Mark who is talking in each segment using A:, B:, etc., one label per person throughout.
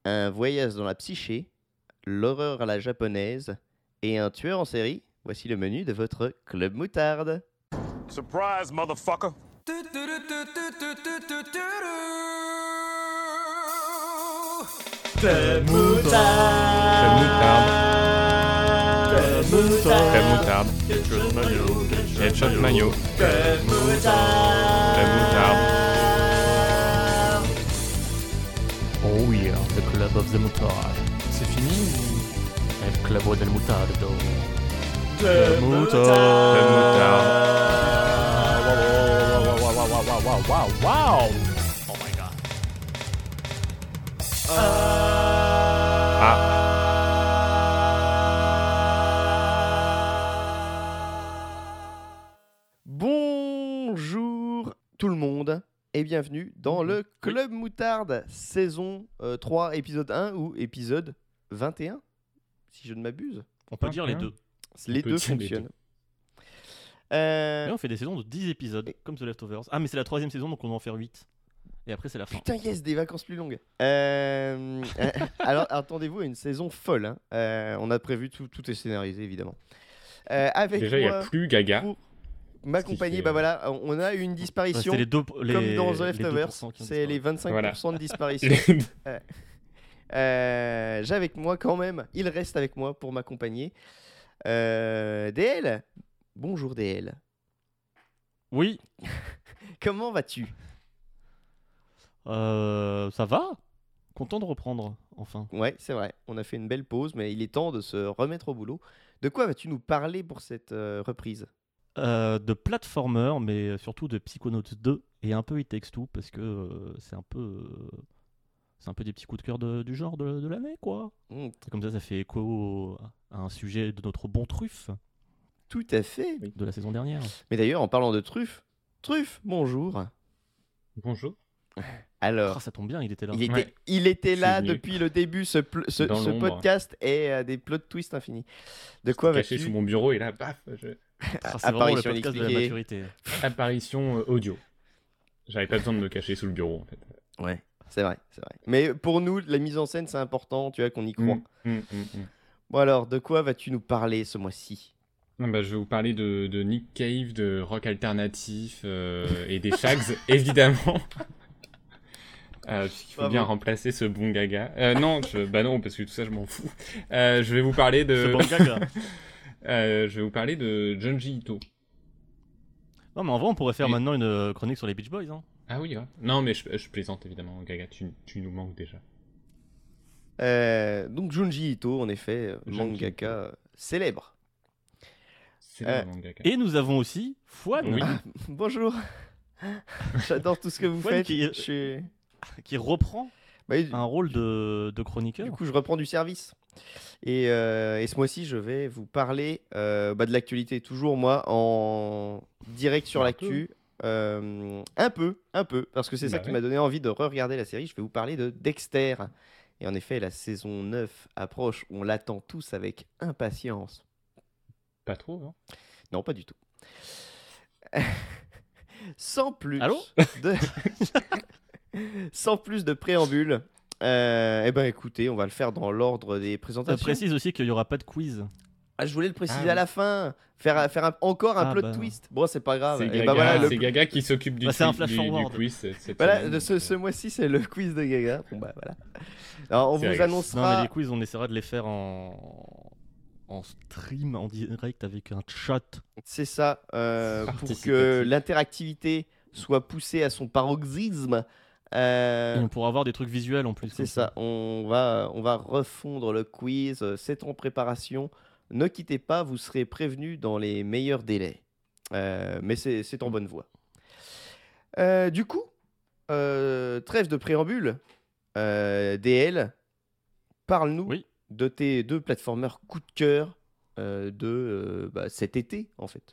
A: un voyage dans la psyché, l'horreur à la japonaise et un tueur en série. Voici le menu de votre Club Moutarde.
B: Surprise, motherfucker!
A: Club Moutarde. Club Moutarde.
C: Club Moutarde. Headshot Mayo.
A: Club Moutarde.
C: Club Moutarde.
D: Oh yeah, the Club of the Moutarde.
C: C'est fini
D: El Club del Moutardo.
A: Club
C: Club Moutarde.
D: Wow. Oh my god.
A: Bonjour tout le monde et bienvenue dans le Club Moutarde, saison 3, épisode 1 ou épisode 21, si je ne m'abuse.
D: On peut dire les deux.
A: Les
C: peut
A: deux
C: dire les
A: fonctionnent.
D: Mais on fait des saisons de 10 épisodes, comme The Leftovers. Ah, mais c'est la 3ème saison, donc on va en faire 8. Et après, c'est la fin.
A: Putain, yes, des vacances plus longues. Alors, attendez-vous à une saison folle. Hein. On a prévu, tout est scénarisé, évidemment. Avec
C: Déjà, il n'y
A: moi,
C: a plus Gaga.
A: pour m'accompagner,
C: fait-
A: bah voilà, on a une disparition.
D: C'était les deux,
A: Comme dans The
D: les
A: Leftovers,
D: 2% qui ont
A: c'est les
D: disparu.
A: 25% de disparition. J'ai avec moi quand même, il reste avec moi pour m'accompagner. DL, bonjour DL.
D: Oui,
A: Comment vas-tu?
D: ça va. Content de reprendre, enfin.
A: Ouais, c'est vrai, on a fait une belle pause, mais il est temps de se remettre au boulot. De quoi vas-tu nous parler pour cette reprise?
D: De platformer, mais surtout de Psychonauts 2 et un peu It Takes Two, parce que c'est un peu des petits coups de cœur du genre de l'année, quoi. C'est comme ça fait écho à un sujet de notre bon Truffe
A: Tout à fait.
D: de la saison dernière.
A: Mais d'ailleurs, en parlant de Truffe, bonjour.
C: Bonjour.
A: Alors,
D: Ah, ça tombe bien, il était là.
C: Ouais.
A: il était
C: Je
A: là
C: suis venu.
A: depuis le début, ce
C: Dans l'ombre.
A: podcast est des plot twists infinis. De quoi
C: Caché
A: vas-tu?
C: sous mon bureau et là, paf,
D: Ah, c'est vraiment le
A: Apparition
D: podcast de la
A: inexpliquée.
D: maturité.
C: apparition audio. J'avais pas besoin de me cacher sous le bureau en fait.
A: Ouais, c'est vrai. Mais pour nous, la mise en scène, c'est important, tu vois, qu'on y croit. Bon alors, de quoi vas-tu nous parler ce mois-ci?
C: Je vais vous parler de Nick Cave, de rock alternatif et des Shags, évidemment. Puisqu'il faut
A: Bravo.
C: bien remplacer ce bon Gaga. Bah non, parce que tout ça, je m'en fous. Je vais vous parler de...
D: Ce bon gag.
C: Je vais vous parler de Junji Ito.
D: Non, mais en vrai, on pourrait faire
C: Oui.
D: maintenant une chronique sur les Beach Boys. Hein.
C: Ah oui, ouais. Non, mais je plaisante, évidemment. Gaga, tu nous manques déjà.
A: Donc Junji Ito, en effet,
C: Junji
A: mangaka célèbre.
C: C'est
A: Euh,
C: vraiment Gaga.
D: Et nous avons aussi Fouane,
C: Oui.
A: Bonjour. J'adore tout ce que vous
D: Fouane
A: faites.
D: qui-
A: Je suis...
D: qui reprend
A: Bah,
D: un rôle de chroniqueur.
A: du coup, je reprends du service. Et ce mois-ci, je vais vous parler de l'actualité. Toujours, moi, en direct sur
C: Un
A: l'actu. Un peu. Parce que c'est ça
C: Bah
A: qui
C: ouais.
A: m'a donné envie de re-regarder la série. Je vais vous parler de Dexter. Et en effet, la saison 9 approche. On l'attend tous avec impatience.
C: Pas trop, hein.
A: Non, pas du tout. Sans plus
D: Allô
A: de... Sans plus de préambule, écoutez, on va le faire dans l'ordre des présentations.
D: précise aussi qu'il n'y aura pas de quiz.
A: Ah, je voulais le préciser
C: Ah oui.
A: à la fin. Faire encore un
D: Ah,
A: plot
D: bah.
A: twist. Bon, c'est pas grave.
C: C'est
A: Et
C: Gaga,
A: bah voilà,
C: c'est Gaga qui s'occupe du,
D: Bah, c'est un
C: du-
D: flash
C: du
D: forward.
C: quiz cette
A: voilà,
C: semaine,
A: ce mois-ci, c'est le quiz de Gaga. Bon, bah voilà. Alors, on
C: C'est
A: vous
C: Gaga.
D: Non, mais
A: annoncera.
D: les quiz, on essaiera de les faire en stream, en direct, avec un chat.
A: C'est ça, pour que
C: Participatif.
A: l'interactivité soit poussée à son paroxysme.
D: Et on pourra avoir des trucs visuels en plus.
A: C'est
D: comme
A: ça, on va refondre le quiz, c'est en préparation. Ne quittez pas, vous serez prévenus dans les meilleurs délais. Mais c'est en bonne voie. Du coup, trêve de préambule, DL, parle-nous
D: Oui.
A: de tes deux platformers coup de cœur de cet été, en fait.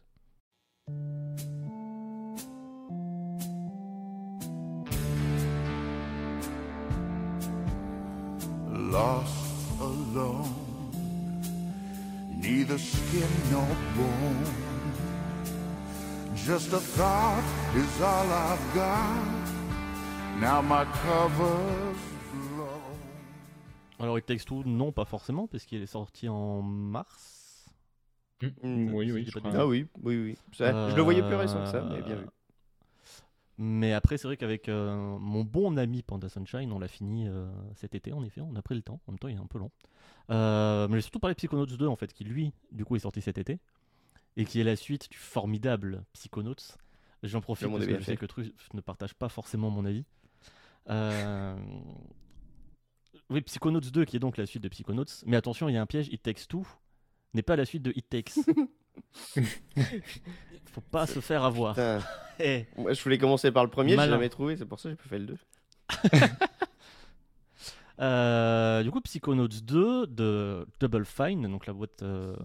E: Lost alone, neither skin nor bone. Just a thought is all I've got. Now my cover's blown.
D: Alors, It Takes Two, non, pas forcément, parce qu'il est sorti en mars.
C: Oui,
D: si
C: oui,
D: je dis
C: je
D: pas de
C: crois.
A: Ah oui. Je le voyais plus récent que ça, mais bien vu.
D: Mais après, c'est vrai qu'avec mon bon ami Panda Sunshine, on l'a fini cet été, en effet. On a pris le temps. En même temps, il est un peu long. Mais j'ai surtout parlé de Psychonauts 2, en fait, qui lui, du coup, est sorti cet été. Et qui est la suite du formidable Psychonauts. J'en profite
A: Comme on
D: parce
A: est
D: que
A: bien
D: je sais
A: fait.
D: que Truff ne partage pas forcément mon avis. Euh, Oui, Psychonauts 2, qui est donc la suite de Psychonauts. Mais attention, il y a un piège. It Takes Two n'est pas la suite de It Takes. Faut pas se faire avoir.
A: Putain.
D: Eh.
A: Moi, je voulais commencer par le premier, j'ai
D: Malin.
A: jamais trouvé, c'est pour ça que j'ai pas fait le 2.
D: Du coup, Psychonauts 2 de Double Fine, donc la boîte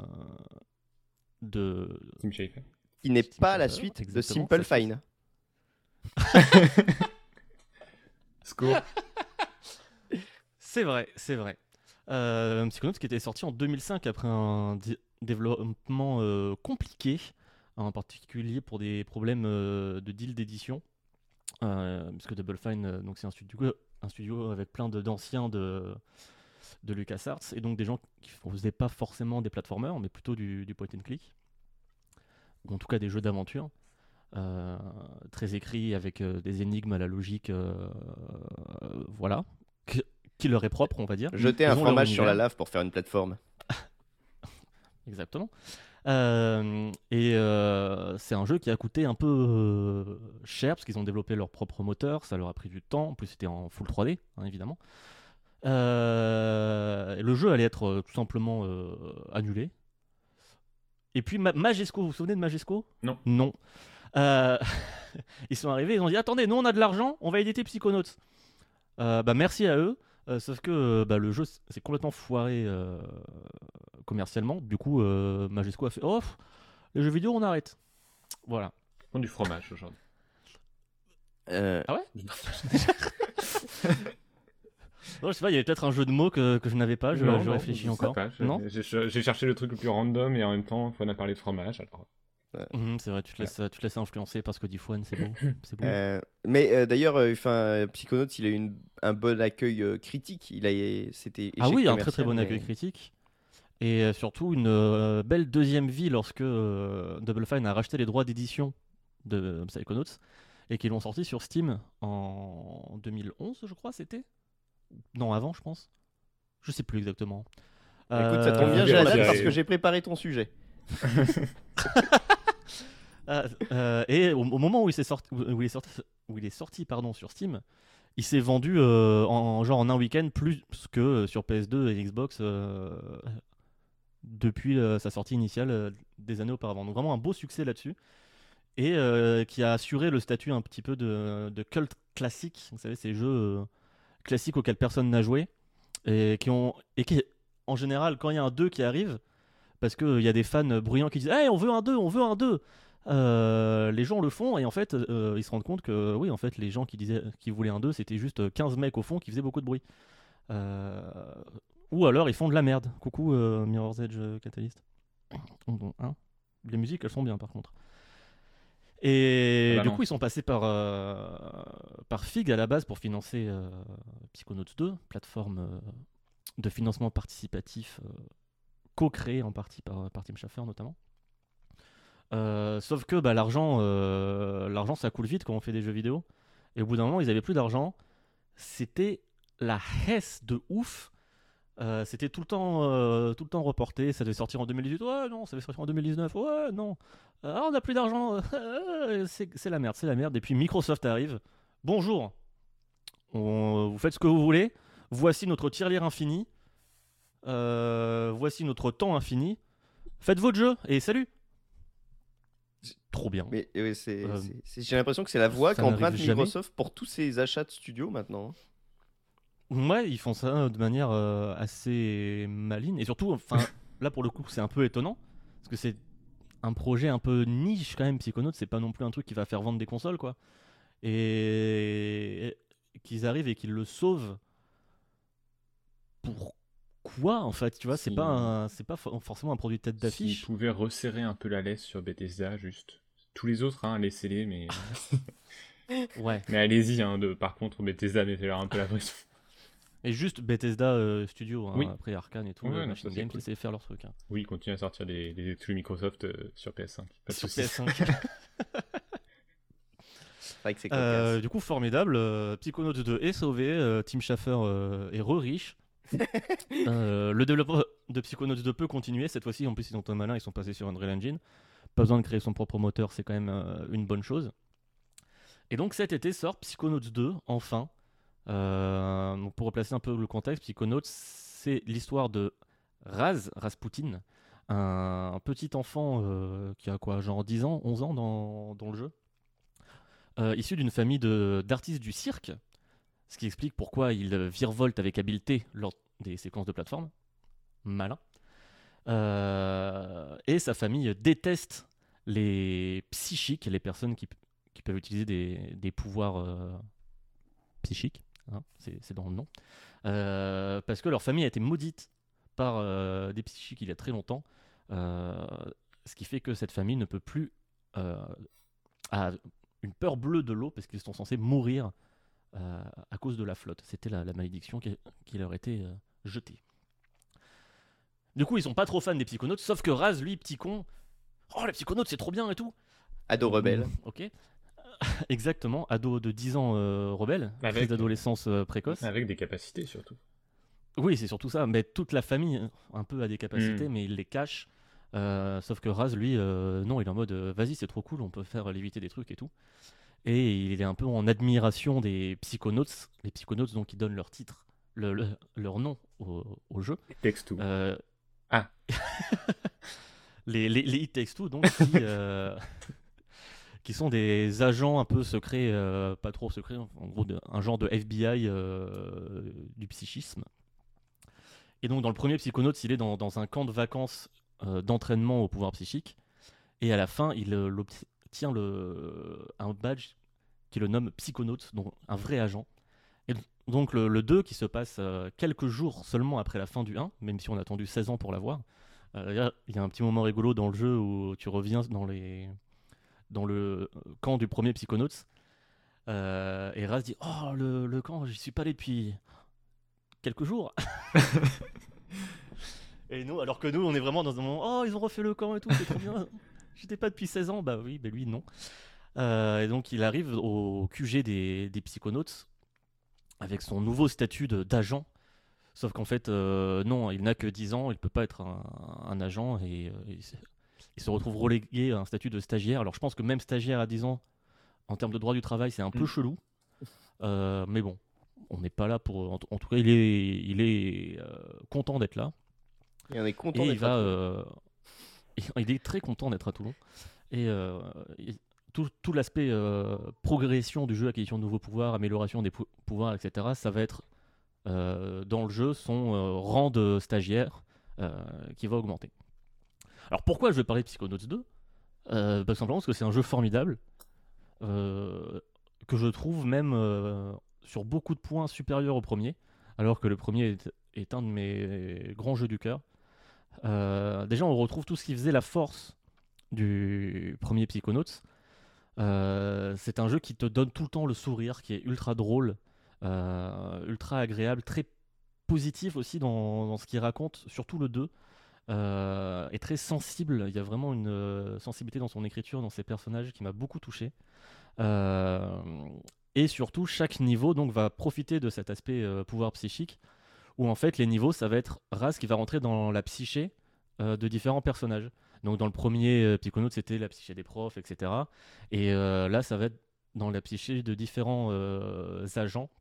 D: de.
C: Tim Schafer.
A: Qui n'est
D: Tim
A: pas la
D: Schafer,
A: suite de
D: exactement,
A: Simple
D: ça fait-
A: Fine.
C: Score.
D: C'est vrai, c'est vrai. Psychonauts qui était sorti en 2005 après un développement compliqué, en particulier pour des problèmes de deal d'édition. Puisque Double Fine, donc c'est un studio avec plein d'anciens de LucasArts, et donc des gens qui ne faisaient pas forcément des platformers, mais plutôt du point and click, ou en tout cas des jeux d'aventure. Très écrits avec des énigmes à la logique, voilà, qui leur est propre, on va dire.
A: Jeter
D: Ils
A: un
D: ont leur
A: fromage sur la
D: univers.
A: lave pour faire une plateforme.
D: Exactement. C'est un jeu qui a coûté un peu cher parce qu'ils ont développé leur propre moteur, ça leur a pris du temps. En plus, c'était en full 3D, hein, évidemment. Le jeu allait être tout simplement annulé. Et puis Majesco, vous vous souvenez de Majesco ?
C: Non.
D: Non. Euh, Ils sont arrivés, ils ont dit attendez, nous on a de l'argent, on va éditer Psychonauts. Merci à eux. Sauf que le jeu s'est complètement foiré commercialement. Du coup, Majesco a fait oh, les jeux vidéo, on arrête. Voilà.
C: Ils font du fromage aujourd'hui.
D: Ah ouais Non, je sais pas, il y avait peut-être un jeu de mots que je n'avais pas, je réfléchis
C: je sais
D: encore.
C: pas,
D: Non
C: j'ai cherché le truc le plus random et en même temps, on a parlé de fromage. Alors...
D: C'est vrai, tu te laisses influencer par ce que dit Fouane, c'est beau. C'est beau.
A: D'ailleurs, Psychonauts, il a eu un bon accueil critique. C'était échec
D: Ah oui, un très
A: commercial,
D: très bon
A: mais-
D: accueil critique. Et surtout une belle deuxième vie lorsque Double Fine a racheté les droits d'édition de Psychonauts et qu'ils l'ont sorti sur Steam en 2011, je crois, c'était. Non, avant, je pense. Je sais plus exactement.
A: Écoute, ça tombe bien, j'ai la date parce que j'ai préparé ton sujet.
D: Et au moment où il est sorti pardon, sur Steam, il s'est vendu en un week-end plus que sur PS2 et Xbox depuis sa sortie initiale des années auparavant. Donc vraiment un beau succès là-dessus. Et qui a assuré le statut un petit peu de cult classique. Vous savez, ces jeux classiques auxquels personne n'a joué. Et qui, en général, quand il y a un 2 qui arrive, parce qu'il y a des fans bruyants qui disent hey, on veut un 2, on veut un 2 les gens le font et en fait ils se rendent compte que oui en fait les gens qui voulaient un 2 c'était juste 15 mecs au fond qui faisaient beaucoup de bruit ou alors ils font de la merde. Coucou Mirror's Edge Catalyst. Hein, les musiques elles sont bien par contre. Et du coup ils sont passés par FIG à la base pour financer Psychonauts 2, plateforme de financement participatif co-créé en partie par Tim Schafer notamment. Sauf que l'argent ça coule vite quand on fait des jeux vidéo. Et au bout d'un moment, ils avaient plus d'argent. C'était la hesse de ouf. C'était tout le temps reporté. Ça devait sortir en 2018. Ouais, non, ça devait sortir en 2019. Ouais, non. On n'a plus d'argent. C'est la merde, c'est la merde. Et puis Microsoft arrive. Bonjour. Vous faites ce que vous voulez. Voici notre tirelire infini. Voici notre temps infini. Faites votre jeu et salut. Trop bien.
A: Mais j'ai l'impression que c'est la voie
D: ça
A: qu'emprunte
D: n'arrive jamais.
A: Microsoft pour tous ses achats de studios maintenant.
D: Ouais, ils font ça de manière assez maligne. Et surtout, là pour le coup, c'est un peu étonnant. Parce que c'est un projet un peu niche quand même. Psychonauts, c'est pas non plus un truc qui va faire vendre des consoles, quoi. Et qu'ils arrivent et qu'ils le sauvent. Pourquoi en fait, tu vois, c'est pas forcément un produit tête d'affiche.
C: S'ils pouvaient resserrer un peu la laisse sur Bethesda, juste. Tous les autres, hein, laissez-les, mais.
D: Ouais.
C: Mais allez-y, hein, par contre, Bethesda, mettez-leur un peu la pression.
D: Et juste Bethesda Studio, hein,
C: Oui.
D: après Arkane et tout,
C: Ouais, non,
D: Machine
C: ça, c'est
D: Games,
C: cool.
D: qui essaient de faire leur truc. Hein.
C: Oui, ils continuent à sortir des exclus Microsoft sur PS5. Pas de
D: Sur
C: soucis.
D: PS5.
A: C'est vrai que c'est cocasse.
D: Du coup, formidable. Psychonauts 2 est sauvé. Tim Schafer est re-riche. Le développement de Psychonauts 2 peut continuer. Cette fois-ci, en plus, ils sont très malins. Ils sont passés sur Unreal Engine. Pas besoin de créer son propre moteur. C'est quand même une bonne chose. Et donc, cet été sort Psychonauts 2, enfin. Donc pour replacer un peu le contexte, Psychonauts, c'est l'histoire de Rasputin, un petit enfant qui a quoi, genre 10 ans, 11 ans dans le jeu. Issu d'une famille d'artistes du cirque, ce qui explique pourquoi il virevolte avec habileté lors des séquences de plateforme. Malin. Et sa famille déteste les psychiques, les personnes qui peuvent utiliser des pouvoirs psychiques, hein, c'est dans le nom. Parce que leur famille a été maudite par des psychiques il y a très longtemps, ce qui fait que cette famille ne peut plus a une peur bleue de l'eau parce qu'ils sont censés mourir à cause de la flotte. C'était la malédiction qui leur était jetée. Du coup, ils sont pas trop fans des Psychonauts, sauf que Raz, lui, petit con, oh les Psychonauts c'est trop bien et tout.
A: Ado rebelle.
D: Ok. Exactement, ado de 10 ans rebelle, crise d'adolescence précoce.
C: Avec des capacités surtout.
D: Oui, c'est surtout ça, mais toute la famille un peu a des capacités, mais il les cache. Sauf que Raz, lui, non, il est en mode vas-y, c'est trop cool, on peut faire léviter des trucs et tout. Et il est un peu en admiration des Psychonauts, les Psychonauts donc qui donnent leur titre, leur nom au jeu.
C: It Takes Two.
D: Les It Takes Two, donc qui sont des agents un peu secrets, pas trop secrets, en gros un genre de FBI du psychisme. Et donc dans le premier Psychonauts, il est dans un camp de vacances d'entraînement au pouvoir psychique, et à la fin il obtient un badge qui le nomme Psychonaut, donc un vrai agent. Et donc le 2 qui se passe quelques jours seulement après la fin du 1, même si on a attendu 16 ans pour l'avoir. Il y a un petit moment rigolo dans le jeu où tu reviens dans le camp du premier Psychonauts, et Raz dit oh le camp, j'y suis pas allé depuis quelques jours. Et nous, alors que nous on est vraiment dans un moment oh ils ont refait le camp et tout, c'est trop bien, j'étais pas depuis 16 ans. Bah oui, bah lui non. Et donc il arrive au QG des Psychonauts avec son nouveau statut d'agent, sauf qu'en fait non, il n'a que 10 ans, il peut pas être un agent, et il se retrouve relégué à un statut de stagiaire. Alors je pense que même stagiaire à 10 ans, en termes de droit du travail, c'est un peu chelou. Mais bon, on n'est pas là pour... En tout cas, il est content d'être là.
A: Et on est content
D: Et
A: d'être à Toulon.
D: il est très content d'être à Toulon. Et tout l'aspect progression du jeu, acquisition de nouveaux pouvoirs, amélioration des pouvoirs, etc., ça va être dans le jeu son rang de stagiaire qui va augmenter. Alors pourquoi je vais parler de Psychonauts 2 ? Simplement parce que c'est un jeu formidable, que je trouve même sur beaucoup de points supérieur au premier, alors que le premier est un de mes grands jeux du cœur. Déjà on retrouve tout ce qui faisait la force du premier Psychonauts. C'est un jeu qui te donne tout le temps le sourire, qui est ultra drôle, ultra agréable, très positif aussi dans ce qu'il raconte, surtout le 2. Est très sensible, il y a vraiment une sensibilité dans son écriture, dans ses personnages qui m'a beaucoup touché. Et surtout, chaque niveau donc, va profiter de cet aspect pouvoir psychique, où en fait les niveaux, ça va être Raz qui va rentrer dans la psyché de différents personnages. Donc dans le premier Psychonauts, c'était la psyché des profs, etc. Et là, ça va être dans la psyché de différents agents.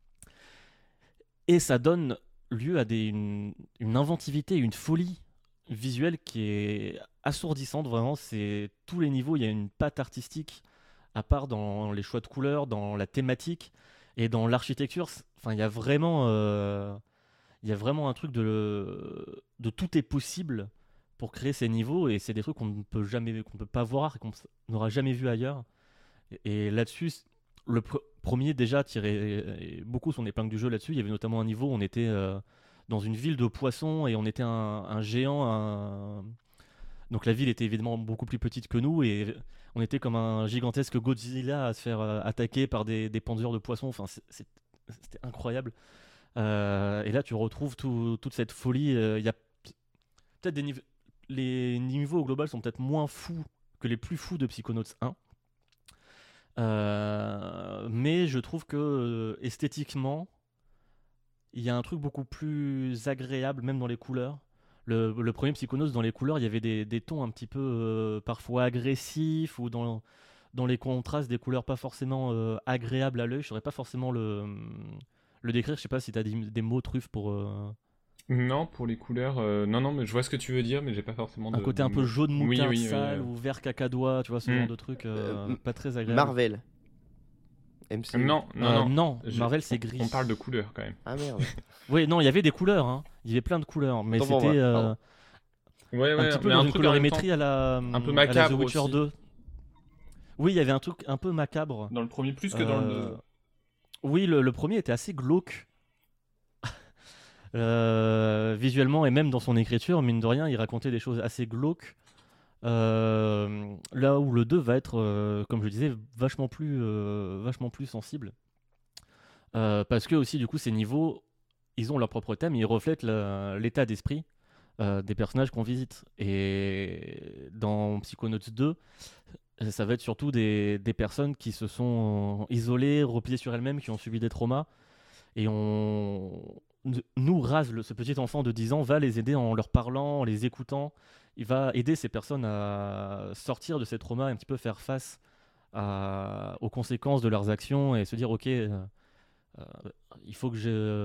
D: Et ça donne lieu à une inventivité, une folie visuelle qui est assourdissante. Vraiment, c'est tous les niveaux, il y a une patte artistique, à part dans les choix de couleurs, dans la thématique et dans l'architecture. Enfin, il y a vraiment un truc de tout est possible pour créer ces niveaux, et c'est des trucs qu'on ne peut pas voir et qu'on n'aura jamais vu ailleurs. Et là-dessus, le premier déjà tirait beaucoup son épingle du jeu là-dessus. Il y avait notamment un niveau où on était dans une ville de poissons et on était un géant. Donc la ville était évidemment beaucoup plus petite que nous, et on était comme un gigantesque Godzilla à se faire attaquer par des penseurs de poissons. Enfin, c'était incroyable. Et là, tu retrouves toute cette folie. Il y a peut-être les niveaux au global sont peut-être moins fous que les plus fous de Psychonauts 1. Mais je trouve que esthétiquement, il y a un truc beaucoup plus agréable, même dans les couleurs. Le premier Psychonauts, dans les couleurs, il y avait des tons un petit peu parfois agressifs ou dans les contrastes, des couleurs pas forcément agréables à l'œil. Je saurais pas forcément le décrire. Je sais pas si tu as des mots truffes pour
C: Non, pour les couleurs, non, mais je vois ce que tu veux dire, mais j'ai pas forcément
D: un côté un peu jaune moutarde
C: oui,
D: sale ou vert cacadois, tu vois, ce genre de truc pas très agréable.
A: Marvel. MCU.
C: Non,
D: Marvel c'est gris.
C: On parle de couleurs quand même.
A: Ah merde.
D: Oui, non, il y avait des couleurs, hein. Il y avait plein de couleurs, mais
A: Autant pour
D: c'était
A: moi,
C: Ouais,
D: un petit peu
C: mais
D: dans
C: un
D: une
C: truc en même
D: colorimétrie
C: temps,
D: à la
C: un peu
D: à la
C: macabre
D: The Witcher
C: aussi.
D: 2. Oui, il y avait un truc un peu macabre.
C: Dans le premier plus que dans le
D: Euh,
C: 2.
D: Oui, le premier était assez glauque. Visuellement et même dans son écriture, mine de rien, il racontait des choses assez glauques. Là où le 2 va être, comme je le disais, vachement plus sensible. Parce que aussi, du coup, ces niveaux, ils ont leur propre thème, ils reflètent l'état d'esprit des personnages qu'on visite. Et dans Psychonauts 2, ça va être surtout des personnes qui se sont isolées, repliées sur elles-mêmes, qui ont subi des traumas. Et nous, Raz, ce petit enfant de 10 ans, va les aider en leur parlant, en les écoutant. Il va aider ces personnes à sortir de ces traumas, un petit peu faire face aux conséquences de leurs actions et se dire, ok, il faut que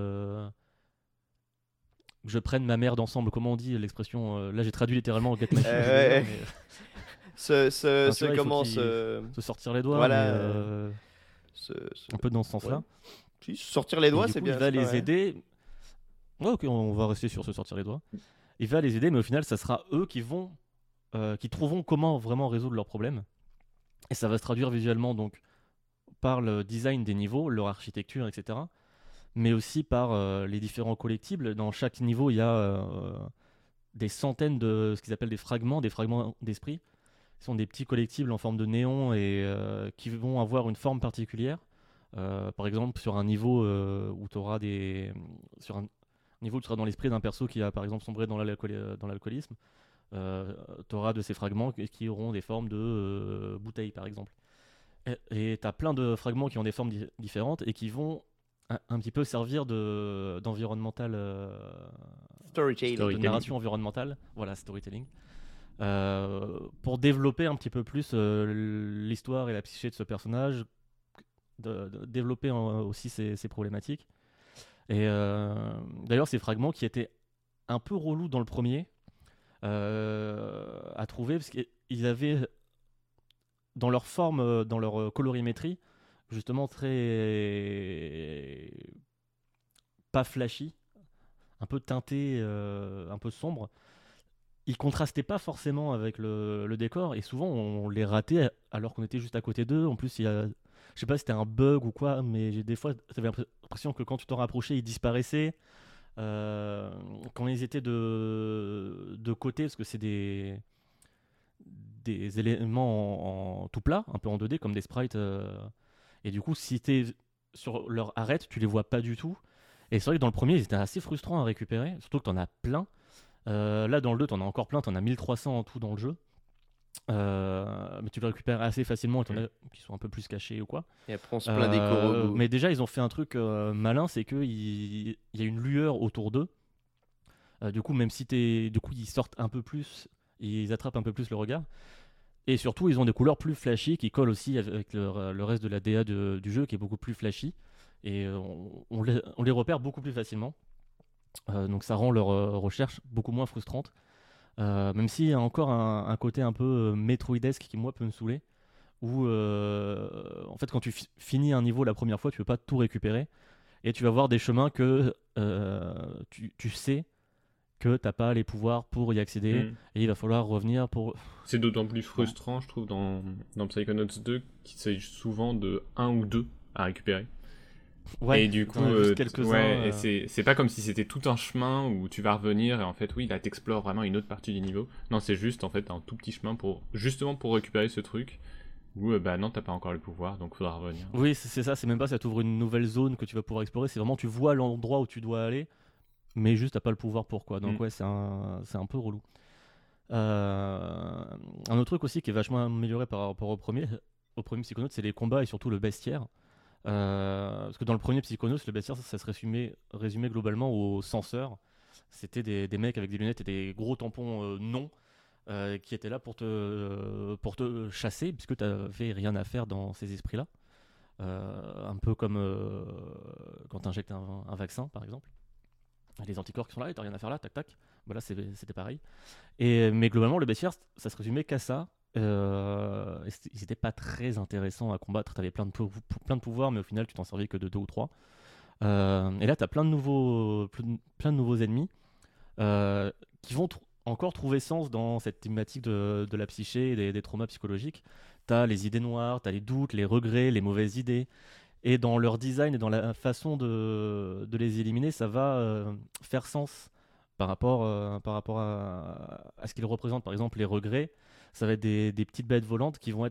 D: je prenne ma mère d'ensemble. Comment on dit l'expression là, j'ai traduit littéralement Get My Shit
A: ouais.
D: Together, mais,
A: Se
D: tu vois, il faut
A: commence.
D: se sortir les doigts,
A: Voilà,
D: mais, un peu dans ce sens-là.
A: Ouais. Si, sortir les
D: Et
A: doigts,
D: du
A: c'est
D: coup,
A: bien.
D: il va
A: c'est pas
D: les
A: mal.
D: aider. Ouais, ok, on va rester sur se sortir les doigts. Il va les aider, mais au final, ça sera eux qui trouveront comment vraiment résoudre leurs problèmes. Et ça va se traduire visuellement donc par le design des niveaux, leur architecture, etc. Mais aussi par les différents collectibles. Dans chaque niveau, il y a des centaines de ce qu'ils appellent des fragments d'esprit. Ce sont des petits collectibles en forme de néon et qui vont avoir une forme particulière. Par exemple, sur un niveau où tu auras sur un niveau où tu seras dans l'esprit d'un perso qui a par exemple sombré dans l'alcoolisme, tu auras de ces fragments qui auront des formes de bouteilles par exemple. Et tu as plein de fragments qui ont des formes différentes et qui vont un petit peu servir d'environnemental,
A: Storytelling.
D: de narration environnementale, voilà, storytelling, pour développer un petit peu plus l'histoire et la psyché de ce personnage, de développer aussi ses problématiques. Et d'ailleurs, ces fragments qui étaient un peu relous dans le premier à trouver, parce qu'ils avaient dans leur forme, dans leur colorimétrie, justement très pas flashy, un peu teinté, un peu sombre. Ils contrastaient pas forcément avec le décor et souvent on les ratait alors qu'on était juste à côté d'eux. En plus, je sais pas si c'était un bug ou quoi, mais des fois, j'avais l'impression que quand tu t'en rapprochais, ils disparaissaient. Quand ils étaient de côté, parce que c'est des éléments en tout plat, un peu en 2D, comme des sprites. Et du coup, si t'es sur leur arête, tu les vois pas du tout. Et c'est vrai que dans le premier, ils étaient assez frustrants à récupérer, surtout que t'en as plein. Là, dans le 2, t'en as encore plein, t'en as 1300 en tout dans le jeu. Mais tu les récupères assez facilement, étant donné qu'ils sont un peu plus cachés ou quoi.
A: Et après, on se plaint des corobos.
D: Mais déjà, ils ont fait un truc malin, c'est qu'il y a une lueur autour d'eux. Du coup, même si du coup, ils sortent un peu plus, ils attrapent un peu plus le regard. Et surtout, ils ont des couleurs plus flashy qui collent aussi avec le reste de la DA du jeu qui est beaucoup plus flashy. Et on les repère beaucoup plus facilement. Donc ça rend leur recherche beaucoup moins frustrante. Même s'il y a encore un côté un peu Metroidesque qui, moi, peut me saouler. Où, en fait, quand tu finis un niveau la première fois, tu peux pas tout récupérer. Et tu vas voir des chemins que tu sais que t'as pas les pouvoirs pour y accéder. Et il va falloir revenir pour...
C: C'est d'autant plus frustrant, je trouve, dans Psychonauts 2, qu'il s'agit souvent de 1 ou 2 à récupérer.
D: Ouais,
C: et du coup, et c'est pas comme si c'était tout un chemin où tu vas revenir et en fait, oui, là, t'explores vraiment une autre partie du niveau. Non, c'est juste, en fait, un tout petit chemin justement pour récupérer ce truc Ou bah non, t'as pas encore le pouvoir, donc faudra revenir.
D: Oui, c'est ça, c'est même pas ça t'ouvre une nouvelle zone que tu vas pouvoir explorer, c'est vraiment tu vois l'endroit où tu dois aller, mais juste t'as pas le pouvoir pourquoi. Donc ouais, c'est un peu relou. Un autre truc aussi qui est vachement amélioré par rapport au premier Psychonauts, c'est les combats et surtout le bestiaire. Parce que dans le premier Psychonauts, le bestiaire, ça se résumait globalement aux censeurs. C'était des mecs avec des lunettes et des gros tampons non qui étaient là pour te chasser, puisque tu n'avais rien à faire dans ces esprits-là. Un peu comme quand tu injectes un vaccin, par exemple. Les anticorps qui sont là, et t'as rien à faire là, tac tac. Voilà, c'était pareil. Mais globalement, le bestiaire, ça se résumait qu'à ça. Ils n'étaient pas très intéressants à combattre. T'avais plein de pouvoirs, mais au final, tu t'en servais que de 2 ou 3. Et là, t'as plein de nouveaux ennemis qui vont encore trouver sens dans cette thématique de la psyché et des traumas psychologiques. T'as les idées noires, t'as les doutes, les regrets, les mauvaises idées. Et dans leur design et dans la façon de les éliminer, ça va faire sens par rapport à ce qu'ils représentent. Par exemple, les regrets, ça va être des petites bêtes volantes qui vont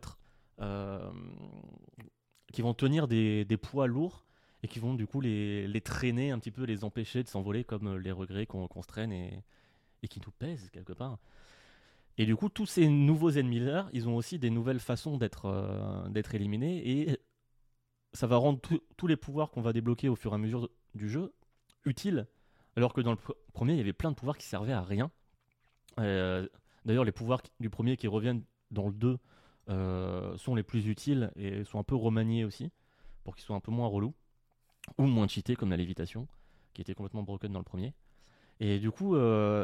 D: qui vont tenir des poids lourds et qui vont du coup les traîner un petit peu, les empêcher de s'envoler comme les regrets qu'on se traîne et qui nous pèsent quelque part. Et du coup, tous ces nouveaux ennemis-là, ils ont aussi des nouvelles façons d'être éliminés et ça va rendre tous les pouvoirs qu'on va débloquer au fur et à mesure du jeu utiles, alors que dans le premier, il y avait plein de pouvoirs qui servaient à rien. D'ailleurs, les pouvoirs du premier qui reviennent dans le 2 sont les plus utiles et sont un peu remaniés aussi, pour qu'ils soient un peu moins relous, ou moins cheatés, comme la lévitation, qui était complètement broken dans le premier. Et du coup,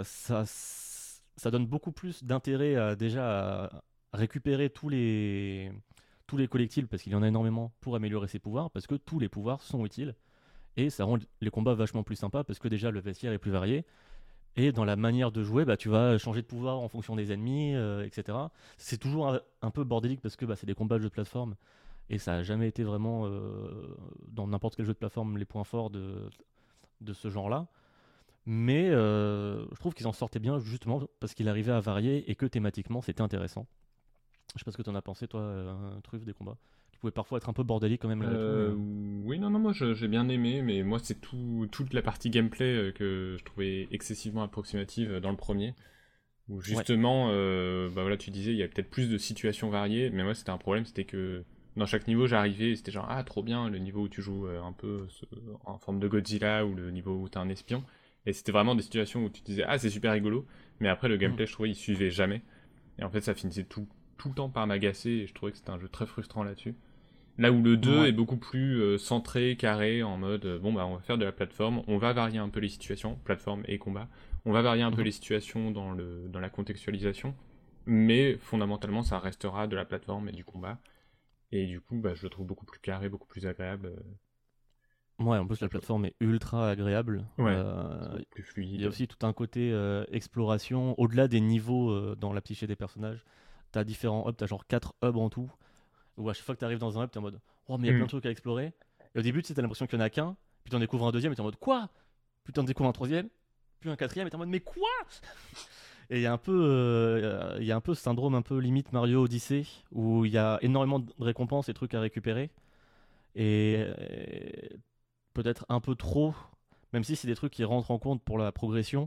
D: ça donne beaucoup plus d'intérêt déjà à récupérer tous les collectibles, parce qu'il y en a énormément pour améliorer ses pouvoirs, parce que tous les pouvoirs sont utiles, et ça rend les combats vachement plus sympas, parce que déjà le bestiaire est plus varié, et dans la manière de jouer, tu vas changer de pouvoir en fonction des ennemis, etc. C'est toujours un peu bordélique, parce que c'est des combats de jeux de plateforme, et ça n'a jamais été vraiment, dans n'importe quel jeu de plateforme, les points forts de ce genre-là. Mais je trouve qu'ils en sortaient bien, justement, parce qu'il arrivait à varier, et que thématiquement, c'était intéressant. Je sais pas ce que t'en as pensé, toi, Truff, des combats. Qui pouvaient parfois être un peu bordéliques quand même.
C: Oui, non, moi j'ai bien aimé, mais moi c'est toute la partie gameplay que je trouvais excessivement approximative dans le premier. Où justement, voilà, tu disais, il y a peut-être plus de situations variées, mais moi c'était un problème, c'était que dans chaque niveau j'arrivais et c'était genre, ah trop bien, le niveau où tu joues un peu en forme de Godzilla ou le niveau où t'es un espion. Et c'était vraiment des situations où tu disais, ah c'est super rigolo, mais après le gameplay, je trouvais, il suivait jamais. Et en fait, ça finissait tout le temps par m'agacer et je trouvais que c'était un jeu très frustrant là-dessus. Là où le 2 est beaucoup plus centré, carré, en mode on va faire de la plateforme, on va varier un peu les situations, plateforme et combat, on va varier un peu les situations dans la contextualisation, mais fondamentalement ça restera de la plateforme et du combat. Et du coup, je le trouve beaucoup plus carré, beaucoup plus agréable.
D: Ouais, en plus la plateforme est ultra agréable.
C: Ouais, plus fluide.
D: Il y a aussi tout un côté exploration, au-delà des niveaux dans la psyché des personnages. T'as différents hubs, t'as genre 4 hubs en tout, où à chaque fois que t'arrives dans un hub, t'es en mode oh, mais il y a plein de trucs à explorer. Et au début, tu sais, t'as l'impression qu'il y en a qu'un, puis t'en découvres un deuxième et t'es en mode quoi? Puis t'en découvres un troisième, puis un quatrième et t'es en mode mais quoi? Et il y a un peu ce syndrome un peu limite Mario Odyssey, où il y a énormément de récompenses et trucs à récupérer. Et peut-être un peu trop, même si c'est des trucs qui rentrent en compte pour la progression.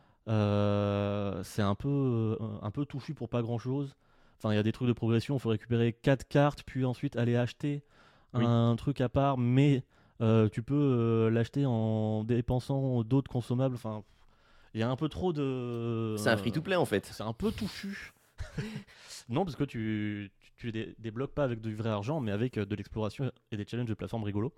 D: C'est un peu touffu pour pas grand chose. Enfin, il y a des trucs de progression, il faut récupérer 4 cartes, puis ensuite aller acheter un truc à part, mais tu peux l'acheter en dépensant d'autres consommables. Enfin, il y a un peu trop de.
A: C'est un free-to-play en fait.
D: C'est un peu touffu. Non, parce que tu les débloques pas avec du vrai argent, mais avec de l'exploration et des challenges de plateforme rigolos.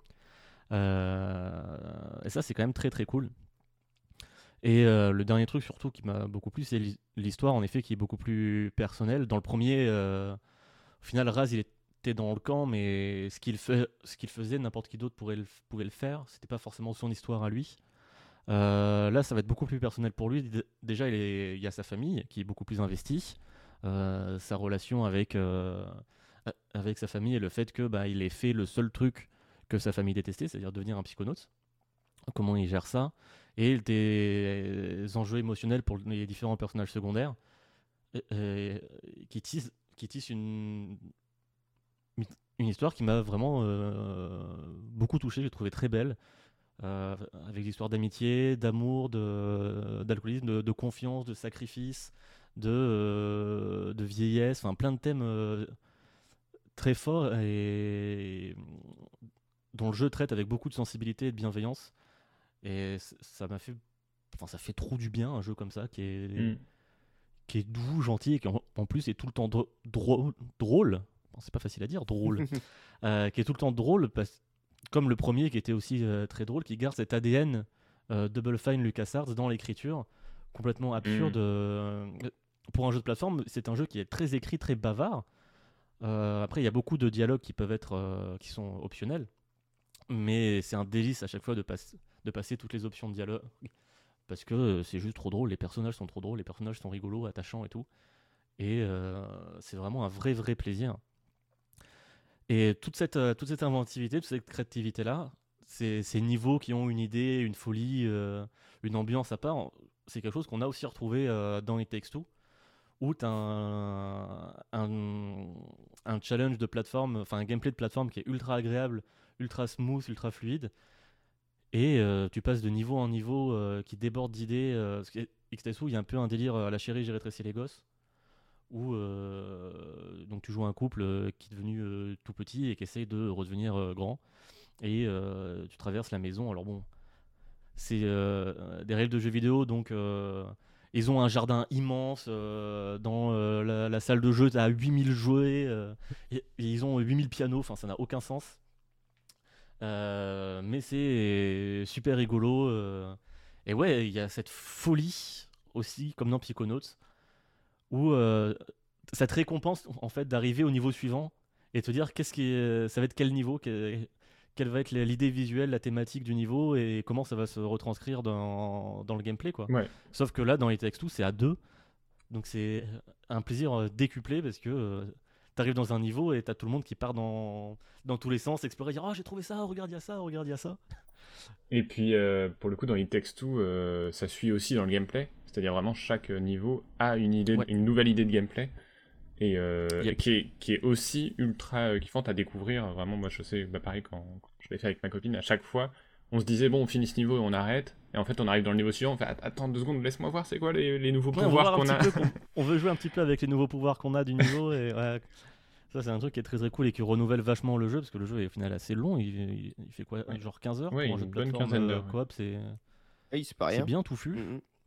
D: Et ça, c'est quand même très très cool. Et le dernier truc surtout qui m'a beaucoup plu, c'est l'histoire en effet qui est beaucoup plus personnelle. Dans le premier, au final, Raz il était dans le camp, mais ce qu'il faisait, n'importe qui d'autre pouvait le faire. C'était pas forcément son histoire à lui. Là, ça va être beaucoup plus personnel pour lui. Déjà, il y a sa famille qui est beaucoup plus investie. Sa relation avec sa famille et le fait que il ait fait le seul truc que sa famille détestait, c'est-à-dire devenir un psychonaute. Comment il gère ça, et des enjeux émotionnels pour les différents personnages secondaires qui tissent une une histoire qui m'a vraiment beaucoup touché, j'ai trouvé très belle, avec l'histoire d'amitié, d'amour, d'alcoolisme, de confiance, de sacrifice, de vieillesse, enfin plein de thèmes très forts et dont le jeu traite avec beaucoup de sensibilité et de bienveillance. Et ça m'a fait, enfin ça fait trop du bien un jeu comme ça qui est doux, gentil et qui en plus est tout le temps drôle. Bon, c'est pas facile à dire, drôle. Qui est tout le temps drôle, comme le premier qui était aussi très drôle, qui garde cet ADN Double Fine LucasArts dans l'écriture, complètement absurde. Pour un jeu de plateforme, c'est un jeu qui est très écrit, très bavard. Après, il y a beaucoup de dialogues qui peuvent être, qui sont optionnels, mais c'est un délice à chaque fois de passer toutes les options de dialogue, parce que c'est juste trop drôle, les personnages sont trop drôles, les personnages sont rigolos, attachants et tout. Et c'est vraiment un vrai plaisir. Et toute cette inventivité, toute cette créativité-là, ces niveaux qui ont une idée, une folie, une ambiance à part, c'est quelque chose qu'on a aussi retrouvé dans It Takes Two, où tu as un challenge de plateforme, enfin un gameplay de plateforme qui est ultra agréable, ultra smooth, ultra fluide. Et tu passes de niveau en niveau qui déborde d'idées. Parce que It Takes Two, il y a un peu un délire à la chérie, j'ai rétréci les gosses, où donc tu joues un couple qui est devenu tout petit et qui essaye de redevenir grand. Et tu traverses la maison. Alors bon, c'est des règles de jeux vidéo, donc ils ont un jardin immense dans la salle de jeu, t'as 8000 jouets, et ils ont 8000 pianos, enfin ça n'a aucun sens. Mais c'est super rigolo. Et ouais, il y a cette folie aussi, comme dans Psychonauts, où ça te récompense en fait d'arriver au niveau suivant et te dire ça va être quel niveau, quelle va être l'idée visuelle, la thématique du niveau et comment ça va se retranscrire dans le gameplay quoi.
C: Ouais.
D: Sauf que là dans It Takes Two c'est à 2, donc c'est un plaisir décuplé parce que t'arrives dans un niveau et t'as tout le monde qui part dans tous les sens, explorer, dire oh j'ai trouvé ça, regarde il y a ça, regarde il y a ça.
C: Et puis pour le coup dans It Takes Two ça suit aussi dans le gameplay, c'est-à-dire vraiment chaque niveau a une idée, une nouvelle idée de gameplay et qui est aussi ultra kiffante à découvrir. Vraiment moi je sais, pareil quand je l'ai fait avec ma copine, à chaque fois on se disait bon on finit ce niveau et on arrête, et en fait on arrive dans le niveau suivant, on fait attends 2 secondes, laisse-moi voir c'est quoi les nouveaux pouvoirs qu'on a.
D: On veut jouer un petit peu avec les nouveaux pouvoirs qu'on a du niveau et ça c'est un truc qui est très cool et qui renouvelle vachement le jeu parce que le jeu est au final assez long, il fait quoi, genre 15 heures pour un jeu de plateforme,
C: bonne quinzaine d'heures,
D: coop, c'est
A: pas rien.
D: C'est bien touffu.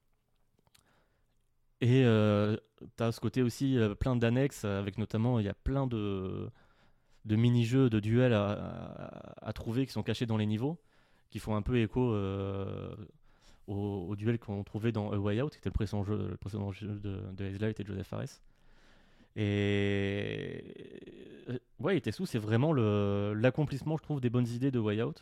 D: Et t'as ce côté aussi plein d'annexes avec notamment il y a plein de mini-jeux, de duels à trouver qui sont cachés dans les niveaux, qui font un peu écho aux duels qu'on trouvait dans A Way Out, qui était le précédent jeu de Hazelight et de Joseph Fares. Et ouais, It Takes Two, c'est vraiment l'accomplissement, je trouve, des bonnes idées de Way Out.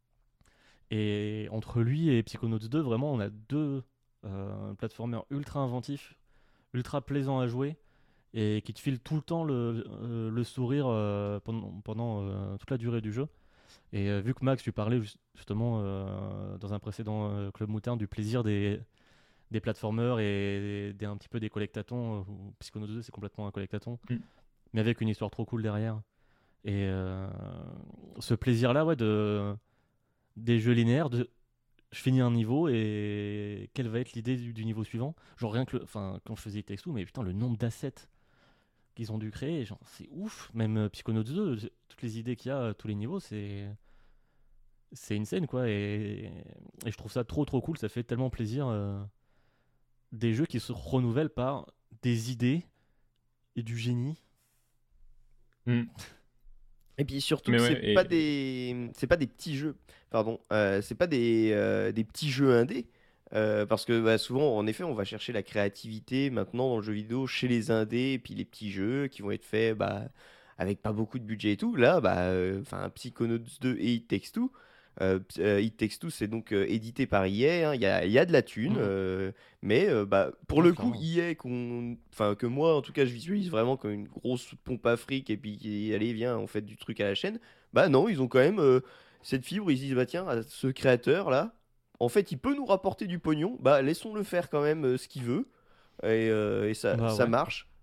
D: Et entre lui et Psychonauts 2, vraiment, on a deux platformers ultra inventifs, ultra plaisants à jouer, et qui te filent tout le temps le sourire pendant toute la durée du jeu. Et vu que Max, tu parlais justement dans un précédent Club Moutarde du plaisir des platformers et un petit peu des collectatons, Psychonauts 2 c'est complètement un collectaton, mais avec une histoire trop cool derrière. Et ce plaisir-là, ouais, des jeux linéaires, je finis un niveau et quelle va être l'idée du niveau suivant. Genre rien que quand je faisais It Takes Two, mais putain le nombre d'assets qu'ils ont dû créer, genre c'est ouf. Même Psychonauts 2, toutes les idées qu'il y a à tous les niveaux, c'est insane quoi. Et je trouve ça trop cool, ça fait tellement plaisir des jeux qui se renouvellent par des idées et du génie.
A: Et puis surtout, c'est pas des petits jeux, pardon, c'est pas des petits jeux indés, parce que souvent, en effet, on va chercher la créativité maintenant dans le jeu vidéo chez les indés, et puis les petits jeux qui vont être faits avec pas beaucoup de budget et tout. Là, Psychonauts 2 et It Takes Two. It Takes Two, c'est donc édité par EA, hein. Il y a de la thune, mais pour le coup, EA, que moi en tout cas je visualise vraiment comme une grosse pompe à fric et puis allez viens on fait du truc à la chaîne. Non, ils ont quand même cette fibre, ils se disent tiens, ce créateur là, en fait il peut nous rapporter du pognon, laissons-le faire quand même ce qu'il veut, et ça marche.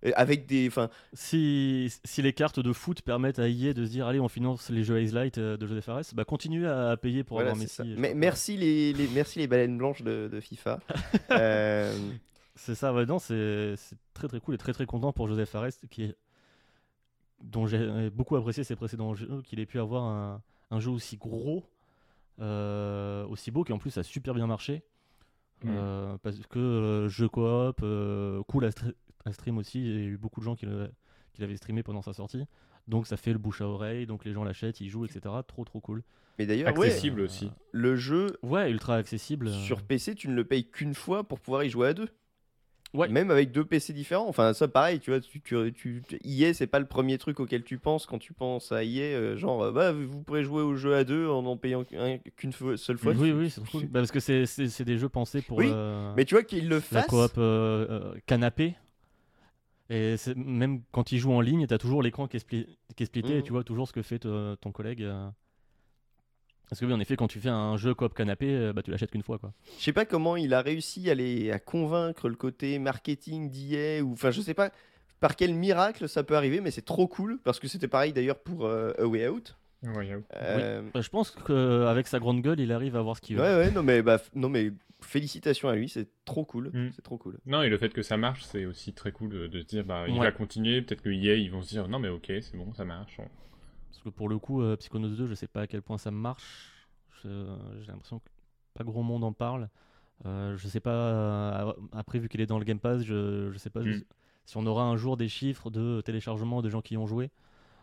A: avec des, enfin,
D: Si les cartes de foot permettent à EA de se dire allez on finance les jeux Ice Light de José Fares, bah continuez à payer pour
A: voilà,
D: avoir
A: c'est
D: Messi.
A: ça. Mais merci merci les baleines blanches de FIFA. Euh,
D: C'est ça, ouais, non, c'est très très cool et très très content pour José Fares dont j'ai beaucoup apprécié ses précédents jeux, qu'il ait pu avoir un jeu aussi gros, aussi beau, qui en plus a super bien marché. Parce que jeu coop, cool à stream aussi, il y a eu beaucoup de gens qui l'avaient streamé pendant sa sortie. Donc ça fait le bouche à oreille, donc les gens l'achètent, ils jouent, etc. Trop trop cool.
A: Mais d'ailleurs, ouais,
C: Accessible aussi.
A: le jeu
D: Ouais, ultra accessible.
A: sur PC, tu ne le payes qu'une fois pour pouvoir y jouer à deux.
D: Ouais.
A: Même avec 2 PC différents. Enfin, ça, pareil, tu vois, EA, c'est pas le premier truc auquel tu penses quand tu penses à EA. Bah, vous pourrez jouer au jeu à deux en payant qu'une seule fois.
D: Oui, c'est cool. Bah, parce que c'est des jeux pensés pour
A: Oui, mais tu vois qu'ils le
D: la
A: fassent.
D: coop canapé. Et même quand ils jouent en ligne, t'as toujours l'écran qui est splitté et tu vois toujours ce que fait ton collègue. Parce que oui, en effet, quand tu fais un jeu coop canapé, bah tu l'achètes qu'une fois, quoi.
A: Je sais pas comment il a réussi à convaincre le côté marketing d'EA, ou enfin, je sais pas par quel miracle ça peut arriver, mais c'est trop cool parce que c'était pareil d'ailleurs pour A Way Out.
C: Ouais,
D: Bah, je pense qu'avec sa grande gueule, il arrive à voir ce qu'il veut.
A: Ouais, non mais félicitations à lui, c'est trop cool, c'est trop cool.
C: Non, et le fait que ça marche, c'est aussi très cool de se dire, bah, il
D: Ouais.
C: va continuer, peut-être que EA, ils vont se dire, non mais ok, c'est bon, ça marche.
D: Parce que pour le coup, Psychonauts 2, je sais pas à quel point ça marche. J'ai l'impression que pas grand monde en parle. Je sais pas, après vu qu'il est dans le Game Pass, je sais pas si on aura un jour des chiffres de téléchargement de gens qui y ont joué.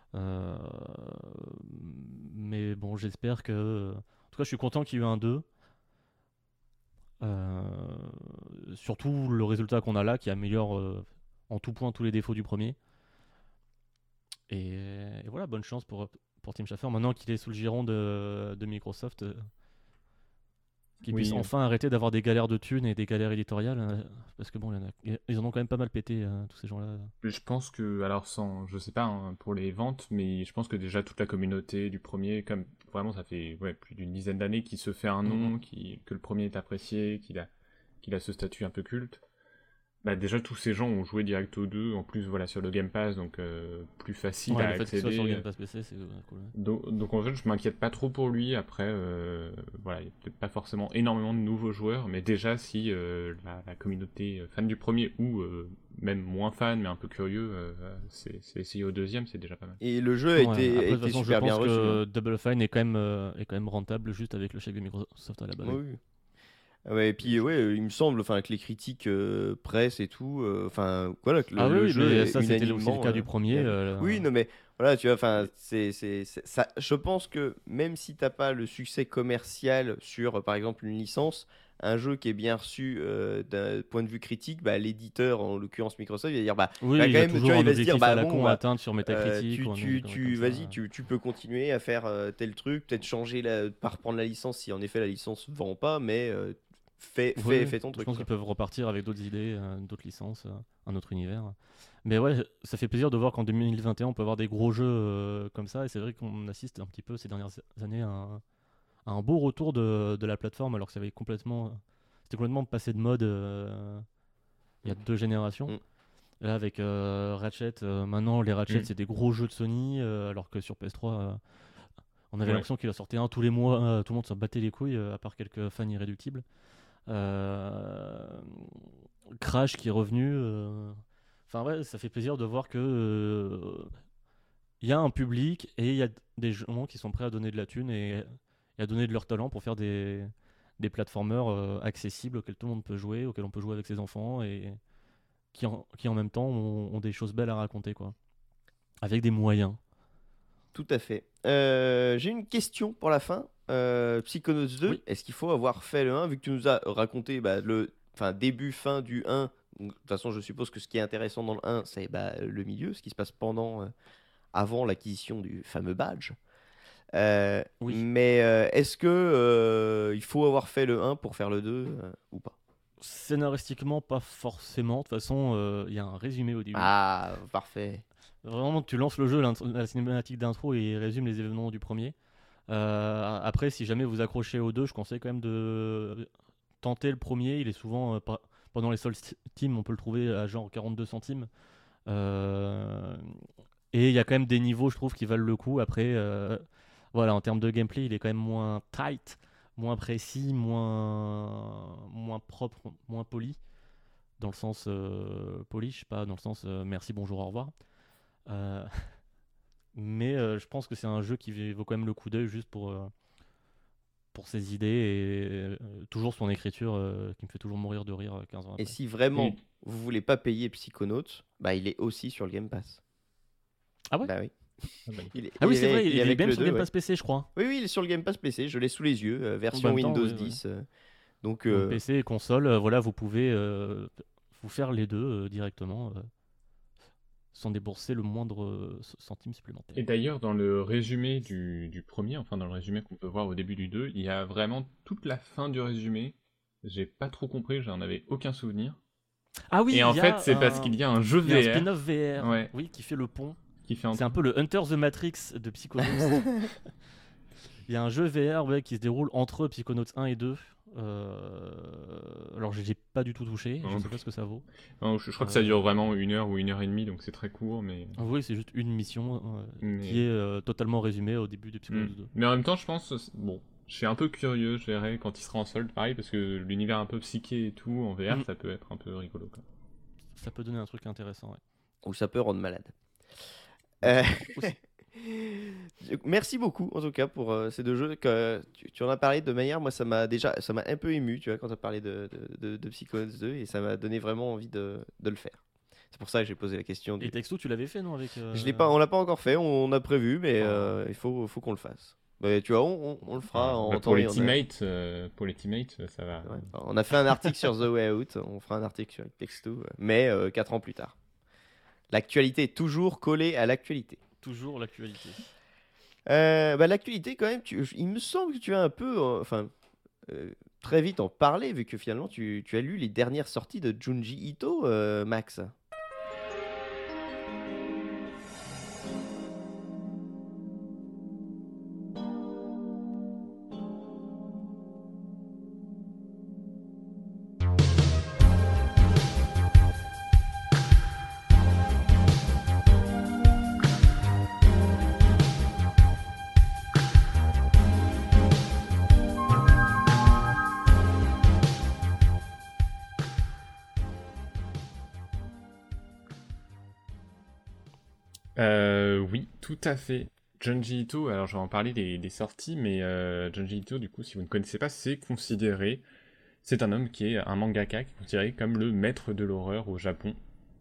D: Mais bon, j'espère que... En tout cas, je suis content qu'il y ait eu un 2. Surtout le résultat qu'on a là qui améliore en tout point tous les défauts du premier. Et voilà, bonne chance pour Tim Schafer. Maintenant qu'il est sous le giron de Microsoft, qu'ils puissent enfin arrêter d'avoir des galères de thunes et des galères éditoriales. Parce que bon, ils en ont quand même pas mal pété, tous ces gens-là.
C: Je pense que, alors je sais pas pour les ventes, mais je pense que déjà toute la communauté du premier, comme vraiment ça fait plus d'une dizaine d'années qu'il se fait un nom, que le premier est apprécié, qu'il a ce statut un peu culte. Bah déjà tous ces gens ont joué direct au 2, en plus voilà sur le Game Pass, donc plus facile à accéder.
D: Soit sur le Game Pass PC, c'est cool.
C: Donc en fait je m'inquiète pas trop pour lui. Après voilà, il y a peut-être pas forcément énormément de nouveaux joueurs, mais déjà si la communauté fan du premier ou même moins fan mais un peu curieux, c'est essayé au deuxième, c'est déjà pas mal.
A: Et le jeu a été super bien reçu.
D: Je pense que Double Fine est quand même rentable juste avec le chèque de Microsoft à la base.
A: Oui. Ouais, et puis il me semble, que les critiques presse et tout, voilà, que le jeu
D: mais
A: est
D: ça c'était aussi
A: unanimement,
D: le cas du premier.
A: Oui, non mais voilà, tu vois, c'est ça. Je pense que même si t'as pas le succès commercial sur, par exemple, une licence, un jeu qui est bien reçu d'un point de vue critique, bah, l'éditeur, en l'occurrence Microsoft, il va dire
D: oui,
A: quand
D: il y a
A: même,
D: toujours
A: tu vois,
D: un
A: il va se dire
D: objectif à la
A: bon,
D: con à atteindre sur Metacritic.
A: tu peux continuer à faire tel truc, peut-être changer pas reprendre la licence si en effet la licence vend pas, mais fais ton truc.
D: Je pense qu'ils peuvent repartir avec d'autres idées, d'autres licences, un autre univers. Mais ouais, ça fait plaisir de voir qu'en 2021 on peut avoir des gros jeux comme ça, et c'est vrai qu'on assiste un petit peu ces dernières années à un beau retour de la plateforme, alors que c'était complètement passé de mode il y a 2 générations. Là avec Ratchet, maintenant les Ratchet c'est des gros jeux de Sony, alors que sur PS3 on avait l'impression qu'il en sortait un tous les mois, tout le monde s'en battait les couilles, à part quelques fans irréductibles. Crash qui est revenu. Enfin ouais, ça fait plaisir de voir que il y a un public et il y a des gens qui sont prêts à donner de la thune et à donner de leur talent pour faire des platformers accessibles auxquels tout le monde peut jouer, auxquels on peut jouer avec ses enfants et qui en même temps ont des choses belles à raconter, quoi. Avec des moyens.
A: Tout à fait. J'ai une question pour la fin. Psychonauts 2, oui. Est-ce qu'il faut avoir fait le 1, vu que tu nous as raconté début, fin du 1. De toute façon, je suppose que ce qui est intéressant dans le 1, c'est le milieu, ce qui se passe avant l'acquisition du fameux badge. Oui. Mais est-ce que il faut avoir fait le 1 pour faire le 2 ou pas?
D: Scénaristiquement, pas forcément. De toute façon, il y a un résumé au début.
A: Ah, parfait.
D: Vraiment, tu lances le jeu, la cinématique d'intro, et il résume les événements du premier. Après, si jamais vous accrochez au 2, je conseille quand même de tenter le premier. Il est souvent, pendant les soldes Steam, on peut le trouver à genre 42 centimes. Et il y a quand même des niveaux, je trouve, qui valent le coup. Après, voilà, en termes de gameplay, il est quand même moins tight, moins précis, moins propre, moins poli. Dans le sens polish, pas dans le sens merci, bonjour, au revoir. Euh, mais je pense que c'est un jeu qui vaut quand même le coup d'œil juste pour ses idées et toujours son écriture qui me fait toujours mourir de rire 15 ans
A: Et
D: après.
A: si vraiment vous voulez pas payer Psychonauts, bah il est aussi sur le Game Pass.
D: Ah ouais?
A: Bah oui.
D: Ah oui, c'est vrai, il est
A: avec
D: même
A: le
D: sur
A: 2,
D: Game Pass PC, je crois.
A: Oui, il est sur le Game Pass PC, je l'ai sous les yeux, version
D: En même temps,
A: Windows
D: ouais,
A: 10. Donc,
D: Donc, PC et console, voilà, vous pouvez vous faire les deux directement sans débourser le moindre centime supplémentaire.
C: Et d'ailleurs, dans le résumé du premier, enfin dans le résumé qu'on peut voir au début du 2, il y a vraiment toute la fin du résumé. J'ai pas trop compris, j'en avais aucun souvenir.
D: Ah oui,
C: et en fait, c'est parce qu'il y a un jeu VR.
D: Il y a un spin-off VR,
C: Ouais.
D: oui, qui fait le pont.
C: C'est
D: un peu le Hunter the Matrix de Psychonauts. Il y a un jeu VR qui se déroule entre Psychonauts 1 et 2. Alors, j'ai pas du tout touché, je sais pas ce que ça vaut.
C: Non, je crois que ça dure vraiment 1 heure ou 1 heure et demie, donc c'est très court. Mais...
D: Oui, c'est juste une mission qui est totalement résumée au début de Psychonauts 2.
C: Mais en même temps, je pense, bon, je suis un peu curieux, je verrai quand il sera en solde, pareil, parce que l'univers un peu psyché et tout en VR, ça peut être un peu rigolo. Quoi.
D: Ça peut donner un truc intéressant, ouais.
A: Ou ça peut rendre malade. Merci beaucoup en tout cas pour ces deux jeux que tu en as parlé de manière, moi ça m'a un peu ému, tu vois, quand tu as parlé de Psychonauts 2 et ça m'a donné vraiment envie de le faire. C'est pour ça que j'ai posé la question.
D: Et Texto, tu l'avais fait, non, avec
A: on l'a pas encore fait, on a prévu, mais il faut qu'on le fasse. Mais tu vois, on le fera en temps
C: pour les teammates, ça va.
A: Ouais, on a fait un article sur The Way Out, on fera un article sur Texto, mais 4 ans plus tard. L'actualité est toujours collée à l'actualité.
D: Toujours l'actualité.
A: L'actualité, quand même, il me semble que tu as un peu, très vite en parler, vu que finalement tu as lu les dernières sorties de Junji Ito, Max.
C: Oui, tout à fait. Junji Ito, alors je vais en parler des sorties, mais Junji Ito, du coup, si vous ne connaissez pas, c'est un homme qui est un mangaka, qui est considéré comme le maître de l'horreur au Japon.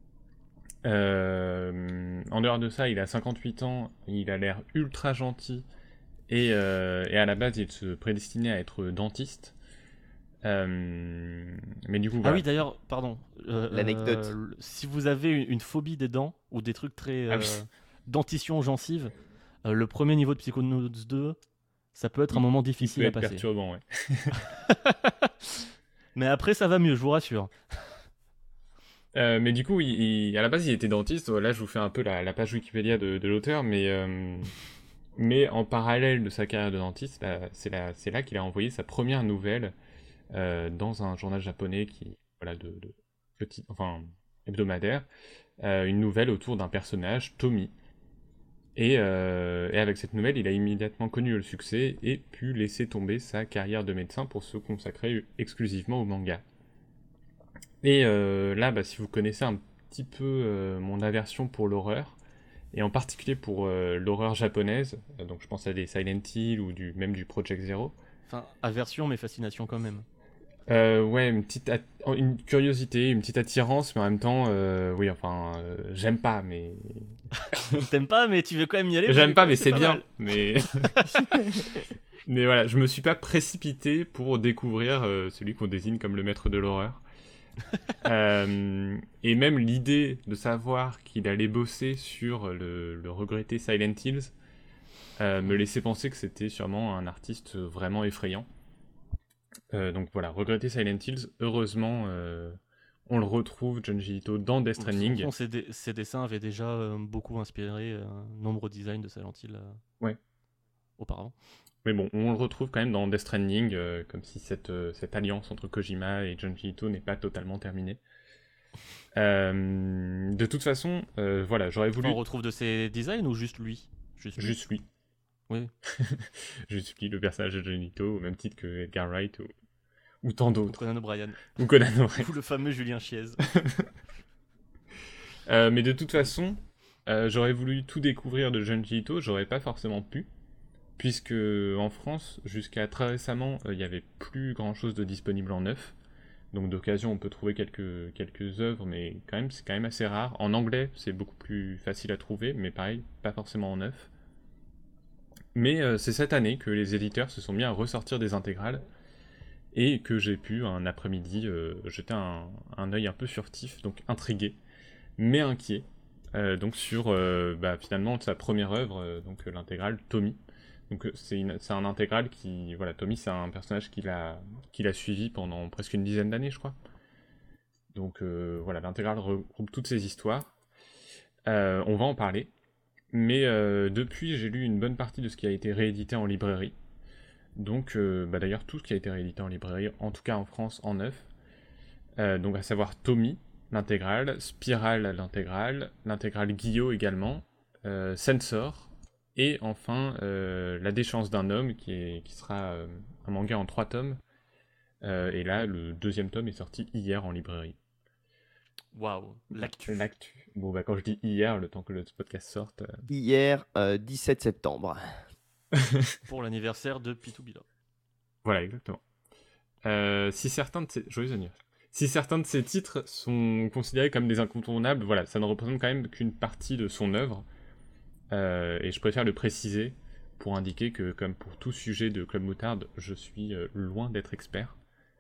C: En dehors de ça, il a 58 ans, il a l'air ultra gentil, et à la base, il se prédestinait à être dentiste. Mais du coup,
D: voilà. Ah oui, d'ailleurs, pardon.
A: L'anecdote.
D: Si vous avez une phobie des dents ou des trucs très dentition gencive, le premier niveau de Psychonauts 2, ça peut être un moment difficile à passer.
C: Perturbant, ouais.
D: Mais après, ça va mieux, je vous rassure.
C: Mais du coup, à la base, il était dentiste. Là, je vous fais un peu la page Wikipédia de l'auteur, mais en parallèle de sa carrière de dentiste, c'est là qu'il a envoyé sa première nouvelle dans un journal japonais hebdomadaire, une nouvelle autour d'un personnage, Tommy. Et avec cette nouvelle, il a immédiatement connu le succès et pu laisser tomber sa carrière de médecin pour se consacrer exclusivement au manga. Et là, si vous connaissez un petit peu mon aversion pour l'horreur, et en particulier pour l'horreur japonaise, donc je pense à des Silent Hill ou même du Project Zero.
D: Enfin, aversion mais fascination quand même.
C: Ouais, une curiosité, une petite attirance, mais en même temps, oui, j'aime pas, mais...
D: T'aimes pas, mais tu veux quand même y aller.
C: J'aime pas, mais c'est bien. Mais... mais voilà, je me suis pas précipité pour découvrir celui qu'on désigne comme le maître de l'horreur. Et même l'idée de savoir qu'il allait bosser sur le regretté Silent Hills me laissait penser que c'était sûrement un artiste vraiment effrayant. Donc voilà, regretter Silent Hills, heureusement, on le retrouve, Junji Ito, dans Death Stranding.
D: Ses dessins avaient déjà beaucoup inspiré nombreux designs de Silent Hill auparavant.
C: Mais bon, on le retrouve quand même dans Death Stranding, comme si cette alliance entre Kojima et Junji Ito n'est pas totalement terminée. De toute façon, voilà, j'aurais voulu...
D: On retrouve de ses designs ou juste lui?
C: Juste lui.
D: Oui.
C: Juste lui, le personnage de Johnny Ito, au même titre que Edgar Wright ou tant d'autres.
D: Conan O'Brien.
C: Ou Conan O'Brien.
D: Ou le fameux Julien Chiez.
C: Mais de toute façon, j'aurais voulu tout découvrir de Junji Ito, j'aurais pas forcément pu, puisque en France, jusqu'à très récemment, il n'y avait plus grand chose de disponible en neuf. Donc d'occasion, on peut trouver quelques œuvres, mais c'est quand même assez rare. En anglais, c'est beaucoup plus facile à trouver, mais pareil, pas forcément en neuf. Mais c'est cette année que les éditeurs se sont mis à ressortir des intégrales, et que j'ai pu, un après-midi, jeter un œil un peu furtif, donc intrigué, mais inquiet, donc sur finalement sa première œuvre, donc l'intégrale Tommy. Donc c'est un intégral qui... Voilà, Tommy, c'est un personnage qu'il a suivi pendant presque une dizaine d'années, je crois. Donc voilà, l'intégrale regroupe toutes ces histoires. On va en parler. Mais depuis, j'ai lu une bonne partie de ce qui a été réédité en librairie. Donc d'ailleurs, tout ce qui a été réédité en librairie, en tout cas en France, en neuf. Donc à savoir Tommy, l'intégrale, Spiral, l'intégrale Guillot également, Censor, et enfin La déchéance d'un homme, qui sera un manga en 3 tomes. Et là, le 2e tome est sorti hier en librairie.
D: Waouh, l'actu.
C: Bon, quand je dis hier, le temps que le podcast sorte...
A: Hier, 17 septembre.
D: Pour l'anniversaire de Pitou Bila.
C: Voilà, exactement. Si certains de ces titres sont considérés comme des incontournables, voilà, ça ne représente quand même qu'une partie de son œuvre. Et je préfère le préciser pour indiquer que, comme pour tout sujet de Club Moutarde, je suis loin d'être expert.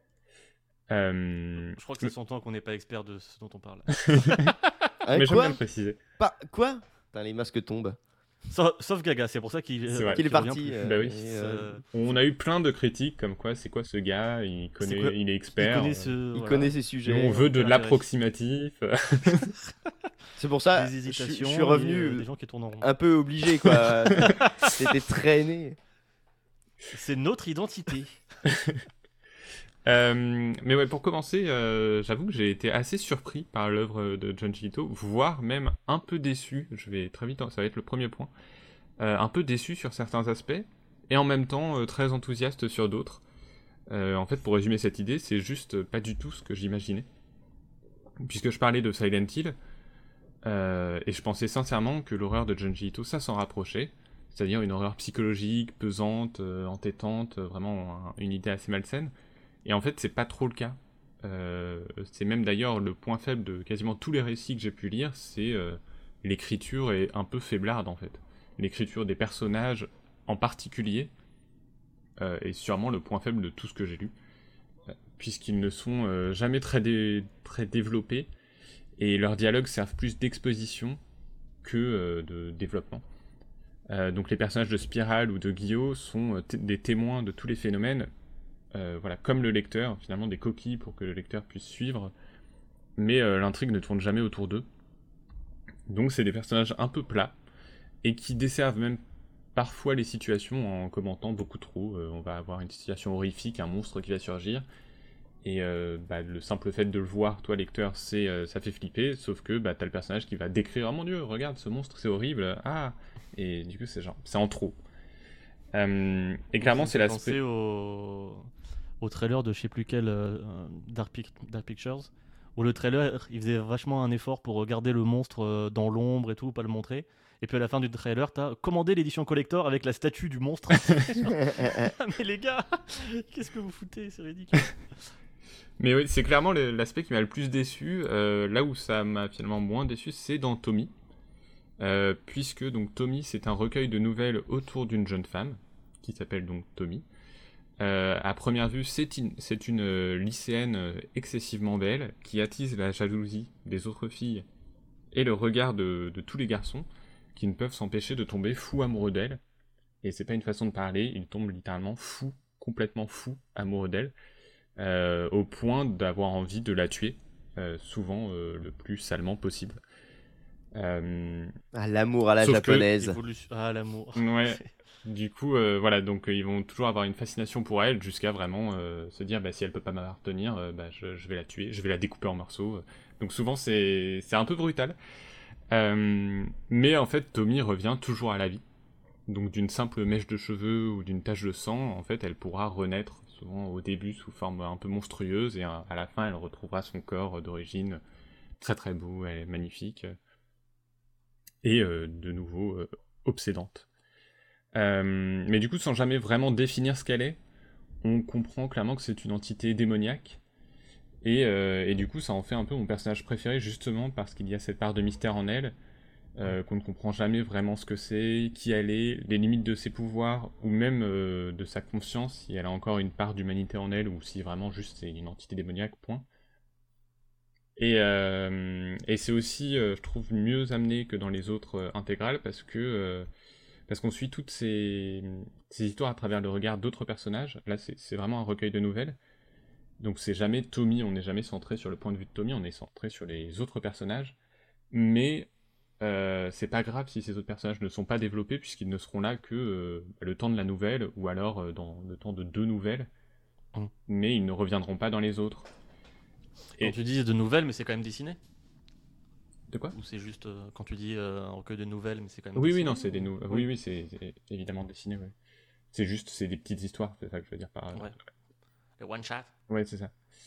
D: Je crois que ça s'entend qu'on n'est pas expert de ce dont on parle.
C: Mais j'aime bien le préciser.
A: Quoi? Putain, les masques tombent.
D: Sauf Gaga, c'est pour ça qu'il
A: est parti.
C: Bah oui. On a eu plein de critiques comme quoi, c'est quoi ce gars, il est expert.
A: Il connaît ses sujets.
C: On veut de l'approximatif.
A: C'est pour ça
D: des hésitations,
A: je suis revenu
D: des gens qui tournent en rond.
A: un peu obligé, quoi. C'était traîné.
D: C'est notre identité.
C: Mais ouais, pour commencer, j'avoue que j'ai été assez surpris par l'œuvre de Junji Ito, voire même un peu déçu. Je vais très vite, ça va être le premier point. Un peu déçu sur certains aspects, et en même temps très enthousiaste sur d'autres. En fait, pour résumer cette idée, c'est juste pas du tout ce que j'imaginais. Puisque je parlais de Silent Hill, et je pensais sincèrement que l'horreur de Junji Ito, ça s'en rapprochait. C'est-à-dire une horreur psychologique, pesante, entêtante, vraiment une idée assez malsaine. Et en fait, c'est pas trop le cas. C'est même d'ailleurs le point faible de quasiment tous les récits que j'ai pu lire, c'est l'écriture est un peu faiblarde en fait. L'écriture des personnages en particulier est sûrement le point faible de tout ce que j'ai lu, puisqu'ils ne sont jamais très développés, et leurs dialogues servent plus d'exposition que de développement. Donc les personnages de Spiral ou de Guillot sont des témoins de tous les phénomènes, voilà, comme le lecteur, finalement des coquilles pour que le lecteur puisse suivre, mais l'intrigue ne tourne jamais autour d'eux. Donc c'est des personnages un peu plats, et qui desservent même parfois les situations en commentant beaucoup trop. On va avoir une situation horrifique, un monstre qui va surgir, et le simple fait de le voir, toi lecteur, ça fait flipper, sauf que t'as le personnage qui va décrire « Oh mon dieu, regarde ce monstre, c'est horrible, ah !» Et du coup c'est en trop. Et clairement c'est l'aspect...
D: Au trailer de je sais plus quel Dark Pictures, où le trailer il faisait vachement un effort pour garder le monstre dans l'ombre et tout, pas le montrer, et puis à la fin du trailer t'as commandé l'édition collector avec la statue du monstre. Ah, mais les gars, qu'est-ce que vous foutez, c'est ridicule.
C: Mais oui, c'est clairement l'aspect qui m'a le plus déçu. Là où ça m'a finalement moins déçu, c'est dans Tommy, puisque donc Tommy c'est un recueil de nouvelles autour d'une jeune femme qui s'appelle donc Tommy. À première vue, c'est une lycéenne excessivement belle qui attise la jalousie des autres filles et le regard de tous les garçons qui ne peuvent s'empêcher de tomber fous amoureux d'elle. Et c'est pas une façon de parler, ils tombent littéralement fous, complètement fous amoureux d'elle, au point d'avoir envie de la tuer, souvent le plus salement possible.
A: L'amour à la japonaise.
D: L'amour.
C: Ouais. Du coup, voilà, donc ils vont toujours avoir une fascination pour elle jusqu'à vraiment se dire si elle peut pas m'appartenir, je vais la tuer, je vais la découper en morceaux. Donc souvent c'est un peu brutal. Mais en fait, Tommy revient toujours à la vie. Donc d'une simple mèche de cheveux ou d'une tache de sang, en fait, elle pourra renaître, souvent au début sous forme un peu monstrueuse, et à la fin, elle retrouvera son corps d'origine très très beau, elle est magnifique, et de nouveau obsédante. Mais du coup, sans jamais vraiment définir ce qu'elle est, on comprend clairement que c'est une entité démoniaque, et du coup, ça en fait un peu mon personnage préféré, justement parce qu'il y a cette part de mystère en elle, qu'on ne comprend jamais vraiment ce que c'est, qui elle est, les limites de ses pouvoirs, ou même de sa conscience, si elle a encore une part d'humanité en elle, ou si vraiment juste c'est une entité démoniaque, point. Et c'est aussi, je trouve, mieux amené que dans les autres intégrales, parce qu'on suit toutes ces histoires à travers le regard d'autres personnages. Là, c'est vraiment un recueil de nouvelles. Donc c'est jamais Tommy, on n'est jamais centré sur le point de vue de Tommy, on est centré sur les autres personnages. Mais c'est pas grave si ces autres personnages ne sont pas développés, puisqu'ils ne seront là que le temps de la nouvelle, ou alors dans le temps de 2 nouvelles, mais ils ne reviendront pas dans les autres.
D: Quand tu dis de nouvelles, mais c'est quand même dessiné?
C: De quoi?
D: Ou c'est juste quand tu dis un recueil de nouvelles, mais c'est quand même
C: Oui,
D: dessiné,
C: oui, non, c'est des
D: ou...
C: nouvelles. Oui, c'est évidemment dessiné, ouais. C'est des petites histoires, c'est ça que je veux dire par...
D: Ouais. Les one-shot.
C: Ouais, c'est ça.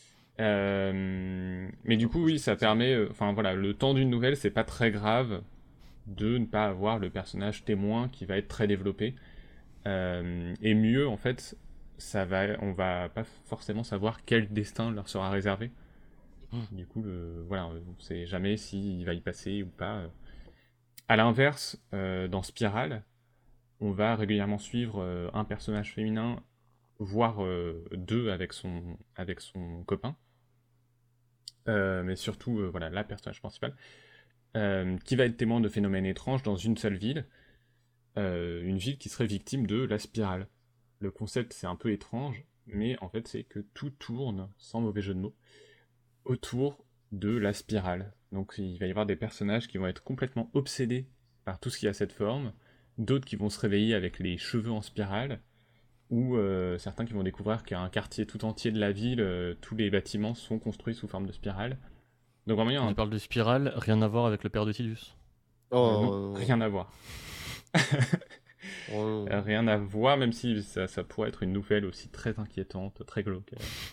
C: Mais du coup, oui, ça permet... Enfin, voilà, le temps d'une nouvelle, c'est pas très grave de ne pas avoir le personnage témoin qui va être très développé. Et mieux, en fait, on va pas forcément savoir quel destin leur sera réservé. Du coup, voilà, on sait jamais s'il va y passer ou pas. À l'inverse, dans Spirale, on va régulièrement suivre un personnage féminin, voire 2 avec son copain. Mais surtout, voilà, la personnage principale, qui va être témoin de phénomènes étranges dans une seule ville, une ville qui serait victime de la spirale. Le concept, c'est un peu étrange, mais en fait, c'est que tout tourne, sans mauvais jeu de mots, autour de la spirale. Donc il va y avoir des personnages qui vont être complètement obsédés par tout ce qui a cette forme, d'autres qui vont se réveiller avec les cheveux en spirale, ou certains qui vont découvrir qu'il y a un quartier tout entier de la ville, tous les bâtiments sont construits sous forme de spirale. Donc vraiment, il y a
D: Quand tu parles de spirale, rien à voir avec le père de Tidus.
C: Non, rien à voir. Rien à voir, même si ça pourrait être une nouvelle aussi très inquiétante, très glauque.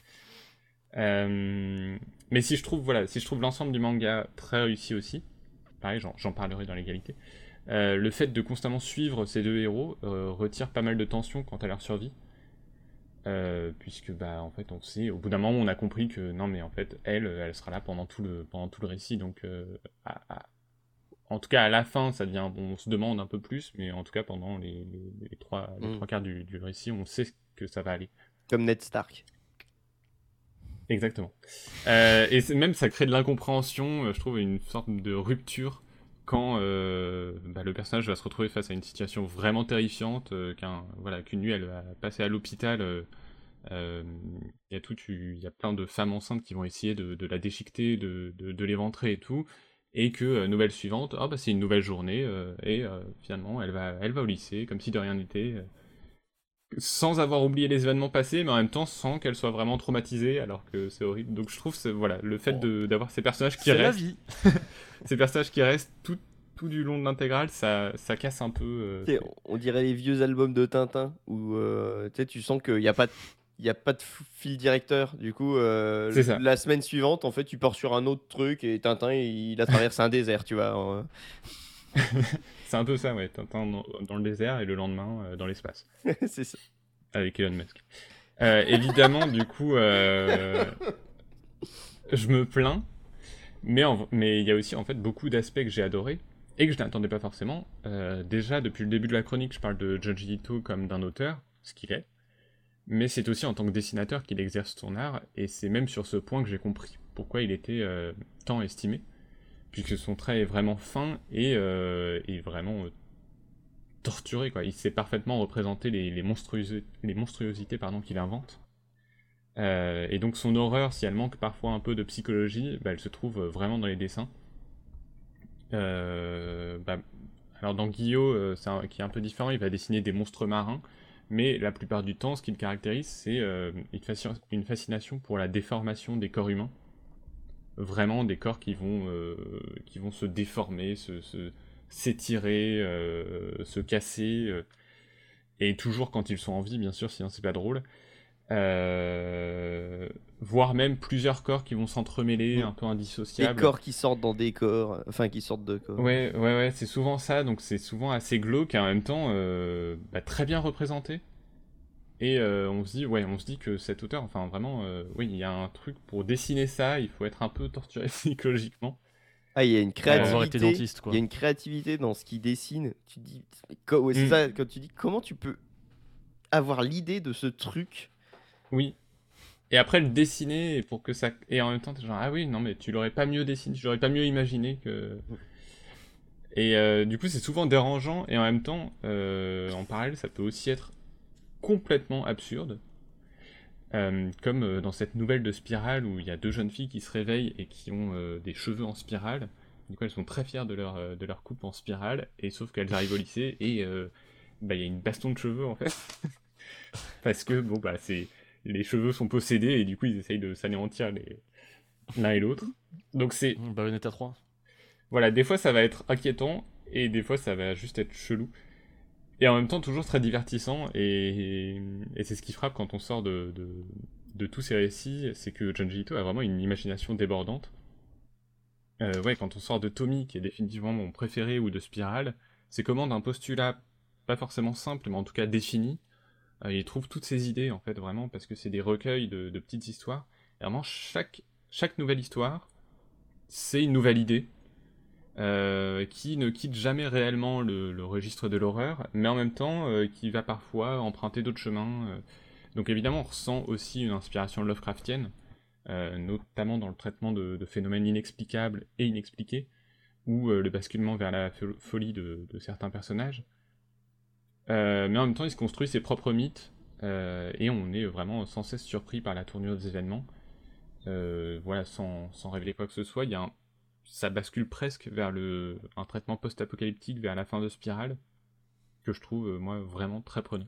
C: Mais si je trouve l'ensemble du manga très réussi aussi, pareil, j'en parlerai dans l'égalité, le fait de constamment suivre ces 2 héros retire pas mal de tension quant à leur survie, puisque en fait on sait, au bout d'un moment on a compris que non mais en fait elle sera là pendant tout le récit, donc en tout cas à la fin ça devient, on se demande un peu plus, mais en tout cas pendant les 3 quarts du récit on sait que ça va aller.
A: Comme Ned Stark.
C: Exactement. Et même ça crée de l'incompréhension, je trouve, une sorte de rupture quand le personnage va se retrouver face à une situation vraiment terrifiante, qu'une nuit elle va passer à l'hôpital, il y a plein de femmes enceintes qui vont essayer de la déchiqueter, de l'éventrer et tout, et que nouvelle suivante, c'est une nouvelle journée, et finalement elle va au lycée comme si de rien n'était, sans avoir oublié les événements passés, mais en même temps sans qu'elle soit vraiment traumatisée, alors que c'est horrible. Donc je trouve voilà, le fait d'avoir ces personnages qui restent,
D: la vie.
C: ces personnages qui restent tout du long de l'intégrale, ça casse un peu.
A: On dirait les vieux albums de Tintin où tu sens qu'il n'y a pas de fil directeur. Du coup, la semaine suivante, en fait, tu pars sur un autre truc et Tintin, il a traversé un désert, tu vois.
C: C'est un peu ça, ouais. Tintin dans le désert et le lendemain dans l'espace.
A: C'est ça.
C: Avec Elon Musk. Évidemment, du coup, je me plains, mais il y a aussi en fait beaucoup d'aspects que j'ai adorés et que je n'attendais pas forcément. Déjà, depuis le début de la chronique, je parle de Junji Ito comme d'un auteur, ce qu'il est, mais c'est aussi en tant que dessinateur qu'il exerce son art, et c'est même sur ce point que j'ai compris pourquoi il était tant estimé, puisque son trait est vraiment fin et vraiment torturé, quoi. Il sait parfaitement représenter les monstruosités qu'il invente. Et donc son horreur, si elle manque parfois un peu de psychologie, elle se trouve vraiment dans les dessins. Alors dans Guillaume, qui est un peu différent, il va dessiner des monstres marins, mais la plupart du temps, ce qui le caractérise, c'est une fascination pour la déformation des corps humains. Vraiment des corps qui vont se déformer, s'étirer, se casser, et toujours quand ils sont en vie, bien sûr, sinon c'est pas drôle. Voire même plusieurs corps qui vont s'entremêler, un peu indissociables.
A: Des corps qui sortent dans des corps, enfin qui sortent de corps.
C: Ouais, c'est souvent ça, donc c'est souvent assez glauque et en même temps très bien représenté. Et on se dit que cet auteur, enfin vraiment, oui, il y a un truc pour dessiner ça, il faut être un peu torturé psychologiquement.
A: Ah, il y a une créativité,
D: dentiste, quoi.
A: Il y a une créativité dans ce qu'il dessine. Tu te dis, c'est ça, quand tu dis comment tu peux avoir l'idée de ce truc.
C: Oui. Et après le dessiner pour que ça, et en même temps t'es genre ah oui non mais tu l'aurais pas mieux dessiné, tu l'aurais pas mieux imaginé que. Et du coup c'est souvent dérangeant et en même temps en parallèle ça peut aussi être complètement absurde. Comme dans cette nouvelle de Spirale où il y a 2 jeunes filles qui se réveillent et qui ont des cheveux en spirale. Du coup elles sont très fières de leur coupe en spirale, et sauf qu'elles arrivent au lycée et il y a une baston de cheveux en fait. Parce que les cheveux sont possédés et du coup ils essayent de s'anéantir l'un et l'autre. Donc c'est...
D: Bayonetta 3.
C: Voilà, des fois ça va être inquiétant et des fois ça va juste être chelou. Et en même temps toujours très divertissant, et c'est ce qui frappe quand on sort de tous ces récits, c'est que Junji Ito a vraiment une imagination débordante. Quand on sort de Tommy, qui est définitivement mon préféré, ou de Spirale, c'est comment d'un postulat pas forcément simple, mais en tout cas défini, il trouve toutes ces idées en fait vraiment, parce que c'est des recueils de petites histoires, et vraiment chaque nouvelle histoire, c'est une nouvelle idée. Qui ne quitte jamais réellement le registre de l'horreur, mais en même temps qui va parfois emprunter d'autres chemins. Donc évidemment on ressent aussi une inspiration Lovecraftienne, notamment dans le traitement de phénomènes inexplicables et inexpliqués, ou le basculement vers la folie de certains personnages. Mais en même temps il se construit ses propres mythes, et on est vraiment sans cesse surpris par la tournure des événements. Sans révéler quoi que ce soit, ça bascule presque vers un traitement post-apocalyptique vers la fin de Spirale, que je trouve, moi, vraiment très prenant.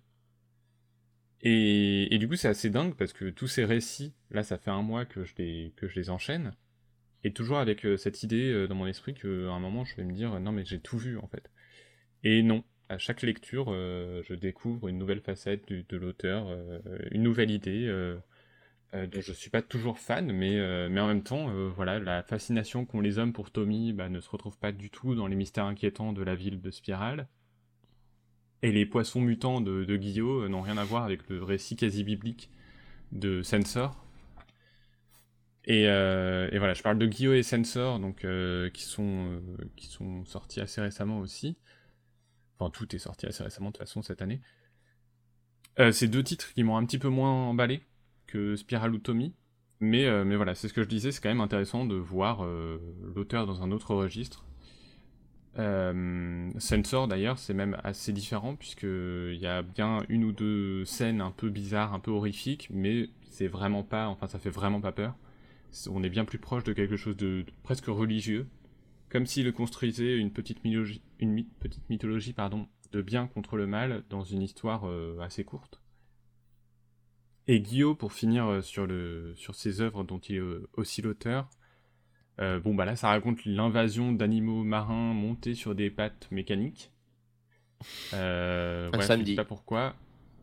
C: Et du coup, c'est assez dingue, parce que tous ces récits, là, ça fait 1 mois que je les enchaîne, et toujours avec cette idée dans mon esprit qu'à un moment, je vais me dire, non, mais j'ai tout vu, en fait. Et non, à chaque lecture, je découvre une nouvelle facette de l'auteur, une nouvelle idée, dont je suis pas toujours fan, mais en même temps, la fascination qu'ont les hommes pour Tommy ne se retrouve pas du tout dans les mystères inquiétants de la ville de Spirale. Et les poissons mutants de Guillaume n'ont rien à voir avec le récit quasi biblique de Censor. Et voilà, je parle de Guillaume et Censor, donc qui sont sortis assez récemment aussi. Enfin, tout est sorti assez récemment de toute façon cette année. C'est 2 titres qui m'ont un petit peu moins emballé que Spirale ou Tommy, mais voilà, c'est ce que je disais, c'est quand même intéressant de voir l'auteur dans un autre registre. Censor d'ailleurs, c'est même assez différent, puisqu'il y a bien 1 ou 2 scènes un peu bizarres, un peu horrifiques, mais ça fait vraiment pas peur. On est bien plus proche de quelque chose de presque religieux, comme s'il construisait une petite mythologie, de bien contre le mal dans une histoire assez courte. Et Guillaume, pour finir sur ses œuvres dont il est aussi l'auteur, là ça raconte l'invasion d'animaux marins montés sur des pattes mécaniques. Je sais pas pourquoi.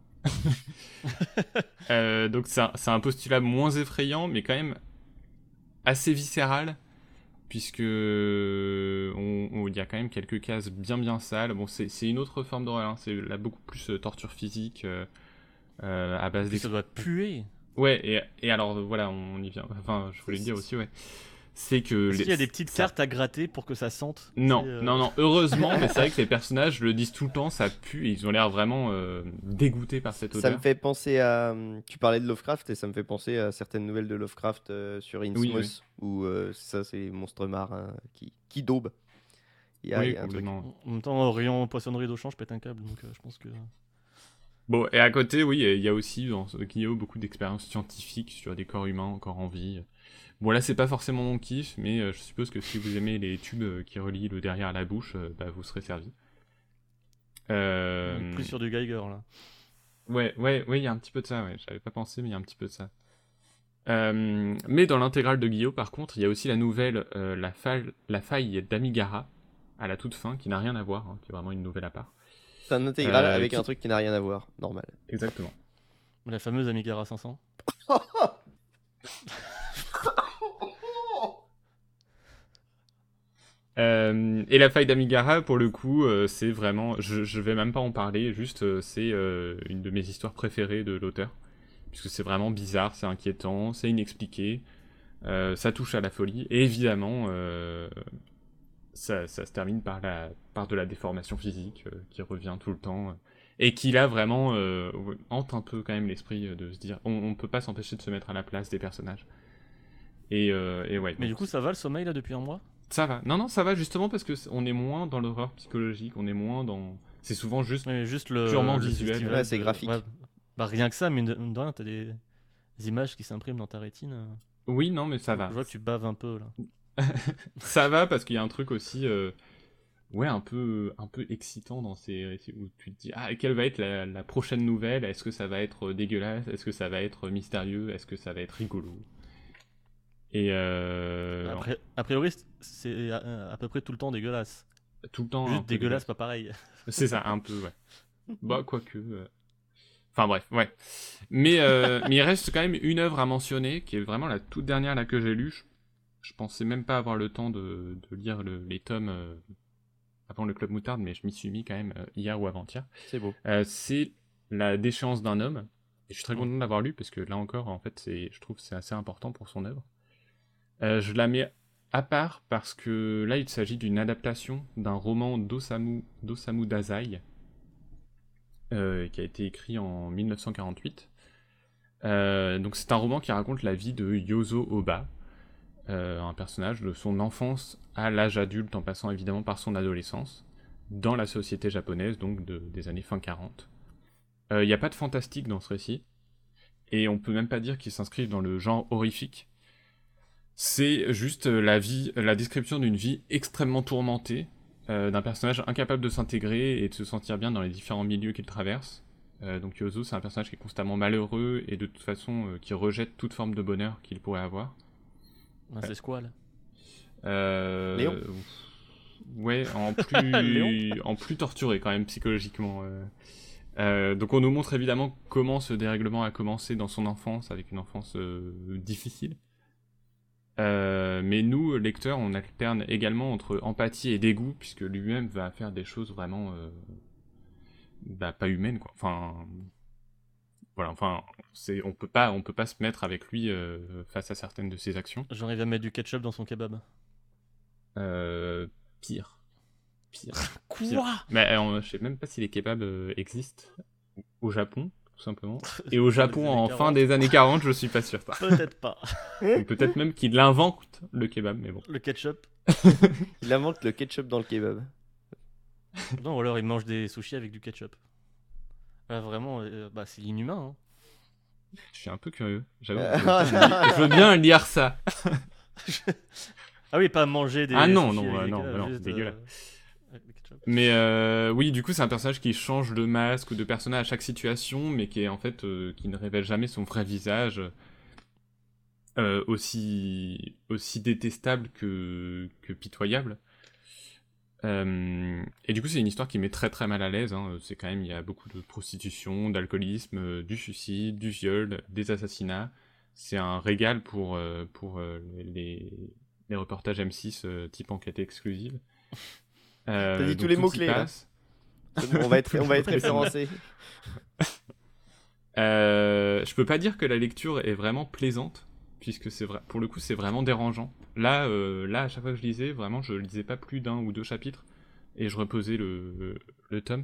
C: Donc c'est un postulat moins effrayant, mais quand même assez viscéral, puisque il y a quand même quelques cases bien sales. Bon, c'est une autre forme d'horreur, hein. C'est là beaucoup plus torture physique. À base
D: ça doit puer.
C: Ouais, et alors voilà, on y vient. Enfin, je voulais le dire aussi, ouais. C'est que.
D: Est-ce qu'il y a des petites cartes à gratter pour que ça sente?
C: Non, heureusement, mais c'est vrai que les personnages le disent tout le temps, ça pue, et ils ont l'air vraiment dégoûtés par cette odeur.
A: Ça me fait penser à. Tu parlais de Lovecraft, et ça me fait penser à certaines nouvelles de Lovecraft sur Innsmouth, où ça, c'est monstres marins qui daubent. Il y a un truc.
D: En même temps, Rion Poissonnerie d'Auchan, je pète un câble, donc je pense que.
C: Bon, et à côté, oui, il y a aussi dans Guillaume beaucoup d'expériences scientifiques sur des corps humains encore en vie. Bon, là, c'est pas forcément mon kiff, mais je suppose que si vous aimez les tubes qui relient le derrière à la bouche, vous serez servi. Euh,
D: Plus sur du Geiger là.
C: Ouais, il y a un petit peu de ça, ouais. J'avais pas pensé, mais il y a un petit peu de ça. Mais dans l'intégrale de Guillaume, par contre, il y a aussi la nouvelle la faille d'Amigara, à la toute fin, qui n'a rien à voir, hein, qui est vraiment une nouvelle à part.
A: C'est un intégral avec
C: qui-
A: un truc qui n'a rien à voir, normal.
C: Exactement.
D: La fameuse Amigara 500.
C: Et la faille d'Amigara, pour le coup, c'est vraiment... Je vais même pas en parler, juste c'est une de mes histoires préférées de l'auteur. Puisque c'est vraiment bizarre, c'est inquiétant, c'est inexpliqué, ça touche à la folie, et évidemment, ça se termine par de la déformation physique qui revient tout le temps, et qui là vraiment hante un peu quand même l'esprit de se dire on peut pas s'empêcher de se mettre à la place des personnages. Et ouais.
D: Mais
C: donc,
D: du coup, ça va le sommeil là depuis un mois?
C: ça va. Non, ça va justement parce que on est moins dans l'horreur psychologique, on est moins dans... C'est souvent juste
D: Mais juste
C: purement
D: le
C: visuel.
D: festival
A: Ouais, c'est graphique.
D: Bah rien que ça, mais de rien, t'as des images qui s'impriment dans ta rétine.
C: Oui, non, mais ça va.
D: Je vois que tu baves un peu là.
C: Ça va parce qu'il y a un truc aussi ouais, un peu excitant dans ces récits où tu te dis quelle va être la prochaine nouvelle, est-ce que ça va être dégueulasse, est-ce que ça va être mystérieux, est-ce que ça va être rigolo. Et
D: Après, a priori, c'est à peu près tout le temps dégueulasse.
C: tout le temps un
D: Juste
C: peu
D: dégueulasse, pas pareil.
C: c'est ça, un peu, ouais. Bah quoique enfin bref, ouais. Mais il reste quand même une œuvre à mentionner qui est vraiment la toute dernière là que j'ai lue. Je pensais même pas avoir le temps de lire les tomes avant le Club Moutarde, mais je m'y suis mis quand même hier ou avant-hier.
A: C'est beau.
C: C'est La déchéance d'un homme. Et je suis très content de l'avoir lu, parce que là encore, en fait, je trouve que c'est assez important pour son œuvre. Je la mets à part parce que là, il s'agit d'une adaptation d'un roman d'Osamu Dazai, qui a été écrit en 1948. Donc c'est un roman qui raconte la vie de Yozo Oba, un personnage de son enfance à l'âge adulte, en passant évidemment par son adolescence, dans la société japonaise, donc des années fin 40. Il n'y a pas de fantastique dans ce récit, et on peut même pas dire qu'il s'inscrive dans le genre horrifique. C'est juste la description d'une vie extrêmement tourmentée, d'un personnage incapable de s'intégrer et de se sentir bien dans les différents milieux qu'il traverse. Donc Yozo, c'est un personnage qui est constamment malheureux et de toute façon qui rejette toute forme de bonheur qu'il pourrait avoir.
D: C'est Squall.
A: Léon.
C: Ouais,
D: Léon.
C: en plus torturé quand même psychologiquement. Donc on nous montre évidemment comment ce dérèglement a commencé dans son enfance, avec une enfance difficile. Mais nous, lecteurs, on alterne également entre empathie et dégoût, puisque lui-même va faire des choses vraiment pas humaines, quoi. Enfin, voilà, enfin, on peut pas se mettre avec lui face à certaines de ses actions.
D: J'arrive à mettre du ketchup dans son kebab.
C: Pire.
D: Quoi?
C: Mais je sais même pas si les kebabs existent au Japon, tout simplement. Et au Japon, en fin des années 40, je suis pas sûr.
D: Peut-être pas.
C: Ou peut-être même qu'il invente le kebab, mais bon.
D: Le ketchup.
A: Il invente le ketchup dans le kebab.
D: Non, ou alors il mange des sushis avec du ketchup. Là, vraiment, c'est inhumain. Hein.
C: Je suis un peu curieux. J'avoue. Je veux bien lire ça.
D: Ah oui, pas manger des.
C: Ah non,
D: sushis
C: non,
D: avec des
C: non,
D: kebabs,
C: non,
D: juste,
C: c'est dégueulasse.
D: avec le ketchup.
C: Mais oui, du coup, c'est un personnage qui change de masque ou de personnage à chaque situation, mais qui est en fait qui ne révèle jamais son vrai visage, aussi détestable que pitoyable. Et du coup, c'est une histoire qui met très très mal à l'aise. Hein. C'est quand même, il y a beaucoup de prostitution, d'alcoolisme, du suicide, du viol, des assassinats. C'est un régal pour les reportages M6 type enquête exclusive.
A: T'as dit tous les mots-clés, là. C'est bon, on va être référencé.
C: Je peux pas dire que la lecture est vraiment plaisante, puisque c'est vrai, pour le coup, c'est vraiment dérangeant. Là, à chaque fois que je lisais, vraiment, je lisais pas plus d'un ou deux chapitres, et je reposais le tome.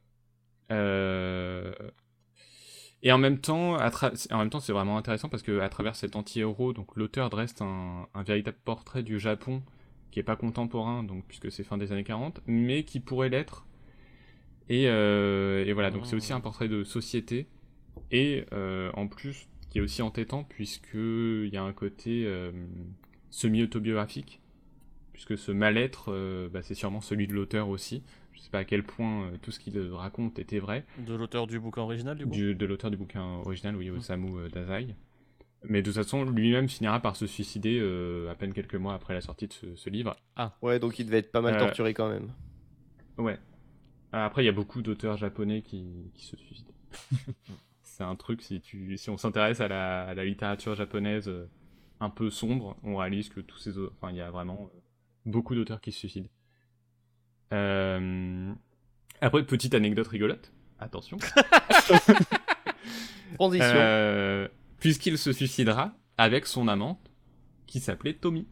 C: Et en même temps, c'est vraiment intéressant parce que à travers cet anti-héros, donc l'auteur dresse un véritable portrait du Japon qui est pas contemporain, donc puisque c'est fin des années 40, mais qui pourrait l'être. Et voilà, donc c'est aussi un portrait de société, et en plus qui est aussi entêtant puisque il y a un côté semi-autobiographique, puisque ce mal-être, c'est sûrement celui de l'auteur aussi. je sais pas à quel point tout ce qu'il raconte était vrai.
D: De l'auteur du bouquin original, du coup.
C: De l'auteur du bouquin original, oui, Osamu Dazai. Mais de toute façon, lui-même finira par se suicider à peine quelques mois après la sortie de ce livre.
A: Ouais, donc il devait être pas mal torturé quand même.
C: Ouais. Après, il y a beaucoup d'auteurs japonais qui se suicident. C'est un truc, si on s'intéresse à la littérature japonaise un peu sombre, on réalise que il y a vraiment beaucoup d'auteurs qui se suicident. Après, petite anecdote rigolote. Attention.
A: Transition.
C: Puisqu'il se suicidera avec son amante qui s'appelait Tommy.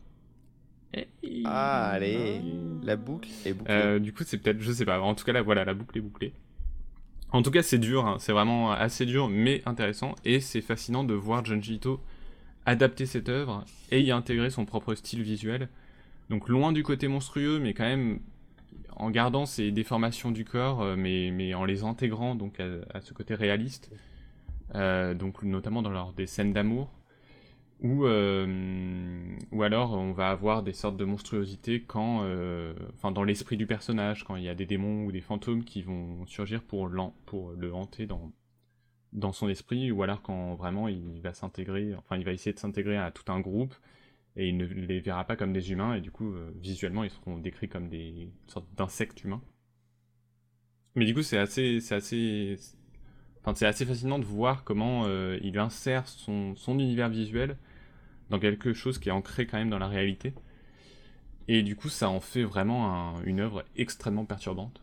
A: Allez, la boucle est bouclée.
C: Du coup, c'est peut-être, je sais pas. En tout cas, là, voilà, la boucle est bouclée. En tout cas, c'est dur, hein. C'est vraiment assez dur, mais intéressant. Et c'est fascinant de voir Junji Ito adapter cette œuvre et y intégrer son propre style visuel. Donc loin du côté monstrueux, mais quand même en gardant ces déformations du corps, mais en les intégrant donc à ce côté réaliste. Donc notamment dans des scènes d'amour, ou alors on va avoir des sortes de monstruosités quand, dans l'esprit du personnage, quand il y a des démons ou des fantômes qui vont surgir pour le hanter dans son esprit, ou alors quand vraiment il va essayer de s'intégrer à tout un groupe, et il ne les verra pas comme des humains, et du coup, visuellement, ils seront décrits comme des sortes d'insectes humains. Mais du coup, c'est assez fascinant de voir comment il insère son univers visuel dans quelque chose qui est ancré quand même dans la réalité. Et du coup, ça en fait vraiment une œuvre extrêmement perturbante.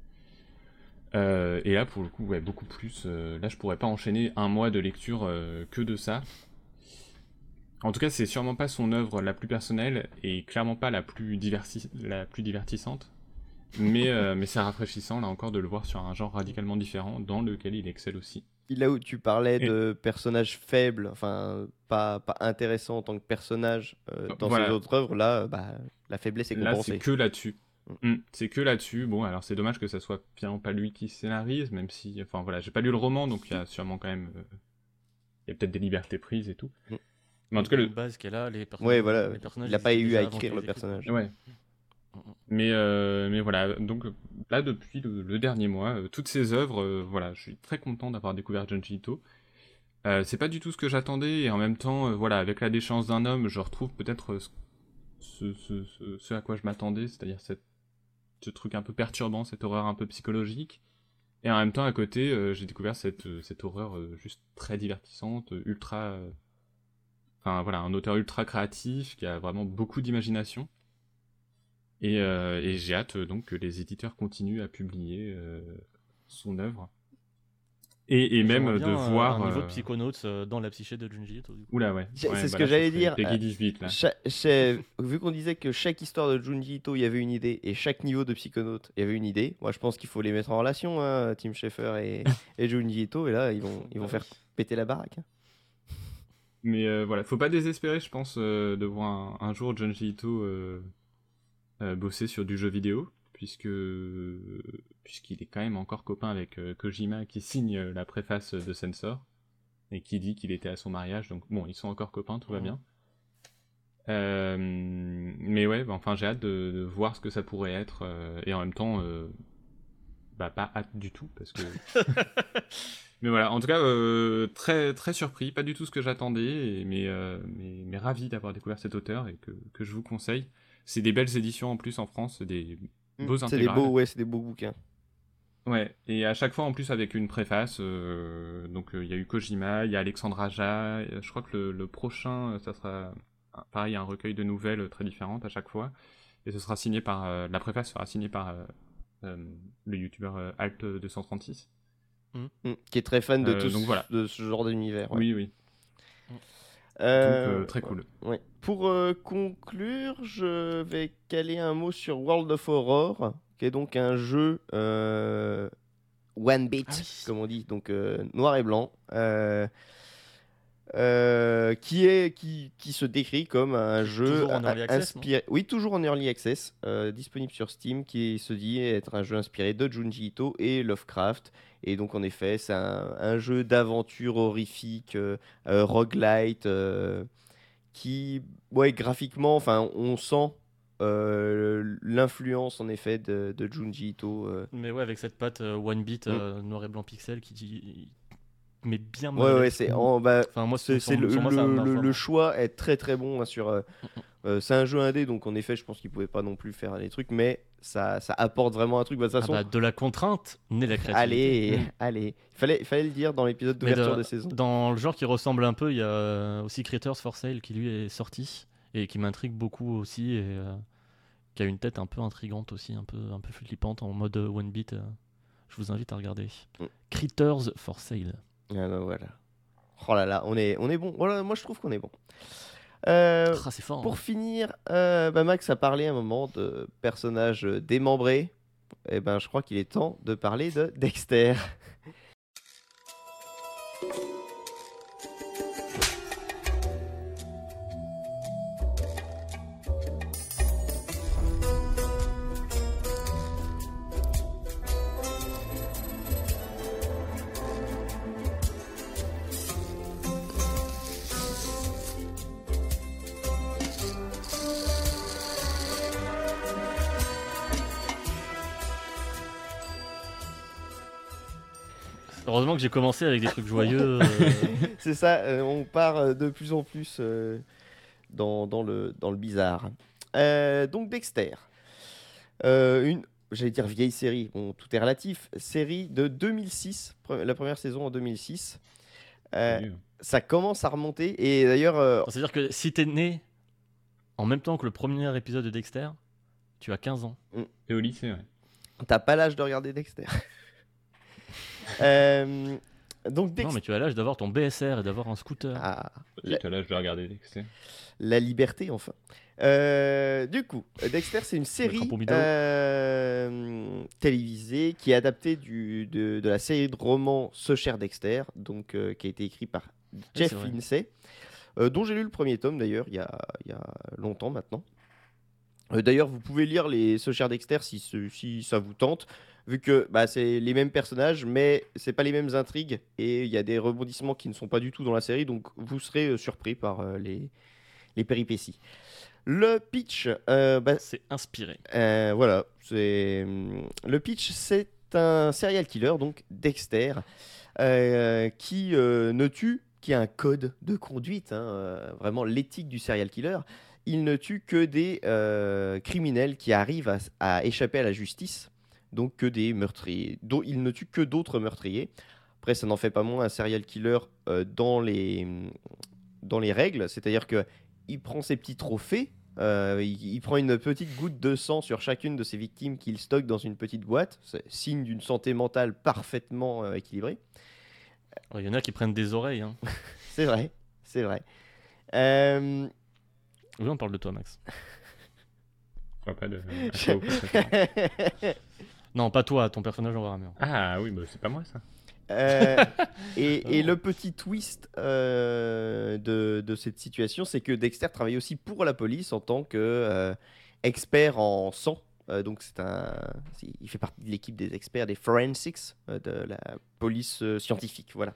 C: Et là, pour le coup, ouais, beaucoup plus. Là, je pourrais pas enchaîner un mois de lecture que de ça. En tout cas, c'est sûrement pas son œuvre la plus personnelle et clairement pas la plus divertissante. Mais c'est rafraîchissant, là encore, de le voir sur un genre radicalement différent dans lequel il excelle aussi.
A: Là où tu parlais de personnages faibles, enfin pas intéressants en tant que personnage dans ses autres œuvres, là, la faiblesse est compensée.
C: Là, c'est que là-dessus. C'est que là-dessus. Bon, alors c'est dommage que ça soit bien pas lui qui scénarise, même si, j'ai pas lu le roman, donc il y a sûrement quand même, il y a peut-être des libertés prises et tout. Mais en tout cas,
D: base qu'elle a, les personnages.
A: Ouais, voilà.
D: Les personnages,
A: il n'a pas eu à écrire le personnage.
C: Ouais. Mais voilà, donc là depuis le dernier mois, toutes ces œuvres, je suis très content d'avoir découvert Junji Ito. C'est pas du tout ce que j'attendais, et en même temps, avec la déchéance d'un homme, je retrouve peut-être ce à quoi je m'attendais, c'est-à-dire ce truc un peu perturbant, cette horreur un peu psychologique. Et en même temps, à côté, j'ai découvert cette horreur juste très divertissante, un auteur ultra créatif qui a vraiment beaucoup d'imagination. Et j'ai hâte donc que les éditeurs continuent à publier son œuvre. Et même de voir
D: un niveau de Psychonauts dans la psyché de Junji Ito.
C: Oula, ouais.
A: C'est ce que j'allais dire.
C: Peggy 18, là.
A: Vu qu'on disait que chaque histoire de Junji Ito, il y avait une idée, et chaque niveau de Psychonauts, il y avait une idée. Moi, je pense qu'il faut les mettre en relation, hein, Tim Schafer et Junji Ito, et là, ils vont faire péter la baraque. Hein.
C: Mais faut pas désespérer, je pense, de voir un jour Junji Ito bosser sur du jeu vidéo, puisqu'il est quand même encore copain avec Kojima, qui signe la préface de Sensor, et qui dit qu'il était à son mariage, donc bon, ils sont encore copains, tout va bien. Mais ouais, j'ai hâte de voir ce que ça pourrait être, et en même temps, pas hâte du tout, parce que... Mais voilà, en tout cas, très, très surpris, pas du tout ce que j'attendais, mais ravi d'avoir découvert cet auteur, et que je vous conseille. C'est des belles éditions en plus en France, c'est des beaux intégrales.
A: C'est des beaux bouquins.
C: Ouais, et à chaque fois en plus avec une préface, donc il y a eu Kojima, il y a Alexandre Aja, je crois que le prochain, ça sera pareil, un recueil de nouvelles très différentes à chaque fois, et ce sera signé par, la préface sera signée par le youtubeur Alt236.
A: Qui est très fan de
C: de
A: ce genre d'univers.
C: Ouais. Oui. Donc très cool.
A: Ouais. Pour conclure, je vais caler un mot sur World of Horror, qui est donc un jeu one bit, comme on dit, donc noir et blanc, qui se décrit comme un jeu inspiré. Oui, toujours en early access, disponible sur Steam, qui se dit être un jeu inspiré de Junji Ito et Lovecraft. Et donc en effet, c'est un jeu d'aventure horrifique, roguelite, qui, graphiquement, on sent l'influence en effet de Junji Ito.
D: Mais ouais, avec cette patte one beat noir et blanc pixel qui met bien
A: Ouais,
D: mal.
A: ouais,
D: Enfin, moi,
A: c'est
D: sur
A: le,
D: moi, ça
A: le-
D: m'a
A: le-
D: vraiment-
A: le choix est très très bon hein, sur. C'est un jeu indé, donc en effet, je pense qu'ils pouvaient pas non plus faire des trucs, mais ça apporte vraiment un truc. Bah, de toute
D: Ah
A: façon,
D: bah, de la contrainte naît la créativité.
A: allez,
D: Mm.
A: allez. Fallait le dire dans l'épisode
D: Mais
A: d'ouverture de saison.
D: dans le genre qui ressemble un peu, il y a aussi Critters for Sale qui lui est sorti et qui m'intrigue beaucoup aussi et qui a une tête un peu intrigante aussi, un peu flippante en mode one beat. Je vous invite à regarder. Critters for Sale.
A: Ah bah, voilà. Oh là là, on est bon. Voilà, moi je trouve qu'on est bon.
D: C'est fort.
A: Pour finir, Max a parlé un moment de personnages démembrés. Et ben, je crois qu'il est temps de parler de Dexter.
D: Heureusement que j'ai commencé avec des trucs joyeux.
A: C'est ça, on part de plus en plus dans le bizarre. Donc Dexter, j'allais dire vieille série, bon, tout est relatif, série de 2006, la première saison en 2006.
C: Oui.
A: Ça commence à remonter, et d'ailleurs...
D: C'est-à-dire que si t'es né en même temps que le premier épisode de Dexter, tu as 15 ans.
C: Et au lycée, ouais.
A: T'as pas l'âge de regarder Dexter. Donc
D: Non, mais tu as l'âge d'avoir ton BSR et d'avoir un scooter.
A: Ah,
C: Tu as l'âge de regarder Dexter.
A: la liberté, enfin. Du coup, Dexter, c'est une série
D: crapaud bidon.
A: télévisée qui est adaptée de la série de romans Ce cher Dexter, donc, qui a été écrit par Jeff
D: c'est vrai.
A: Lindsay, dont j'ai lu le premier tome d'ailleurs, il y a longtemps maintenant. D'ailleurs, vous pouvez lire Ce cher Dexter si ça vous tente, vu que c'est les mêmes personnages, mais c'est pas les mêmes intrigues, et il y a des rebondissements qui ne sont pas du tout dans la série, donc vous serez surpris par les péripéties. Le pitch,
D: C'est inspiré.
A: voilà, le pitch, c'est un serial killer, donc Dexter, qui ne tue, qui a un code de conduite, vraiment l'éthique du serial killer. Il ne tue que des criminels qui arrivent à échapper à la justice, donc que des meurtriers. Il ne tue que d'autres meurtriers. Après, ça n'en fait pas moins un serial killer dans les règles, c'est-à-dire que il prend ses petits trophées. Il prend une petite goutte de sang sur chacune de ses victimes qu'il stocke dans une petite boîte. C'est signe d'une santé mentale parfaitement équilibrée.
D: Il y en a qui prennent des oreilles. Hein.
A: C'est vrai, c'est vrai.
D: Oui, on parle de toi, Max.
C: Je vois pas de. à quoi vous faites référence.
D: Non, pas toi, ton personnage en Warhammer.
C: Ah oui, c'est pas moi ça.
A: Et le petit twist de cette situation, c'est que Dexter travaille aussi pour la police en tant que expert en sang. Donc il fait partie de l'équipe des experts des forensics de la police scientifique. Voilà.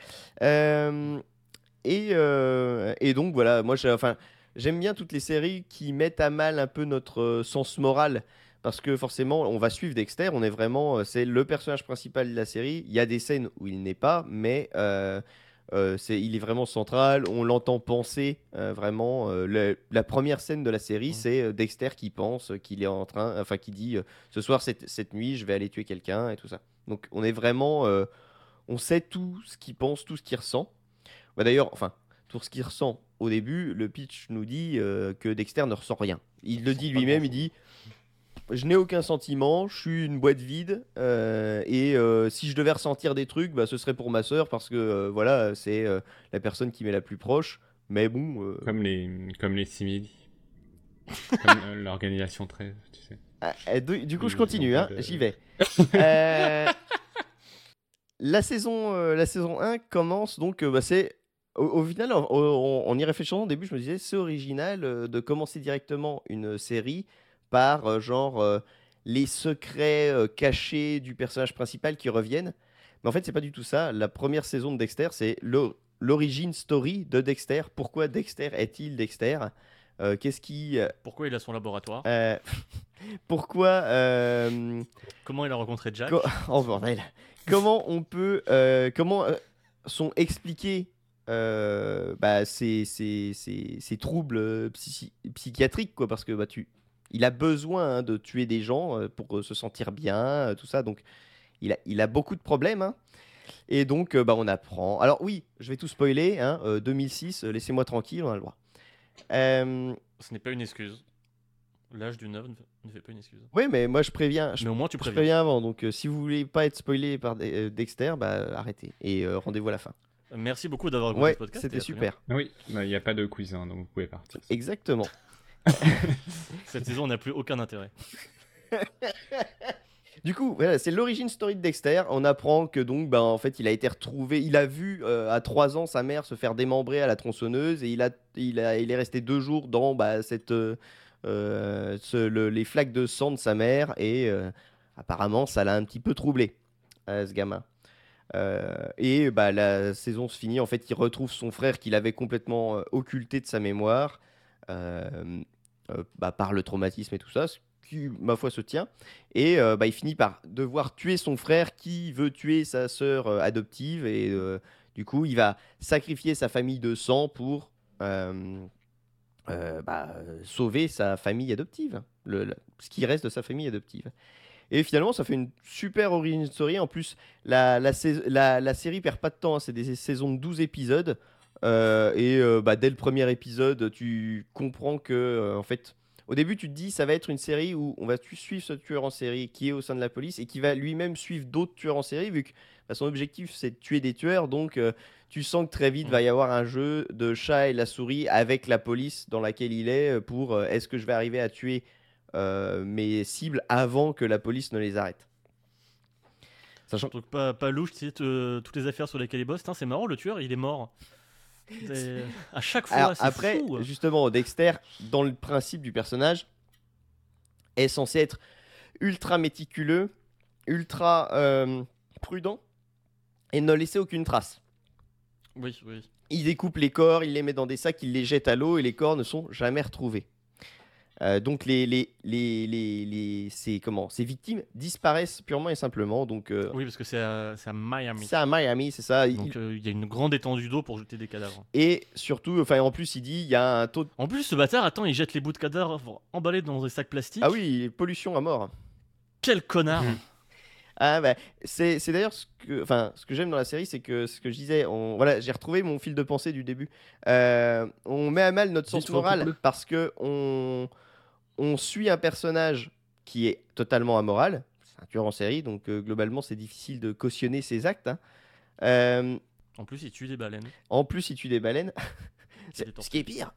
A: Et donc voilà, moi j'aime bien toutes les séries qui mettent à mal un peu notre sens moral. Parce que forcément, on va suivre Dexter, c'est le personnage principal de la série. Il y a des scènes où il n'est pas, mais il est vraiment central. On l'entend penser vraiment. La première scène de la série, c'est Dexter qui pense qu'il est qui dit ce soir, cette nuit, je vais aller tuer quelqu'un et tout ça. Donc on est vraiment, on sait tout ce qu'il pense, tout ce qu'il ressent. D'ailleurs, tout ce qu'il ressent au début, le pitch nous dit que Dexter ne ressent rien. Il le dit lui-même, il dit je n'ai aucun sentiment, je suis une boîte vide, et si je devais ressentir des trucs, ce serait pour ma sœur parce que voilà, c'est la personne qui m'est la plus proche. Mais bon.
C: Comme les simili. Comme l'organisation 13, tu sais.
A: Du coup, je continue, j'y vais. La saison 1 commence donc, c'est. Au final, en y réfléchissant au début, je me disais, c'est original de commencer directement une série par les secrets cachés du personnage principal qui reviennent. Mais en fait, c'est pas du tout ça. La première saison de Dexter, c'est l'origin story de Dexter. Pourquoi Dexter est-il Dexter ? Qu'est-ce qui...
D: Pourquoi il a son laboratoire
A: pourquoi...
D: Comment il a rencontré Jack
A: Oh bordel. Comment on peut... comment sont expliqués ces troubles psychiatriques, quoi, parce que il a besoin de tuer des gens pour se sentir bien, tout ça, donc il a beaucoup de problèmes, hein. Et donc on apprend. Alors oui, je vais tout spoiler, hein, 2006, laissez-moi tranquille, on a le droit.
D: Ce n'est pas une excuse. L'âge du 9 ne fait pas une excuse.
A: Oui, mais moi je préviens.
D: Mais au moins tu
A: Je
D: préviens.
A: préviens avant, donc si vous voulez pas être spoilé par Dexter, arrêtez et rendez-vous à la fin.
D: Merci beaucoup d'avoir écouté
A: Ouais,
D: ce podcast.
A: c'était super.
C: Oui, il n'y a pas de quiz, hein, donc vous pouvez partir.
A: Exactement.
D: Cette saison n'a plus aucun intérêt.
A: Du coup, voilà, c'est l'origine story de Dexter. On apprend que donc, en fait, il a été retrouvé. Il a vu à 3 ans sa mère se faire démembrer à la tronçonneuse et il est resté 2 jours dans les flaques de sang de sa mère et apparemment, ça l'a un petit peu troublé, ce gamin. Et la saison se finit. En fait, il retrouve son frère qu'il avait complètement occulté de sa mémoire par le traumatisme et tout ça, ce qui, ma foi, se tient. Et il finit par devoir tuer son frère qui veut tuer sa sœur adoptive. Et du coup, il va sacrifier sa famille de sang pour sauver sa famille adoptive, ce qui reste de sa famille adoptive. Et finalement, ça fait une super origin story. En plus, la série perd pas de temps, hein. C'est des saisons de 12 épisodes. Dès le premier épisode, tu comprends que, en fait, au début, tu te dis, ça va être une série où on va suivre ce tueur en série qui est au sein de la police et qui va lui-même suivre d'autres tueurs en série, vu que son objectif, c'est de tuer des tueurs. Donc, tu sens que très vite, va y avoir un jeu de chat et la souris avec la police dans laquelle il est pour est-ce que je vais arriver à tuer mes cibles avant que la police ne les arrête.
D: Sachant que pas louche, tu sais, toutes les affaires sur lesquelles il bosse, c'est marrant, le tueur, il est mort. À chaque fois,
A: alors,
D: c'est
A: après,
D: fou.
A: Justement, Dexter, dans le principe du personnage, est censé être ultra méticuleux, ultra prudent et ne laisser aucune trace.
D: Oui.
A: Il découpe les corps, il les met dans des sacs, il les jette à l'eau et les corps ne sont jamais retrouvés. Donc ces victimes disparaissent purement et simplement. Donc,
D: oui, parce que c'est à Miami.
A: C'est à Miami, c'est ça.
D: Donc il y a une grande étendue d'eau pour jeter des cadavres.
A: Et surtout, en plus, il dit il y a un taux de...
D: En plus, ce bâtard, il jette les bouts de cadavres emballés dans des sacs plastiques.
A: Ah oui, pollution à mort.
D: Quel connard.
A: Ah c'est d'ailleurs ce que j'aime dans la série, c'est que ce que je disais, j'ai retrouvé mon fil de pensée du début. On met à mal notre sens moral parce que on suit un personnage qui est totalement amoral. C'est un tueur en série, donc globalement c'est difficile de cautionner ses actes, hein.
D: En plus, il tue des baleines.
A: Ce qui est pire.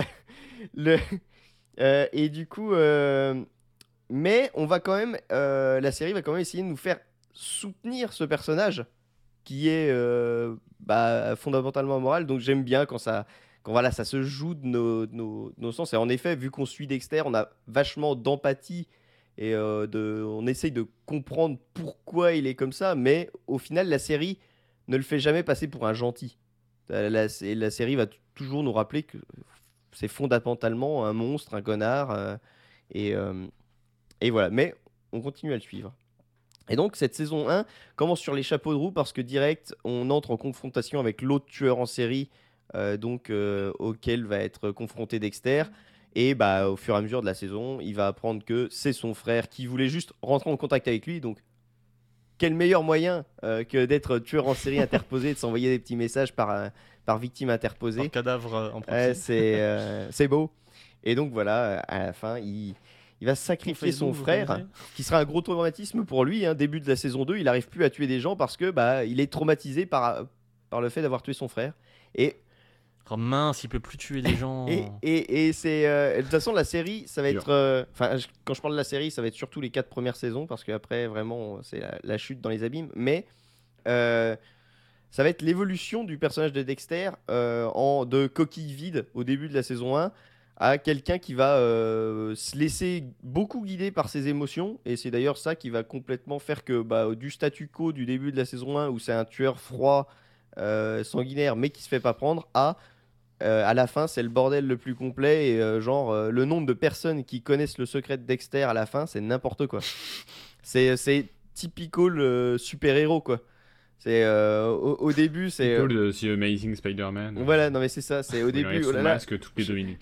A: Et du coup, mais on va quand même, la série va quand même essayer de nous faire soutenir ce personnage qui est fondamentalement amoral. Donc j'aime bien quand ça se joue de nos sens. Et en effet, vu qu'on suit Dexter, on a vachement d'empathie et on essaye de comprendre pourquoi il est comme ça. Mais au final, la série ne le fait jamais passer pour un gentil. La série va toujours nous rappeler que c'est fondamentalement un monstre, un connard. Et voilà. Mais on continue à le suivre. Et donc, cette saison 1 commence sur les chapeaux de roue parce que direct, on entre en confrontation avec l'autre tueur en série auquel va être confronté Dexter. Et au fur et à mesure de la saison, il va apprendre que c'est son frère qui voulait juste rentrer en contact avec lui. Donc, quel meilleur moyen que d'être tueur en série interposé, de s'envoyer des petits messages par victime interposée.
D: Par cadavre en proxy.
A: C'est beau. Et donc, voilà, à la fin, il va sacrifier son frère, qui sera un gros traumatisme pour lui. Hein. Début de la saison 2, il n'arrive plus à tuer des gens parce que il est traumatisé par le fait d'avoir tué son frère. Et
D: oh mince, il peut plus tuer des gens.
A: Et c'est de toute façon, la série, ça va être quand je parle de la série, ça va être surtout les 4 premières saisons parce qu'après vraiment c'est la chute dans les abîmes. Mais ça va être l'évolution du personnage de Dexter de coquille vide au début de la saison 1 à quelqu'un qui va se laisser beaucoup guider par ses émotions. Et c'est d'ailleurs ça qui va complètement faire que du statu quo du début de la saison 1 où c'est un tueur froid, sanguinaire, mais qui se fait pas prendre, à à la fin, c'est le bordel le plus complet. Et le nombre de personnes qui connaissent le secret de Dexter à la fin, c'est n'importe quoi. C'est typical super-héros, quoi. C'est au début, c'est.
C: Plutôt de The Amazing Spider-Man.
A: Voilà, non mais c'est ça. C'est au début.
C: Son masque toutes les 2 minutes.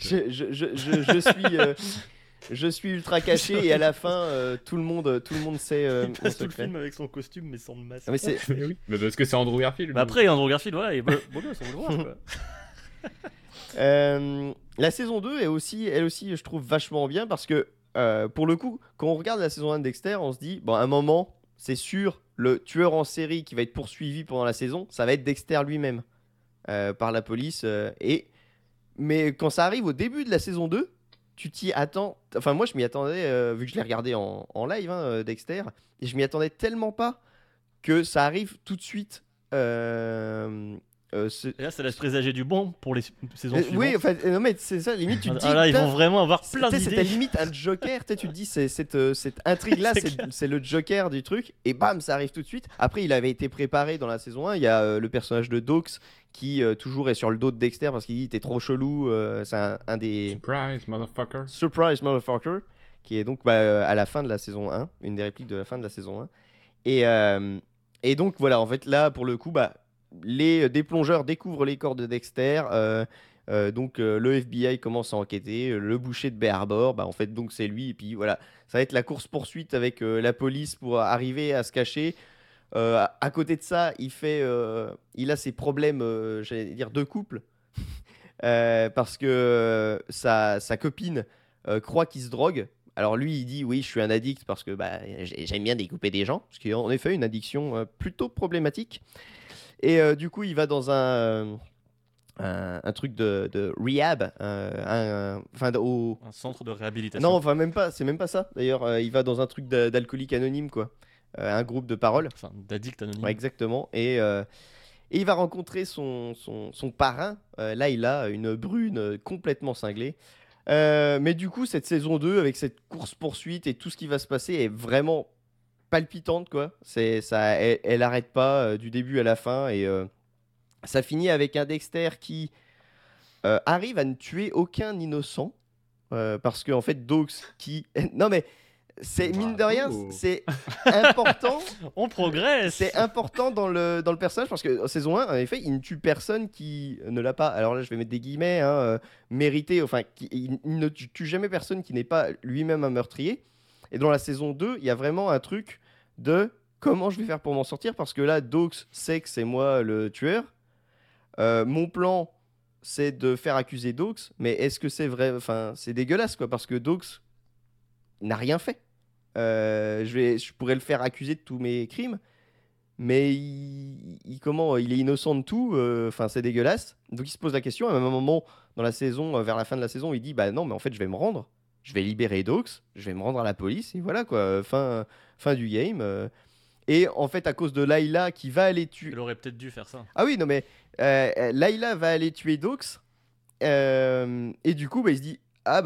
A: Je suis ultra caché et à la fin, tout le monde sait mon
D: Il passe tout le
A: secret.
D: film avec son costume mais sans masque.
A: Ah, mais c'est.
C: Mais oui. Mais parce que c'est Andrew Garfield.
D: Bah après, Andrew Garfield, voilà, il est beau gosse, on veut le voir, quoi.
A: La saison 2 est aussi, elle aussi, je trouve vachement bien parce que pour le coup, quand on regarde la saison 1 de Dexter, on se dit, bon, à un moment, c'est sûr, le tueur en série qui va être poursuivi pendant la saison, ça va être Dexter lui-même par la police. Mais quand ça arrive au début de la saison 2, tu t'y attends. Enfin, moi, je m'y attendais, vu que je l'ai regardé en live, Dexter, et je m'y attendais tellement pas que ça arrive tout de suite.
D: Et là, ça laisse présager du bon pour les saisons suivantes.
A: Oui, enfin, non, mais c'est ça, limite, tu te dis.
D: Ah là, ils
A: putain,
D: vont vraiment avoir plein
A: c'était
D: d'idées.
A: limite un Joker, tu te dis, cette intrigue-là,
D: C'est clair.
A: c'est le Joker du truc, et bam, ça arrive tout de suite. Après, il avait été préparé dans la saison 1, il y a le personnage de Dawes qui toujours est sur le dos de Dexter parce qu'il dit, t'es trop chelou, c'est un des...
C: Surprise, motherfucker.
A: Surprise, motherfucker, qui est donc à la fin de la saison 1, une des répliques de la fin de la saison 1. Et donc, voilà, en fait, là, pour le coup, des plongeurs découvrent les corps de Dexter. Donc le FBI commence à enquêter. Le boucher de Bay Harbor, en fait, donc c'est lui. Et puis voilà, ça va être la course poursuite avec la police pour arriver à se cacher. À côté de ça, il a ses problèmes, j'allais dire, de couple, parce que sa copine croit qu'il se drogue. Alors lui, il dit oui, je suis un addict parce que j'aime bien découper des gens, ce qui est en effet une addiction plutôt problématique. Et du coup, il va dans un truc de rehab,
D: Un centre de réhabilitation.
A: non, enfin même pas, c'est même pas ça. D'ailleurs, il va dans un truc d'alcoolique anonyme, quoi, un groupe de parole.
D: Enfin, d'addict anonyme.
A: Ouais, exactement. Et il va rencontrer son parrain. Là, il a une brune complètement cinglée. Mais du coup, cette saison 2, avec cette course-poursuite et tout ce qui va se passer, est vraiment palpitante, quoi. Elle arrête pas du début à la fin. Et ça finit avec un Dexter qui arrive à ne tuer aucun innocent. Parce qu'en fait, Dawes qui... non mais, c'est mine de rien,
C: Bravo.
A: c'est important.
D: On progresse.
A: C'est important dans le personnage parce que en saison 1, en effet, il ne tue personne qui ne l'a pas. Alors là, je vais mettre des guillemets, mérité. Enfin, il ne tue jamais personne qui n'est pas lui-même un meurtrier. Et dans la saison 2, il y a vraiment un truc de comment je vais faire pour m'en sortir parce que là, Dawes sait que c'est moi le tueur. Mon plan, c'est de faire accuser Dawes, mais est-ce que c'est vrai? Enfin, c'est dégueulasse, quoi, parce que Dawes n'a rien fait. Je pourrais le faire accuser de tous mes crimes, mais il est innocent de tout. Enfin, c'est dégueulasse. Donc il se pose la question. À un moment dans la saison, vers la fin de la saison, il dit non, mais en fait, je vais me rendre. Je vais libérer Dawes. Je vais me rendre à la police et voilà, quoi. Fin du game. Et en fait, à cause de Layla qui va aller tuer.
D: Il aurait peut-être dû faire ça.
A: Ah oui, non, mais Layla va aller tuer Dawes. Et du coup, il se dit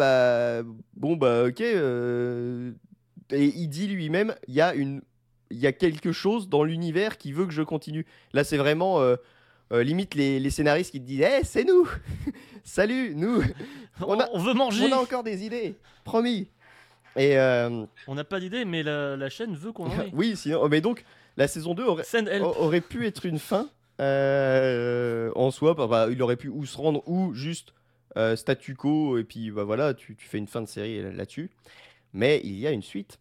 A: ok. Et il dit lui-même, il y a quelque chose dans l'univers qui veut que je continue. Là, c'est vraiment limite les scénaristes qui te disent c'est nous. Salut, nous.
D: On veut manger.
A: On a encore des idées, promis. Et
D: On n'a pas d'idée, mais la chaîne veut qu'on en ait.
A: oui, sinon, mais donc la saison 2
D: Send help.
A: aurait pu être une fin en soi. Il aurait pu ou se rendre ou juste statu quo et puis voilà, tu fais une fin de série là-dessus. Mais il y a une suite.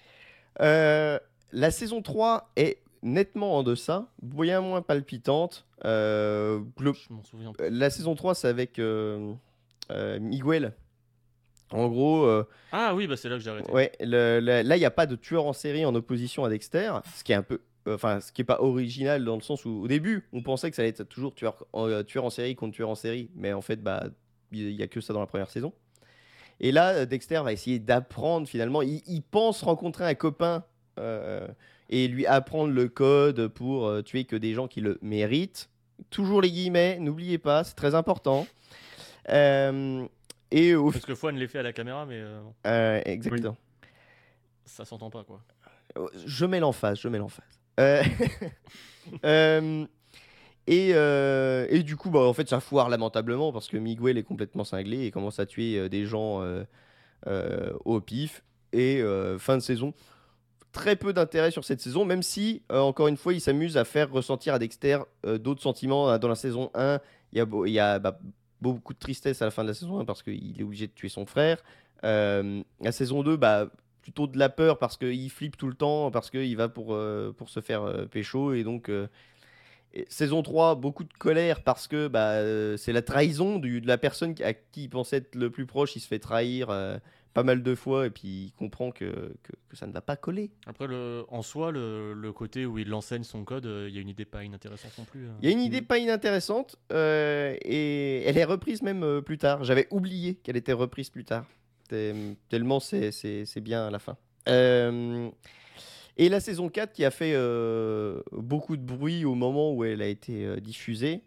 A: La saison 3 est nettement en deçà, bien moins palpitante.
D: Je m'en souviens pas.
A: La saison 3, c'est avec Miguel. En gros,
D: Ah oui, c'est là que j'ai arrêté.
A: ouais, là, il n'y a pas de tueur en série en opposition à Dexter, ce qui est un peu... ce qui est pas original dans le sens où, au début, on pensait que ça allait être toujours tueur en série contre tueur en série, mais en fait, il n'y a que ça dans la première saison. Et là, Dexter va essayer d'apprendre finalement. Il pense rencontrer un copain et lui apprendre le code pour tuer que des gens qui le méritent. Toujours les guillemets, n'oubliez pas, c'est très important.
D: Parce que Fouane les fait à la caméra, mais
A: exactement.
D: ça s'entend pas, quoi.
A: Je mets l'emphase. Et du coup, bah, en fait, ça foire lamentablement parce que Miguel est complètement cinglé et commence à tuer des gens au pif. Et fin de saison. Très peu d'intérêt sur cette saison, même si, encore une fois, il s'amuse à faire ressentir à Dexter d'autres sentiments. Dans la saison 1, il y a beaucoup de tristesse à la fin de la saison 1 parce qu'il est obligé de tuer son frère. La saison 2, plutôt de la peur parce qu'il flippe tout le temps, parce qu'il va pour se faire pécho. Et donc, saison 3, beaucoup de colère parce que c'est la trahison de la personne à qui il pensait être le plus proche. Il se fait trahir pas mal de fois et puis il comprend que ça ne va pas coller.
D: Après, en soi, le côté où il enseigne son code, il y a une idée pas inintéressante non plus.
A: Il y a une idée pas inintéressante et elle est reprise même plus tard. J'avais oublié qu'elle était reprise plus tard. Tellement c'est bien à la fin. Et la saison 4 qui a fait beaucoup de bruit au moment où elle a été diffusée.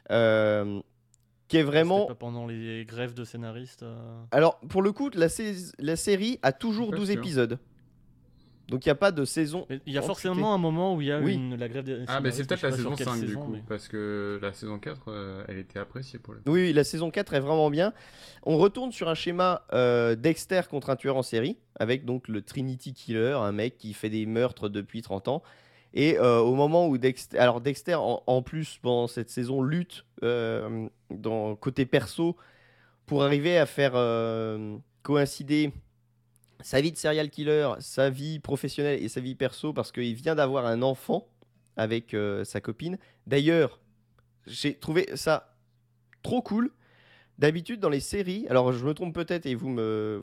A: Qui est vraiment...
D: C'était pas pendant les grèves de scénaristes
A: Alors, pour le coup, la série a toujours 12 épisodes. Donc, il n'y a pas de saison.
D: Mais il y a forcément un moment où il y a la grève des
C: scénaristes. C'est peut-être la saison 5 du coup,
D: mais...
C: parce que la saison 4, elle était appréciée pour le coup.
A: Oui, la saison 4 est vraiment bien. On retourne sur un schéma Dexter contre un tueur en série, avec donc le Trinity Killer, un mec qui fait des meurtres depuis 30 ans. Et au moment où Dexter... Alors Dexter, en plus, pendant cette saison, lutte dans côté perso pour arriver à faire coïncider sa vie de serial killer, sa vie professionnelle et sa vie perso, parce qu'il vient d'avoir un enfant avec sa copine. D'ailleurs, j'ai trouvé ça trop cool. D'habitude, dans les séries, alors je me trompe peut-être et vous me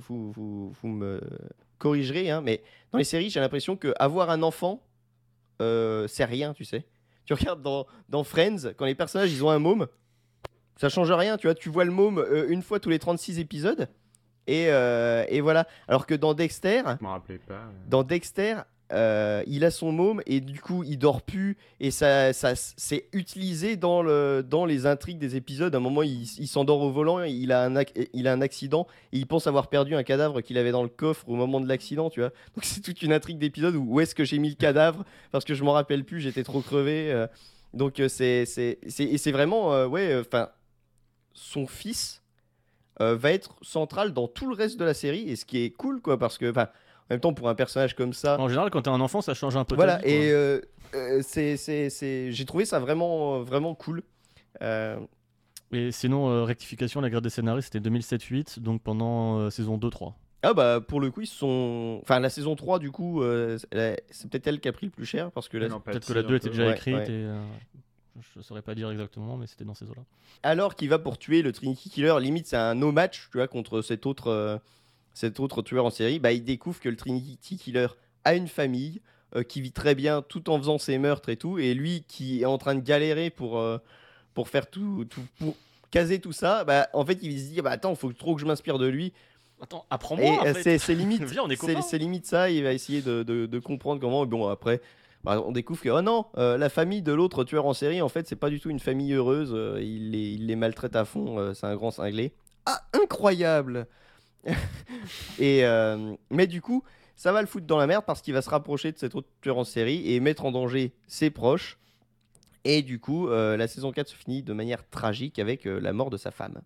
A: corrigerez, hein, mais dans les séries, j'ai l'impression qu'avoir un enfant, c'est rien, tu sais. Tu regardes dans Friends, quand les personnages ils ont un môme, ça change rien, tu vois. Tu vois le môme une fois tous les 36 épisodes, et voilà. Alors que dans Dexter,
C: je m'en rappelais pas.
A: Dans Dexter, il a son môme et du coup il dort plus et ça c'est utilisé dans les intrigues des épisodes. À un moment il s'endort au volant, il a un accident et il pense avoir perdu un cadavre qu'il avait dans le coffre au moment de l'accident, tu vois. Donc c'est toute une intrigue d'épisode où est-ce que j'ai mis le cadavre parce que je m'en rappelle plus, j'étais trop crevé. Donc c'est vraiment enfin son fils va être central dans tout le reste de la série et ce qui est cool quoi parce que en même temps, pour un personnage comme ça...
D: En général, quand t'es un enfant, ça change un peu
A: voilà,
D: ta vie,
A: et j'ai trouvé ça vraiment, vraiment cool.
D: Et sinon, rectification, la grève des scénaristes, c'était 2007-8, donc pendant saison 2-3.
A: Ah pour le coup, ils sont... Enfin, la saison 3, du coup, c'est peut-être elle qui a pris le plus cher, parce que...
D: Peut-être que la 2 était déjà écrite, et... je saurais pas dire exactement, mais c'était dans ces eaux-là.
A: Alors qu'il va pour tuer le Trinity Killer, limite, c'est un no match, tu vois, contre cet autre tueur en série, il découvre que le Trinity Killer a une famille qui vit très bien tout en faisant ses meurtres et tout, et lui qui est en train de galérer pour faire tout pour caser tout ça, en fait il se dit attends, il faut trop que je m'inspire de lui.
D: Attends, apprends-moi.
A: Et c'est limite,
D: Viens,
A: c'est limite ça, il va essayer de comprendre comment. Et bon, après, on découvre que oh non, la famille de l'autre tueur en série, en fait, c'est pas du tout une famille heureuse, il les maltraite à fond, c'est un grand cinglé. Ah, incroyable. Mais du coup, ça va le foutre dans la merde parce qu'il va se rapprocher de cet autre tueur en série et mettre en danger ses proches. Et du coup, la saison 4 se finit de manière tragique avec la mort de sa femme.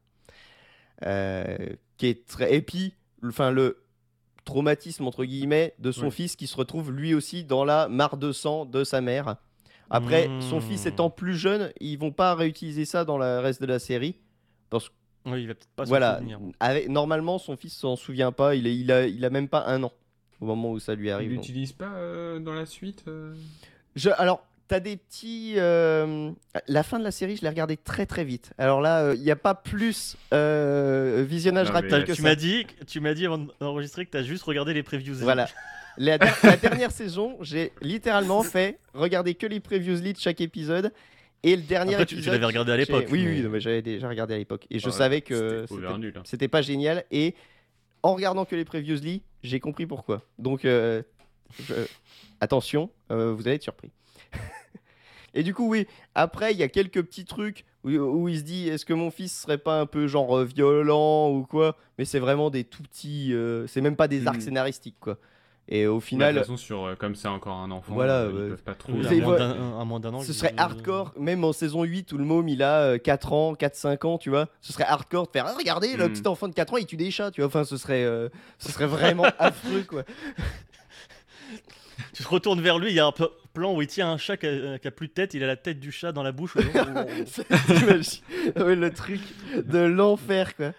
A: Qui est très... Et puis, le traumatisme, entre guillemets, de son fils qui se retrouve lui aussi dans la mare de sang de sa mère. Après, son fils étant plus jeune, ils vont pas réutiliser ça dans le reste de la série. Parce que
D: oui, il va peut-être pas s'en souvenir.
A: Normalement, son fils s'en souvient pas. Il a même pas 1 an au moment où ça lui arrive.
C: Il l'utilise pas dans la suite
A: Alors, t'as des petits... La fin de la série, je l'ai regardé très très vite. Alors là, il n'y a pas plus visionnage rapide que ça.
D: Tu m'as dit avant d'enregistrer que t'as juste regardé les previews.
A: Voilà. La dernière saison, j'ai littéralement fait regarder que les previews leads de chaque épisode. Et le dernier épisode...
D: tu l'avais regardé à l'époque.
A: Oui, mais j'avais déjà regardé à l'époque. Et je savais que c'était pas génial. Et en regardant que les previously, j'ai compris pourquoi. Donc, attention, vous allez être surpris. Et du coup, oui, après, il y a quelques petits trucs où il se dit, est-ce que mon fils serait pas un peu genre violent ou quoi? Mais c'est vraiment des tout petits... c'est même pas des arcs scénaristiques, quoi. Et au final,
C: de toute façon, comme c'est encore un enfant,
A: voilà,
C: ils peuvent pas trop.
D: Oui,
A: Vous avez-
D: à moins d'un an.
A: ce serait hardcore, même en saison 8 où le môme il a 4 ans, 4-5 ans, tu vois. Ce serait hardcore de faire ah, regardez, le petit enfant de 4 ans il tue des chats, tu vois. Enfin, ce serait vraiment affreux, quoi.
D: Tu te retournes vers lui, il y a un plan où il tient un chat qui a plus de tête, il a la tête du chat dans la bouche.
A: T'imagines Ouais, le truc de l'enfer, quoi.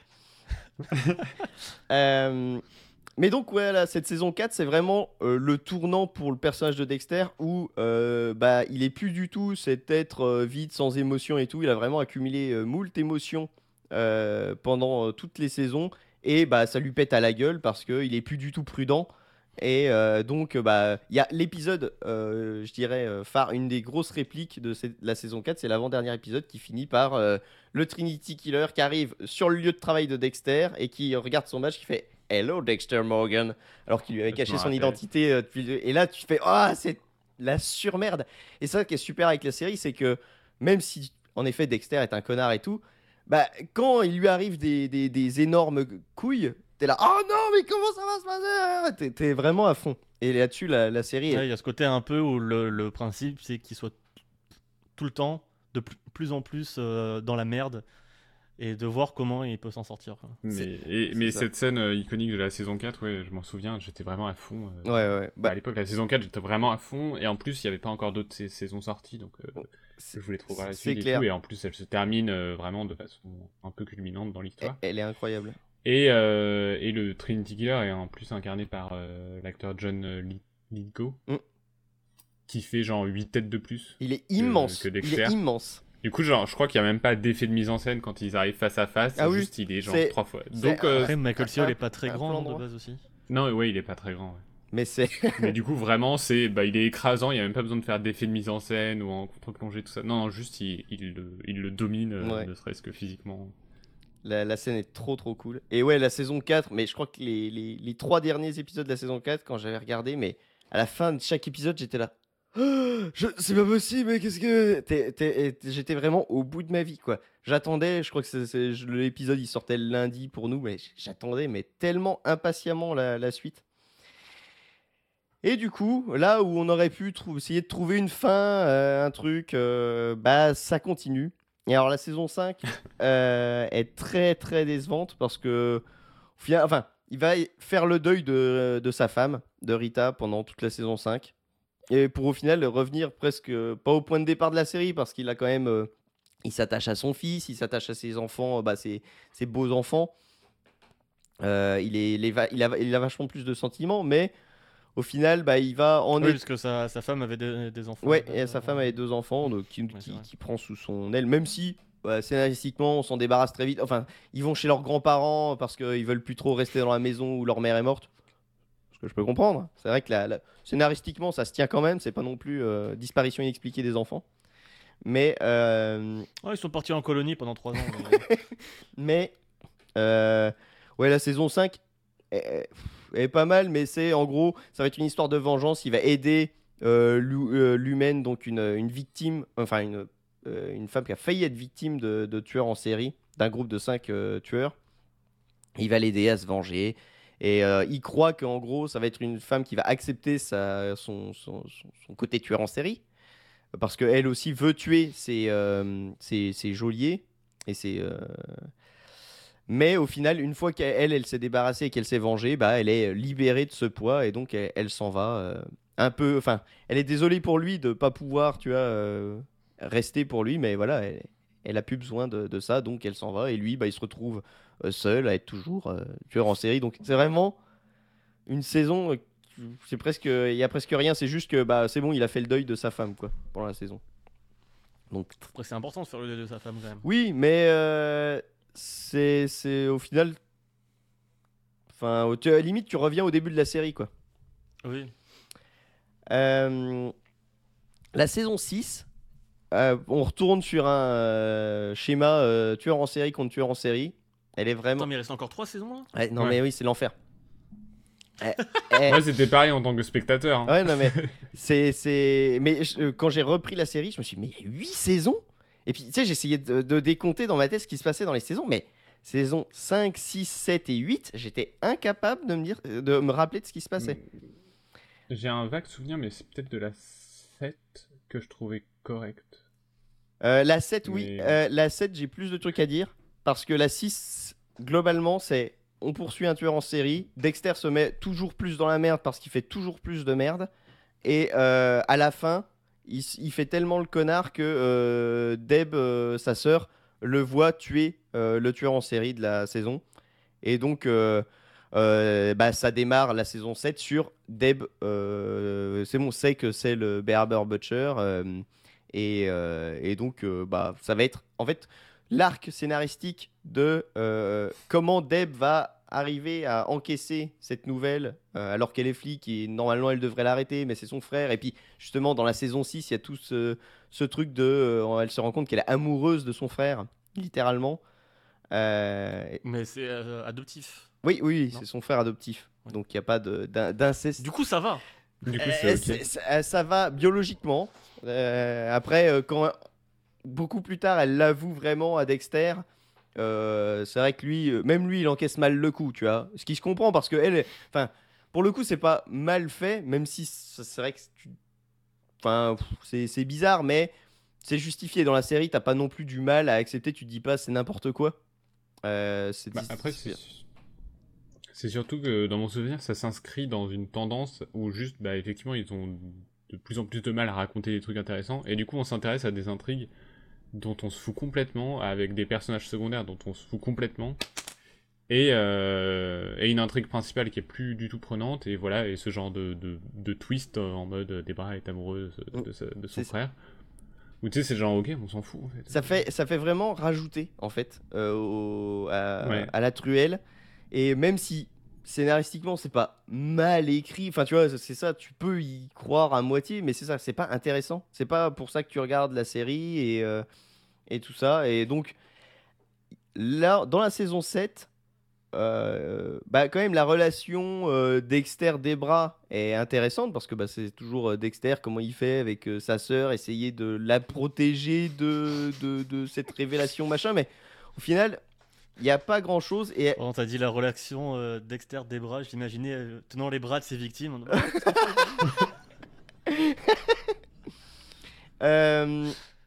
A: Mais donc, ouais, là, cette saison 4, c'est vraiment le tournant pour le personnage de Dexter où il est plus du tout cet être vide, sans émotion et tout. Il a vraiment accumulé moult émotions pendant toutes les saisons. Et ça lui pète à la gueule parce qu'il est plus du tout prudent. Et donc, il y a l'épisode, je dirais, phare, une des grosses répliques de la saison 4, c'est l'avant-dernier épisode qui finit par le Trinity Killer qui arrive sur le lieu de travail de Dexter et qui regarde son badge, qui fait « Hello Dexter Morgan », alors qu'il lui avait caché son identité depuis... Et là, tu fais « Ah, c'est la surmerde !» Et ça qui est super avec la série, c'est que même si, en effet, Dexter est un connard et tout, quand il lui arrive des énormes couilles, t'es là, oh non, mais comment ça va se passer? T'es vraiment à fond. Et là-dessus, la série.
D: Il y a ce côté un peu où le principe, c'est qu'il soit tout le temps, de plus en plus dans la merde, et de voir comment il peut s'en sortir. Quoi.
C: Mais cette scène iconique de la saison 4, ouais, je m'en souviens, j'étais vraiment à fond.
A: Ouais.
C: À l'époque, la saison 4, j'étais vraiment à fond, et en plus, il n'y avait pas encore d'autres saisons sorties, donc je voulais trop voir la suite et tout, et en plus, elle se termine vraiment de façon un peu culminante dans l'histoire.
A: Elle est incroyable.
C: Et le Trinity Killer est en plus incarné par l'acteur John Lithgow, qui fait genre 8 têtes de plus.
A: Il est immense.
C: Que Dexter.
A: Il est immense.
C: Du coup, genre, je crois qu'il n'y a même pas d'effet de mise en scène quand ils arrivent face à face. Juste, il est genre 3 fois. Donc,
D: après, Michael C. Hall est pas très grand de base aussi.
C: Non, ouais, il est pas très grand. Ouais.
A: Mais c'est.
C: Mais du coup, vraiment, il est écrasant. Il n'y a même pas besoin de faire d'effet de mise en scène ou en contre-plongée, tout ça. Non, juste, il le domine, ne serait-ce que physiquement.
A: La scène est trop cool. Et ouais, la saison 4, mais je crois que les 3 derniers épisodes de la saison 4, quand j'avais regardé, mais à la fin de chaque épisode, j'étais là. C'est pas possible, mais qu'est-ce que. J'étais vraiment au bout de ma vie, quoi. J'attendais, je crois que l'épisode il sortait le lundi pour nous, mais j'attendais mais tellement impatiemment la suite. Et du coup, là où on aurait pu essayer de trouver une fin, un truc, ça continue. Et alors la saison 5 est très décevante parce que au final, il va faire le deuil de sa femme, de Rita, pendant toute la saison 5. Et pour au final revenir presque pas au point de départ de la série parce qu'il a quand même... il s'attache à son fils, il s'attache à ses enfants, ses beaux enfants. Il a vachement plus de sentiments, mais au final, il va en...
D: Oui, parce que sa femme avait des enfants.
A: Ouais, et sa femme avait 2 enfants donc, qui prend sous son aile, même si... scénaristiquement, on s'en débarrasse très vite. Enfin, ils vont chez leurs grands-parents parce qu'ils veulent plus trop rester dans la maison où leur mère est morte. Ce que je peux comprendre. C'est vrai que scénaristiquement, ça se tient quand même. C'est pas non plus disparition inexpliquée des enfants. Mais
D: ils sont partis en colonie pendant 3 ans.
A: Mais la saison 5 est pas mal, mais c'est en gros, ça va être une histoire de vengeance. Il va aider l'humaine, donc une victime, enfin une femme qui a failli être victime de tueurs en série, d'un groupe de 5 tueurs. Il va l'aider à se venger. Et il croit qu'en gros, ça va être une femme qui va accepter son côté tueur en série. Parce qu'elle aussi veut tuer ses geôliers. Mais au final, une fois qu'elle s'est débarrassée et qu'elle s'est vengée, elle est libérée de ce poids. Et donc, elle s'en va un peu... Enfin, elle est désolée pour lui de ne pas pouvoir, rester pour lui. Mais voilà, elle a plus besoin de ça. Donc, elle s'en va. Et lui, il se retrouve... seul à être toujours tueur en série. Donc c'est vraiment une saison, il y a presque rien, c'est juste que c'est bon, il a fait le deuil de sa femme quoi pendant la saison. Donc
D: après c'est important de faire le deuil de sa femme quand même.
A: Oui, mais c'est au final à la limite tu reviens au début de la série quoi.
D: Oui.
A: La saison 6 on retourne sur un schéma tueur en série contre tueur en série. Elle est vraiment...
D: Attends, mais il reste encore 3 saisons là ?
A: Ouais, mais oui, c'est l'enfer.
C: Moi, c'était pareil en tant que spectateur. Hein.
A: Ouais, non, mais mais quand j'ai repris la série, je me suis dit, mais il y a 8 saisons ? Et puis, tu sais, j'essayais de décompter dans ma tête ce qui se passait dans les saisons, mais saison 5, 6, 7 et 8, j'étais incapable de me rappeler de ce qui se passait.
C: J'ai un vague souvenir, mais c'est peut-être de la 7 que je trouvais correcte.
A: La 7, oui.
C: Mais-
A: La 7, j'ai plus de trucs à dire. Parce que la 6, globalement, c'est on poursuit un tueur en série. Dexter se met toujours plus dans la merde parce qu'il fait toujours plus de merde. Et à la fin, il fait tellement le connard que Deb, sa sœur, le voit tuer le tueur en série de la saison. Et donc, bah, ça démarre la saison 7 sur Deb. C'est bon, c'est que c'est le Barber Butcher. Et donc, bah, ça va être en fait l'arc scénaristique de comment Deb va arriver à encaisser cette nouvelle alors qu'elle est flic et normalement elle devrait l'arrêter, mais c'est son frère. Et puis, justement, dans la saison 6, il y a tout ce truc de. Elle se rend compte qu'elle est amoureuse de son frère, littéralement.
D: Mais c'est adoptif.
A: Oui, oui,
D: Non.
A: c'est son frère adoptif.
D: Oui.
A: Donc il n'y a pas d'inceste.
D: Du coup, ça va.
C: Du coup, c'est ok.
A: Ça va biologiquement. Après, quand beaucoup plus tard, elle l'avoue vraiment à Dexter. C'est vrai que lui, même lui, il encaisse mal le coup, tu vois. Ce qui se comprend parce que elle, enfin, pour le coup, c'est pas mal fait, même si c'est vrai que enfin, c'est bizarre, mais c'est justifié dans la série. T'as pas non plus du mal à accepter. Tu te dis pas c'est n'importe quoi.
C: Après, c'est surtout que dans mon souvenir, ça s'inscrit dans une tendance où juste, bah, effectivement, ils ont de plus en plus de mal à raconter des trucs intéressants, et du coup, on s'intéresse à des intrigues dont on se fout complètement, avec des personnages secondaires dont on se fout complètement, et une intrigue principale qui est plus du tout prenante, et voilà, et ce genre de twist en mode Debra est amoureuse de son
A: C'est-
C: frère. Ou tu sais, c'est genre, ok, on s'en fout en fait.
A: Ça fait vraiment rajouter en fait
C: Ouais.
A: à la truelle. Et même si scénaristiquement c'est pas mal écrit, enfin tu vois, c'est ça, tu peux y croire à moitié, mais c'est ça, c'est pas intéressant. C'est pas pour ça que tu regardes la série et tout ça. Et donc là, dans la saison 7, bah quand même la relation Dexter-Debra est intéressante parce que bah, c'est toujours Dexter, comment il fait avec sa sœur, essayer de la protéger de cette révélation machin, mais au final il n'y a pas grand chose et
D: On t'a dit la relation Dexter-Debra, j'imaginais tenant les bras de ses victimes.
A: euh,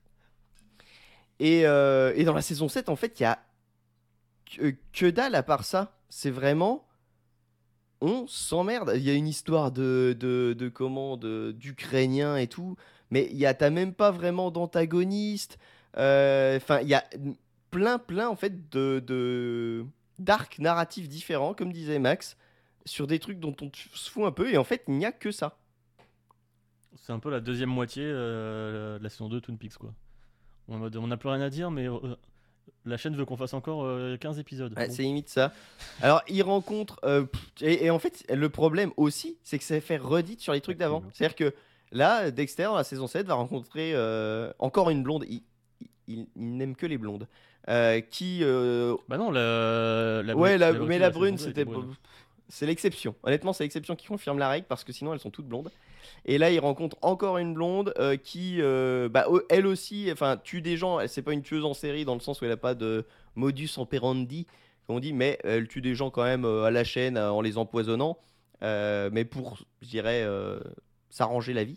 A: et dans la saison 7 en fait il y a que dalle à part ça, c'est vraiment on s'emmerde. Il y a une histoire de comment d'Ukrainien et tout, mais t'as même pas vraiment d'antagoniste. Enfin, il y a plein en fait d'arcs narratifs différents, comme disait Max, sur des trucs dont on se fout un peu, et en fait, il n'y a que ça.
D: C'est un peu la deuxième moitié de la saison 2 de Twin Peaks, quoi. En mode, on n'a plus rien à dire, mais la chaîne veut qu'on fasse encore 15 épisodes.
A: Ouais,
D: Bon.
A: c'est limite ça. Alors, il rencontre. Et en fait, le problème aussi, c'est que ça fait redite sur les trucs d'avant. C'est-à-dire que là, Dexter, dans la saison 7, va rencontrer encore une blonde. Il n'aime que les blondes. Qui.
D: Bah non, la
A: Ouais,
D: brune,
A: mais
D: la
A: la brune,
D: saison 2
A: c'était.
D: était brune.
A: C'est l'exception. Honnêtement, c'est l'exception qui confirme la règle parce que sinon, elles sont toutes blondes. Et là, il rencontre encore une blonde qui, bah, elle aussi, enfin, tue des gens. C'est pas une tueuse en série dans le sens où elle a pas de modus operandi, comme on dit, mais elle tue des gens quand même à la chaîne en les empoisonnant, mais pour, je dirais, s'arranger la vie.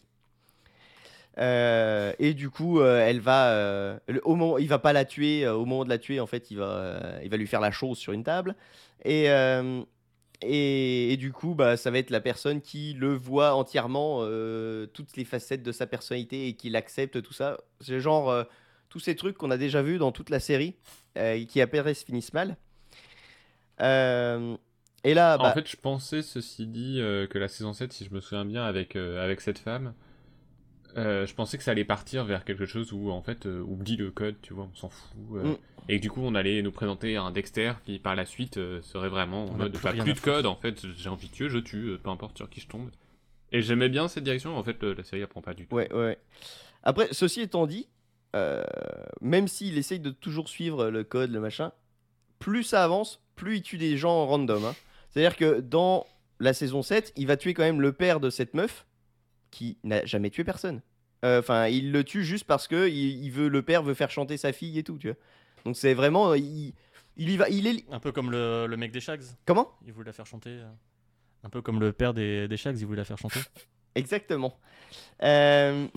A: Et du coup, elle va, il va pas la tuer. Au moment de la tuer, en fait, il va lui faire la chose sur une table. Et, et du coup, bah, ça va être la personne qui le voit entièrement, toutes les facettes de sa personnalité et qui l'accepte, tout ça. C'est genre tous ces trucs qu'on a déjà vus dans toute la série et qui apparaissent finissent mal. Et là,
C: En
A: bah,
C: fait, je pensais, ceci dit, que la saison 7, si je me souviens bien, avec cette femme, je pensais que ça allait partir vers quelque chose où, en fait, oublie le code, tu vois, on s'en fout. Et que du coup, on allait nous présenter un Dexter qui, par la suite, serait vraiment en
D: On a
C: mode,
D: plus
C: pas
D: rien
C: plus
D: à
C: de code, en fait, j'ai envie de tuer, je tue, peu importe sur qui je tombe. Et j'aimais bien cette direction, en fait, la série apprend pas du tout.
A: ouais. Après, ceci étant dit, même s'il essaye de toujours suivre le code, le machin, plus ça avance, plus il tue des gens random, hein. C'est-à-dire que dans la saison 7, il va tuer quand même le père de cette meuf qui n'a jamais tué personne. Enfin, il le tue juste parce que le père veut faire chanter sa fille et tout, tu vois. Donc c'est vraiment, il y va, il est.
D: Un peu comme le mec des Shags.
A: Comment?
D: Il voulait la faire chanter. Un peu comme le père des Shags, il voulait la faire chanter.
A: Exactement. Euh,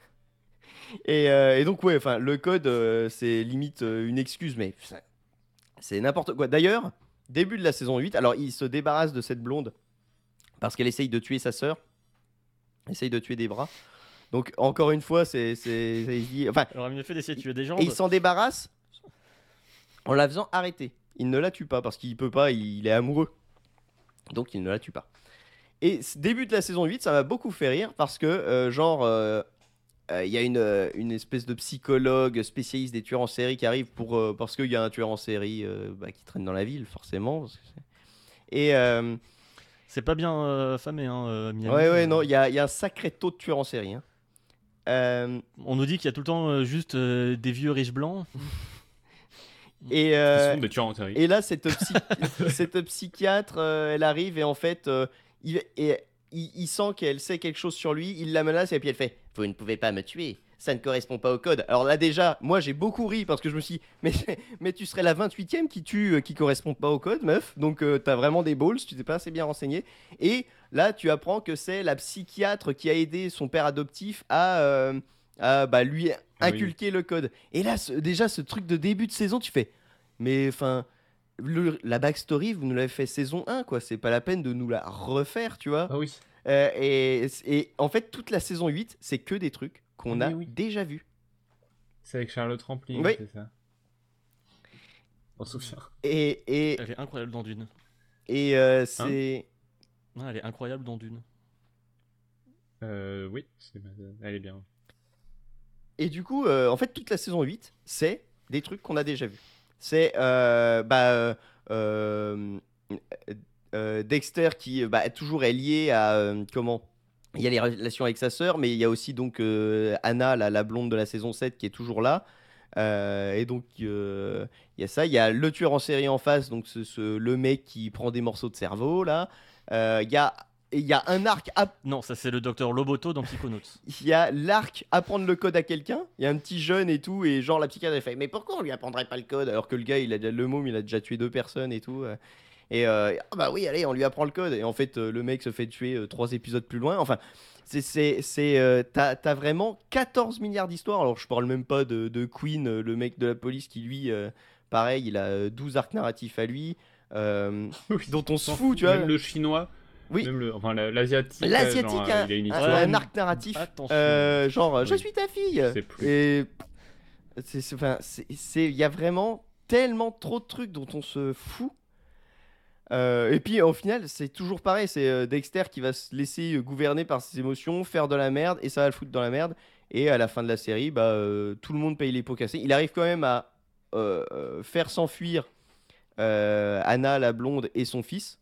A: et donc, ouais, enfin, le code, c'est limite une excuse, mais c'est n'importe quoi. D'ailleurs, début de la saison 8, alors il se débarrasse de cette blonde parce qu'elle essaye de tuer sa sœur, essaye de tuer des bras. Donc, encore une fois, enfin,
D: Alors, il mieux fait d'essayer de tuer des gens.
A: et il s'en débarrasse en la faisant arrêter. Il ne la tue pas parce qu'il peut pas, il est amoureux. Donc, il ne la tue pas. Et début de la saison 8, ça m'a beaucoup fait rire parce que, il y a une espèce de psychologue spécialiste des tueurs en série qui arrive parce qu'il y a un tueur en série qui traîne dans la ville, forcément. Et
D: C'est pas bien famé, hein, Miami.
A: ouais, non, il y a un sacré taux de tueurs en série. Hein.
D: On nous dit qu'il y a tout le temps juste des vieux riches blancs.
A: Et,
C: Ce sont des tueurs en série.
A: et là, cette psychiatre, elle arrive et en fait, il sent qu'elle sait quelque chose sur lui, il la menace et puis elle fait « Vous ne pouvez pas me tuer, ça ne correspond pas au code. » Alors là déjà, moi j'ai beaucoup ri parce que je me suis dit « Mais tu serais la 28e qui tue, qui correspond pas au code, meuf. Donc t'as vraiment des balls, tu t'es pas assez bien renseigné. » Et là, tu apprends que c'est la psychiatre qui a aidé son père adoptif à lui inculquer le code. Et là, déjà, ce truc de début de saison, tu fais « Mais enfin... » la backstory, vous nous l'avez fait saison 1, quoi. C'est pas la peine de nous la refaire, tu vois.
C: Ah oui.
A: Et en fait, toute la saison 8, c'est que des trucs qu'on
C: Mais
A: a
C: oui.
A: déjà vus.
C: C'est avec Charlotte Rampling,
A: Oui.
C: c'est ça. On se souvient.
A: Et
D: Elle est incroyable dans Dune.
A: c'est...
D: Ouais, elle est incroyable dans Dune.
C: Oui, elle est bien.
A: Et du coup, en fait, toute la saison 8, c'est des trucs qu'on a déjà vus. C'est Dexter qui toujours est lié à comment il y a les relations avec sa sœur, mais il y a aussi donc Anna, la blonde de la saison 7 qui est toujours là. Et donc il y a ça, il y a le tueur en série en face, donc le mec qui prend des morceaux de cerveau là. Il y a un arc
D: Non, ça c'est le docteur Loboto dans Psychonauts.
A: il y a l'arc apprendre le code à quelqu'un. Il y a un petit jeune et tout, et genre la psychiatre elle fait mais pourquoi on lui apprendrait pas le code alors que le gars le môme il a déjà tué 2 personnes et tout. Bah oui allez on lui apprend le code et en fait le mec se fait tuer 3 épisodes plus loin. Enfin t'as vraiment 14 milliards d'histoires. Alors je parle même pas de Queen, le mec de la police qui lui pareil il a 12 arcs narratifs à lui dont on se fout tu vois.
C: Même le chinois.
A: Oui.
C: Même l'asiatique.
A: L'asiatique
C: genre, il a une
A: a
C: histoire.
A: un arc narratif genre je
C: Oui.
A: suis ta fille
C: C'est plus.
A: et il y a vraiment tellement trop de trucs dont on se fout. Et puis au final c'est toujours pareil, c'est Dexter qui va se laisser gouverner par ses émotions, faire de la merde et ça va le foutre dans la merde. Et à la fin de la série tout le monde paye les pots cassés. Il arrive quand même à faire s'enfuir Anna la blonde et son fils.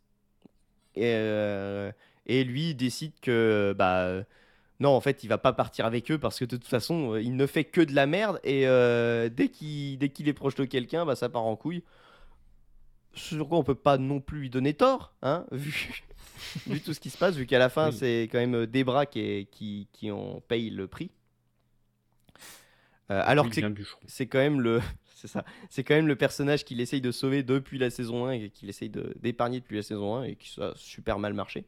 A: Et lui décide que non en fait il va pas partir avec eux parce que de toute façon il ne fait que de la merde et dès qu'il est proche de quelqu'un ça part en couille. Sur quoi on peut pas non plus lui donner tort hein, vu tout ce qui se passe, vu qu'à la fin
C: Oui.
A: c'est quand même Debra qui en paye le prix. Alors
C: Oui,
A: que
C: bien bûcheron.
A: c'est quand même c'est quand même le personnage qu'il essaye de sauver depuis la saison 1 et qu'il essaye d'épargner depuis la saison 1 et qui ça a super mal marché.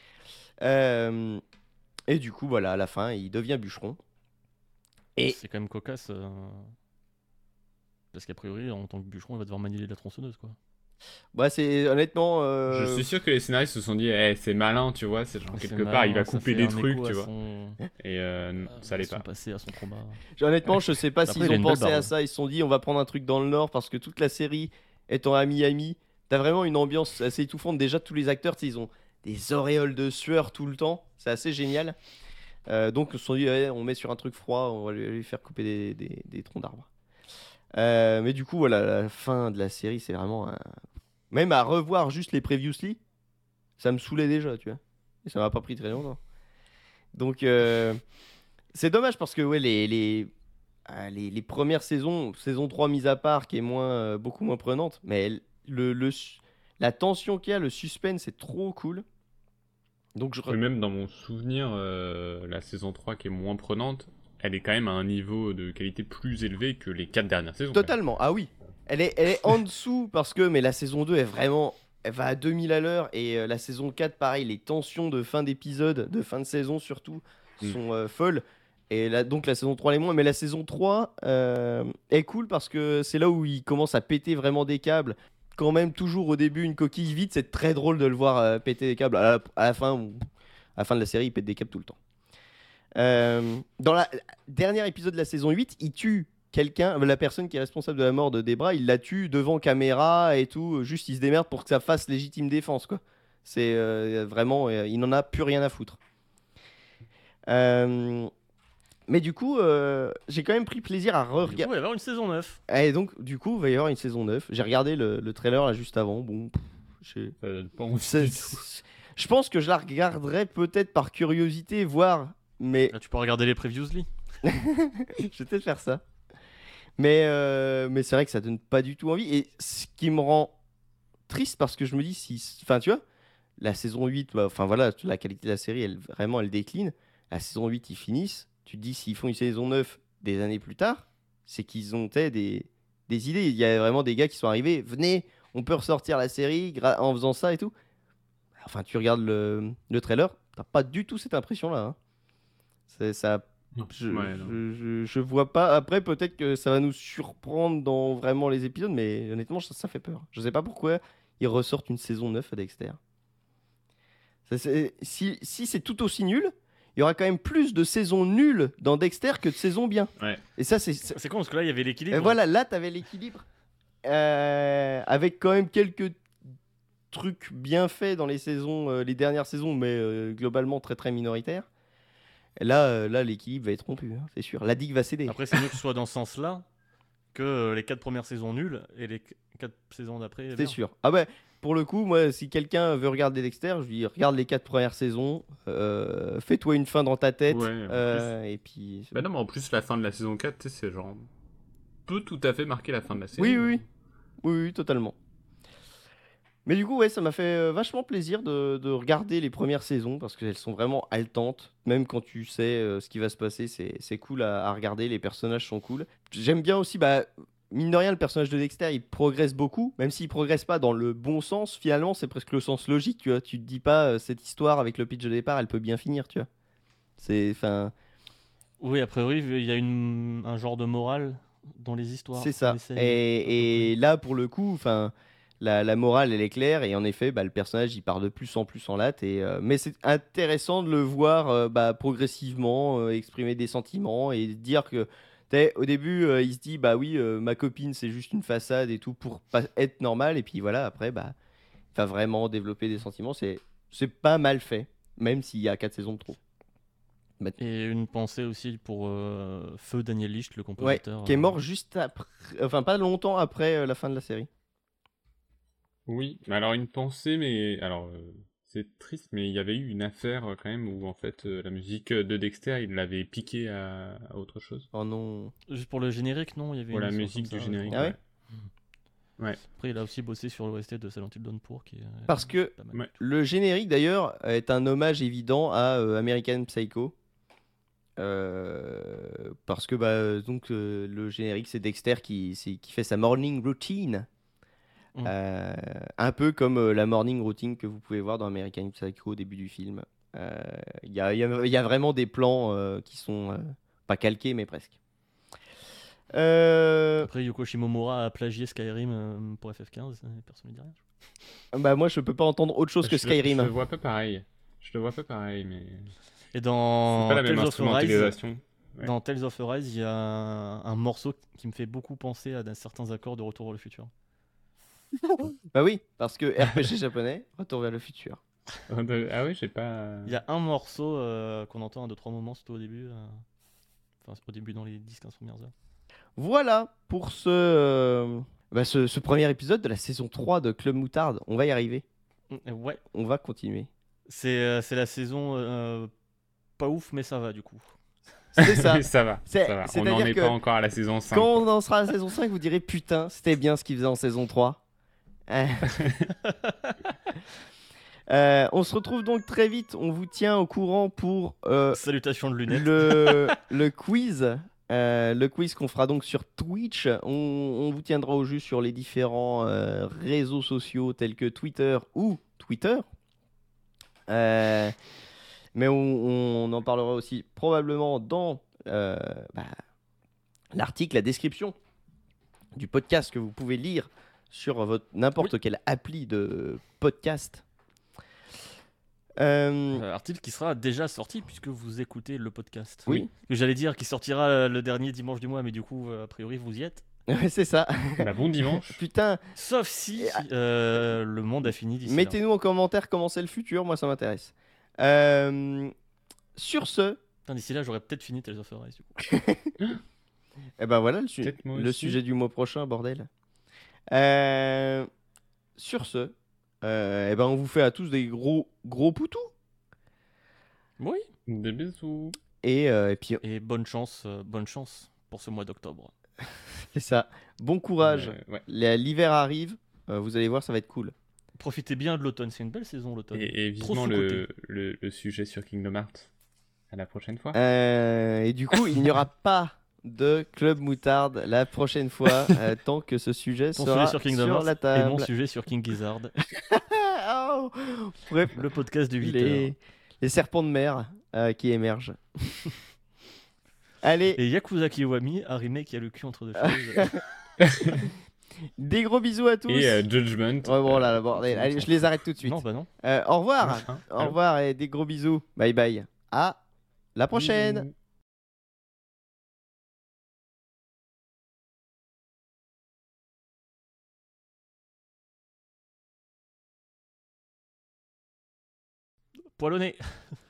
A: Et du coup, voilà, à la fin, il devient bûcheron. Et
D: C'est quand même cocasse. Parce qu'a priori, en tant que bûcheron, il va devoir manier la tronçonneuse, quoi.
A: c'est honnêtement.
C: Je suis sûr que les scénaristes se sont dit, c'est malin, tu vois, c'est genre
D: C'est
C: quelque part,
D: malin,
C: il va
D: ça
C: couper
D: fait
C: des
D: un
C: trucs,
D: écho
C: tu
D: à
C: vois.
D: son-
C: Et ça allait
D: à son
C: pas.
D: passé, à son trauma.
A: Honnêtement, je sais pas
D: Après,
A: s'ils
D: il a
A: ont
D: une belle
A: pensé à
D: barbe.
A: ça. Ils se sont dit, on va prendre un truc dans le Nord parce que toute la série étant à Miami, t'as vraiment une ambiance assez étouffante. Déjà, tous les acteurs, ils ont des auréoles de sueur tout le temps. C'est assez génial. Donc, ils se sont dit, ouais, on met sur un truc froid, on va lui faire couper des troncs d'arbres. Mais du coup, voilà, la fin de la série, c'est vraiment même à revoir juste les previously, ça me saoulait déjà, tu vois. Et ça m'a pas pris très longtemps. Donc, c'est dommage parce que ouais, les premières saisons, saison 3 mise à part, qui est beaucoup moins prenante, mais la tension qu'il y a, le suspense, c'est trop cool. Donc,
C: Et même dans mon souvenir, la saison 3 qui est moins prenante, elle est quand même à un niveau de qualité plus élevé que les 4 dernières saisons.
A: Totalement, ah oui. Elle est en dessous parce que, mais la saison 2 est vraiment elle va à 2000 à l'heure. Et la saison 4, pareil, les tensions de fin d'épisode, de fin de saison surtout, sont folles. Et là, donc la saison 3 les moins. Mais la saison 3 est cool parce que c'est là où il commence à péter vraiment des câbles. Quand même, toujours au début, une coquille vide, c'est très drôle de le voir péter des câbles. À la fin de la série, il pète des câbles tout le temps. Dans le dernier épisode de la saison 8, il tue quelqu'un, la personne qui est responsable de la mort de Debra, il la tue devant caméra et tout, juste il se démerde pour que ça fasse légitime défense, quoi. C'est vraiment, il n'en a plus rien à foutre. Mais du coup, j'ai quand même pris plaisir à
D: Du coup, il
A: regarder.
D: va y avoir une saison 9.
A: Et donc, du coup, il va y avoir une saison 9. J'ai regardé le trailer là juste avant. Bon,
C: Pas envie
A: c'est-
C: du tout.
A: je pense que je la regarderai peut-être par curiosité, voir. Mais
D: Là, tu peux regarder les previously.
A: je vais peut-être faire ça. Mais c'est vrai que ça donne pas du tout envie. Et ce qui me rend triste parce que je me dis, si. Enfin, tu vois, la saison 8, enfin voilà, la qualité de la série, elle décline. La saison 8, ils finissent. Tu te dis, s'ils font une saison 9 des années plus tard, c'est qu'ils ont des idées. Il y a vraiment des gars qui sont arrivés. Venez, on peut ressortir la série en faisant ça et tout. Enfin, tu regardes le trailer, t'as pas du tout cette impression-là. Hein. Ça. Je vois pas. Après, peut-être que ça va nous surprendre dans vraiment les épisodes, mais honnêtement, ça fait peur. Je sais pas pourquoi ils ressortent une saison 9 à Dexter. Si c'est tout aussi nul, il y aura quand même plus de saisons nulles dans Dexter que de saisons bien.
C: Ouais.
A: Et ça, c'est.
D: C'est con parce que là, il y avait l'équilibre.
A: Et voilà, là, t'avais l'équilibre. Avec quand même quelques trucs bien faits dans les saisons, les dernières saisons, mais globalement très très minoritaires. Et là, l'équilibre va être rompu, hein, c'est sûr. La digue va céder.
D: Après, c'est mieux que ce soit dans ce sens-là que les 4 premières saisons nulles et les 4 saisons d'après.
A: C'est
D: bien.
A: sûr. Ah ouais, pour le coup, moi, si quelqu'un veut regarder Dexter, je lui dis regarde les 4 premières saisons, fais-toi une fin dans ta tête,
C: Ouais, en
A: et puis.
C: Bah non, mais en plus, la fin de la saison 4, tu sais, c'est genre. Peut tout à fait marquer la fin de la série.
A: Oui, totalement. Mais du coup, ouais, ça m'a fait vachement plaisir de regarder les premières saisons parce qu'elles sont vraiment haletantes. Même quand tu sais ce qui va se passer, c'est cool à regarder. Les personnages sont cool. J'aime bien aussi, mine de rien, le personnage de Dexter, il progresse beaucoup. Même s'il progresse pas dans le bon sens, finalement, c'est presque le sens logique, tu vois. Tu te dis pas, cette histoire avec le pitch de départ, elle peut bien finir, tu vois. Enfin,
D: Oui, a priori, il y a un genre de morale dans les histoires.
A: c'est ça.
D: dans les scènes.
A: Et là, pour le coup, enfin. La morale, elle est claire, et en effet, le personnage, il part de plus en plus en latte. Mais c'est intéressant de le voir progressivement exprimer des sentiments et dire que, au début, il se dit, oui, ma copine, c'est juste une façade et tout pour pas être normal. Et puis voilà, après, il va vraiment développer des sentiments. C'est pas mal fait, même s'il y a 4 saisons de trop.
D: Et une pensée aussi pour Feu Daniel Licht, le compositeur.
A: Qui est mort juste après, enfin pas longtemps après la fin de la série.
C: Oui, alors une pensée, mais alors c'est triste, mais il y avait eu une affaire quand même où en fait la musique de Dexter, il l'avait piqué à autre chose.
A: Oh non.
D: Juste pour le générique, non, il y avait
C: Pour la
D: une histoire
C: musique
D: comme
C: du
D: ça,
C: générique.
A: Ah ouais.
C: Ouais.
D: Après, il a aussi bossé sur l'OST de Silent Hill Downpour, qui est
A: Parce que
D: pas mal.
C: Ouais.
A: le générique d'ailleurs est un hommage évident à American Psycho. Parce que le générique c'est Dexter qui fait sa morning routine. Un peu comme la morning routine que vous pouvez voir dans American Psycho au début du film. Il y a vraiment des plans qui sont pas calqués mais presque.
D: Après, Yoko Shimomura a plagié Skyrim pour FF15, personne ne dit rien.
A: Moi je peux pas entendre autre chose que
C: Je
A: Skyrim.
C: le vois pas pareil. Je le vois pas pareil, mais
D: Et dans
C: c'est pas la même
D: Tales of Arise,
C: instrumentalisation. Ouais.
D: dans Tales of Arise, il y a un morceau qui me fait beaucoup penser à certains accords de Retour vers le futur.
A: Bah oui, parce que RPG japonais, Retour vers le futur.
C: Ah oui, j'ai pas.
D: Il y a un morceau qu'on entend à 2-3 moments, surtout au début. Enfin, au début dans les 10-15 premières heures.
A: Voilà pour ce premier épisode de la saison 3 de Club Moutarde. On va y arriver.
D: Ouais,
A: On va continuer.
D: c'est la saison pas ouf, mais ça va du coup.
A: C'est ça.
C: Oui, ça va.
A: C'est-
C: Ça va. On
A: c'est-à-dire
C: n'en est
A: que
C: pas encore à la saison 5.
A: Quand on en sera à la saison 5, vous direz putain, c'était bien ce qu'ils faisaient en saison 3. On se retrouve donc très vite. On vous tient au courant pour
D: Salutations de lunettes.
A: le quiz Le quiz qu'on fera donc sur Twitch. On vous tiendra au jus sur les différents réseaux sociaux tels que Twitter ou Twitter. Mais on en parlera aussi probablement dans l'article, la description du podcast que vous pouvez lire sur n'importe quelle appli de podcast.
D: Article qui sera déjà sorti puisque vous écoutez le podcast.
A: Oui.
D: Que j'allais dire qui sortira le dernier dimanche du mois, mais du coup, a priori, vous y êtes.
A: C'est ça.
C: Bah, bon dimanche.
A: Putain,
D: Sauf si le monde a fini d'ici là.
A: mettez-nous en commentaire comment c'est le futur, moi ça m'intéresse. Sur ce,
D: Putain, d'ici là, j'aurais peut-être fini Tales of Arise, du coup.
A: eh ben voilà
C: Peut-être moi
A: le
C: aussi.
A: sujet du mois prochain, bordel. Sur ce, eh ben on vous fait à tous des gros poutous.
D: Oui.
C: Des bisous.
A: Et puis
D: Et bonne chance pour ce mois d'octobre.
A: c'est ça. Bon courage.
C: Ouais.
A: L'hiver arrive. Vous allez voir, ça va être cool.
D: Profitez bien de l'automne, c'est une belle saison l'automne.
C: Et
D: Trop
C: vivement
D: sous-coté.
C: le sujet sur Kingdom Hearts. À la prochaine fois.
A: Et du coup, il n'y aura pas de Club Moutarde la prochaine fois tant que ce sujet
D: Ton
A: sera
D: sujet sur Kingdom
A: sur
D: Hearts
A: la
D: et
A: table.
D: mon sujet sur King Gizzard.
A: Oh, bref,
D: Le podcast de 8 heures.
A: les serpents de mer qui émergent. Allez,
D: Et Yakuza Kiwami, un remake qui a le cul entre deux chaises.
A: des gros bisous à tous.
C: Et Judgment.
A: Ouais, bon, là, bordel. Allez, je les arrête tout de suite.
D: Non, bah non.
A: Au revoir.
C: Enfin,
A: Au revoir et des gros bisous. Bye bye. À la prochaine.
C: bisous.
D: Poil au nez.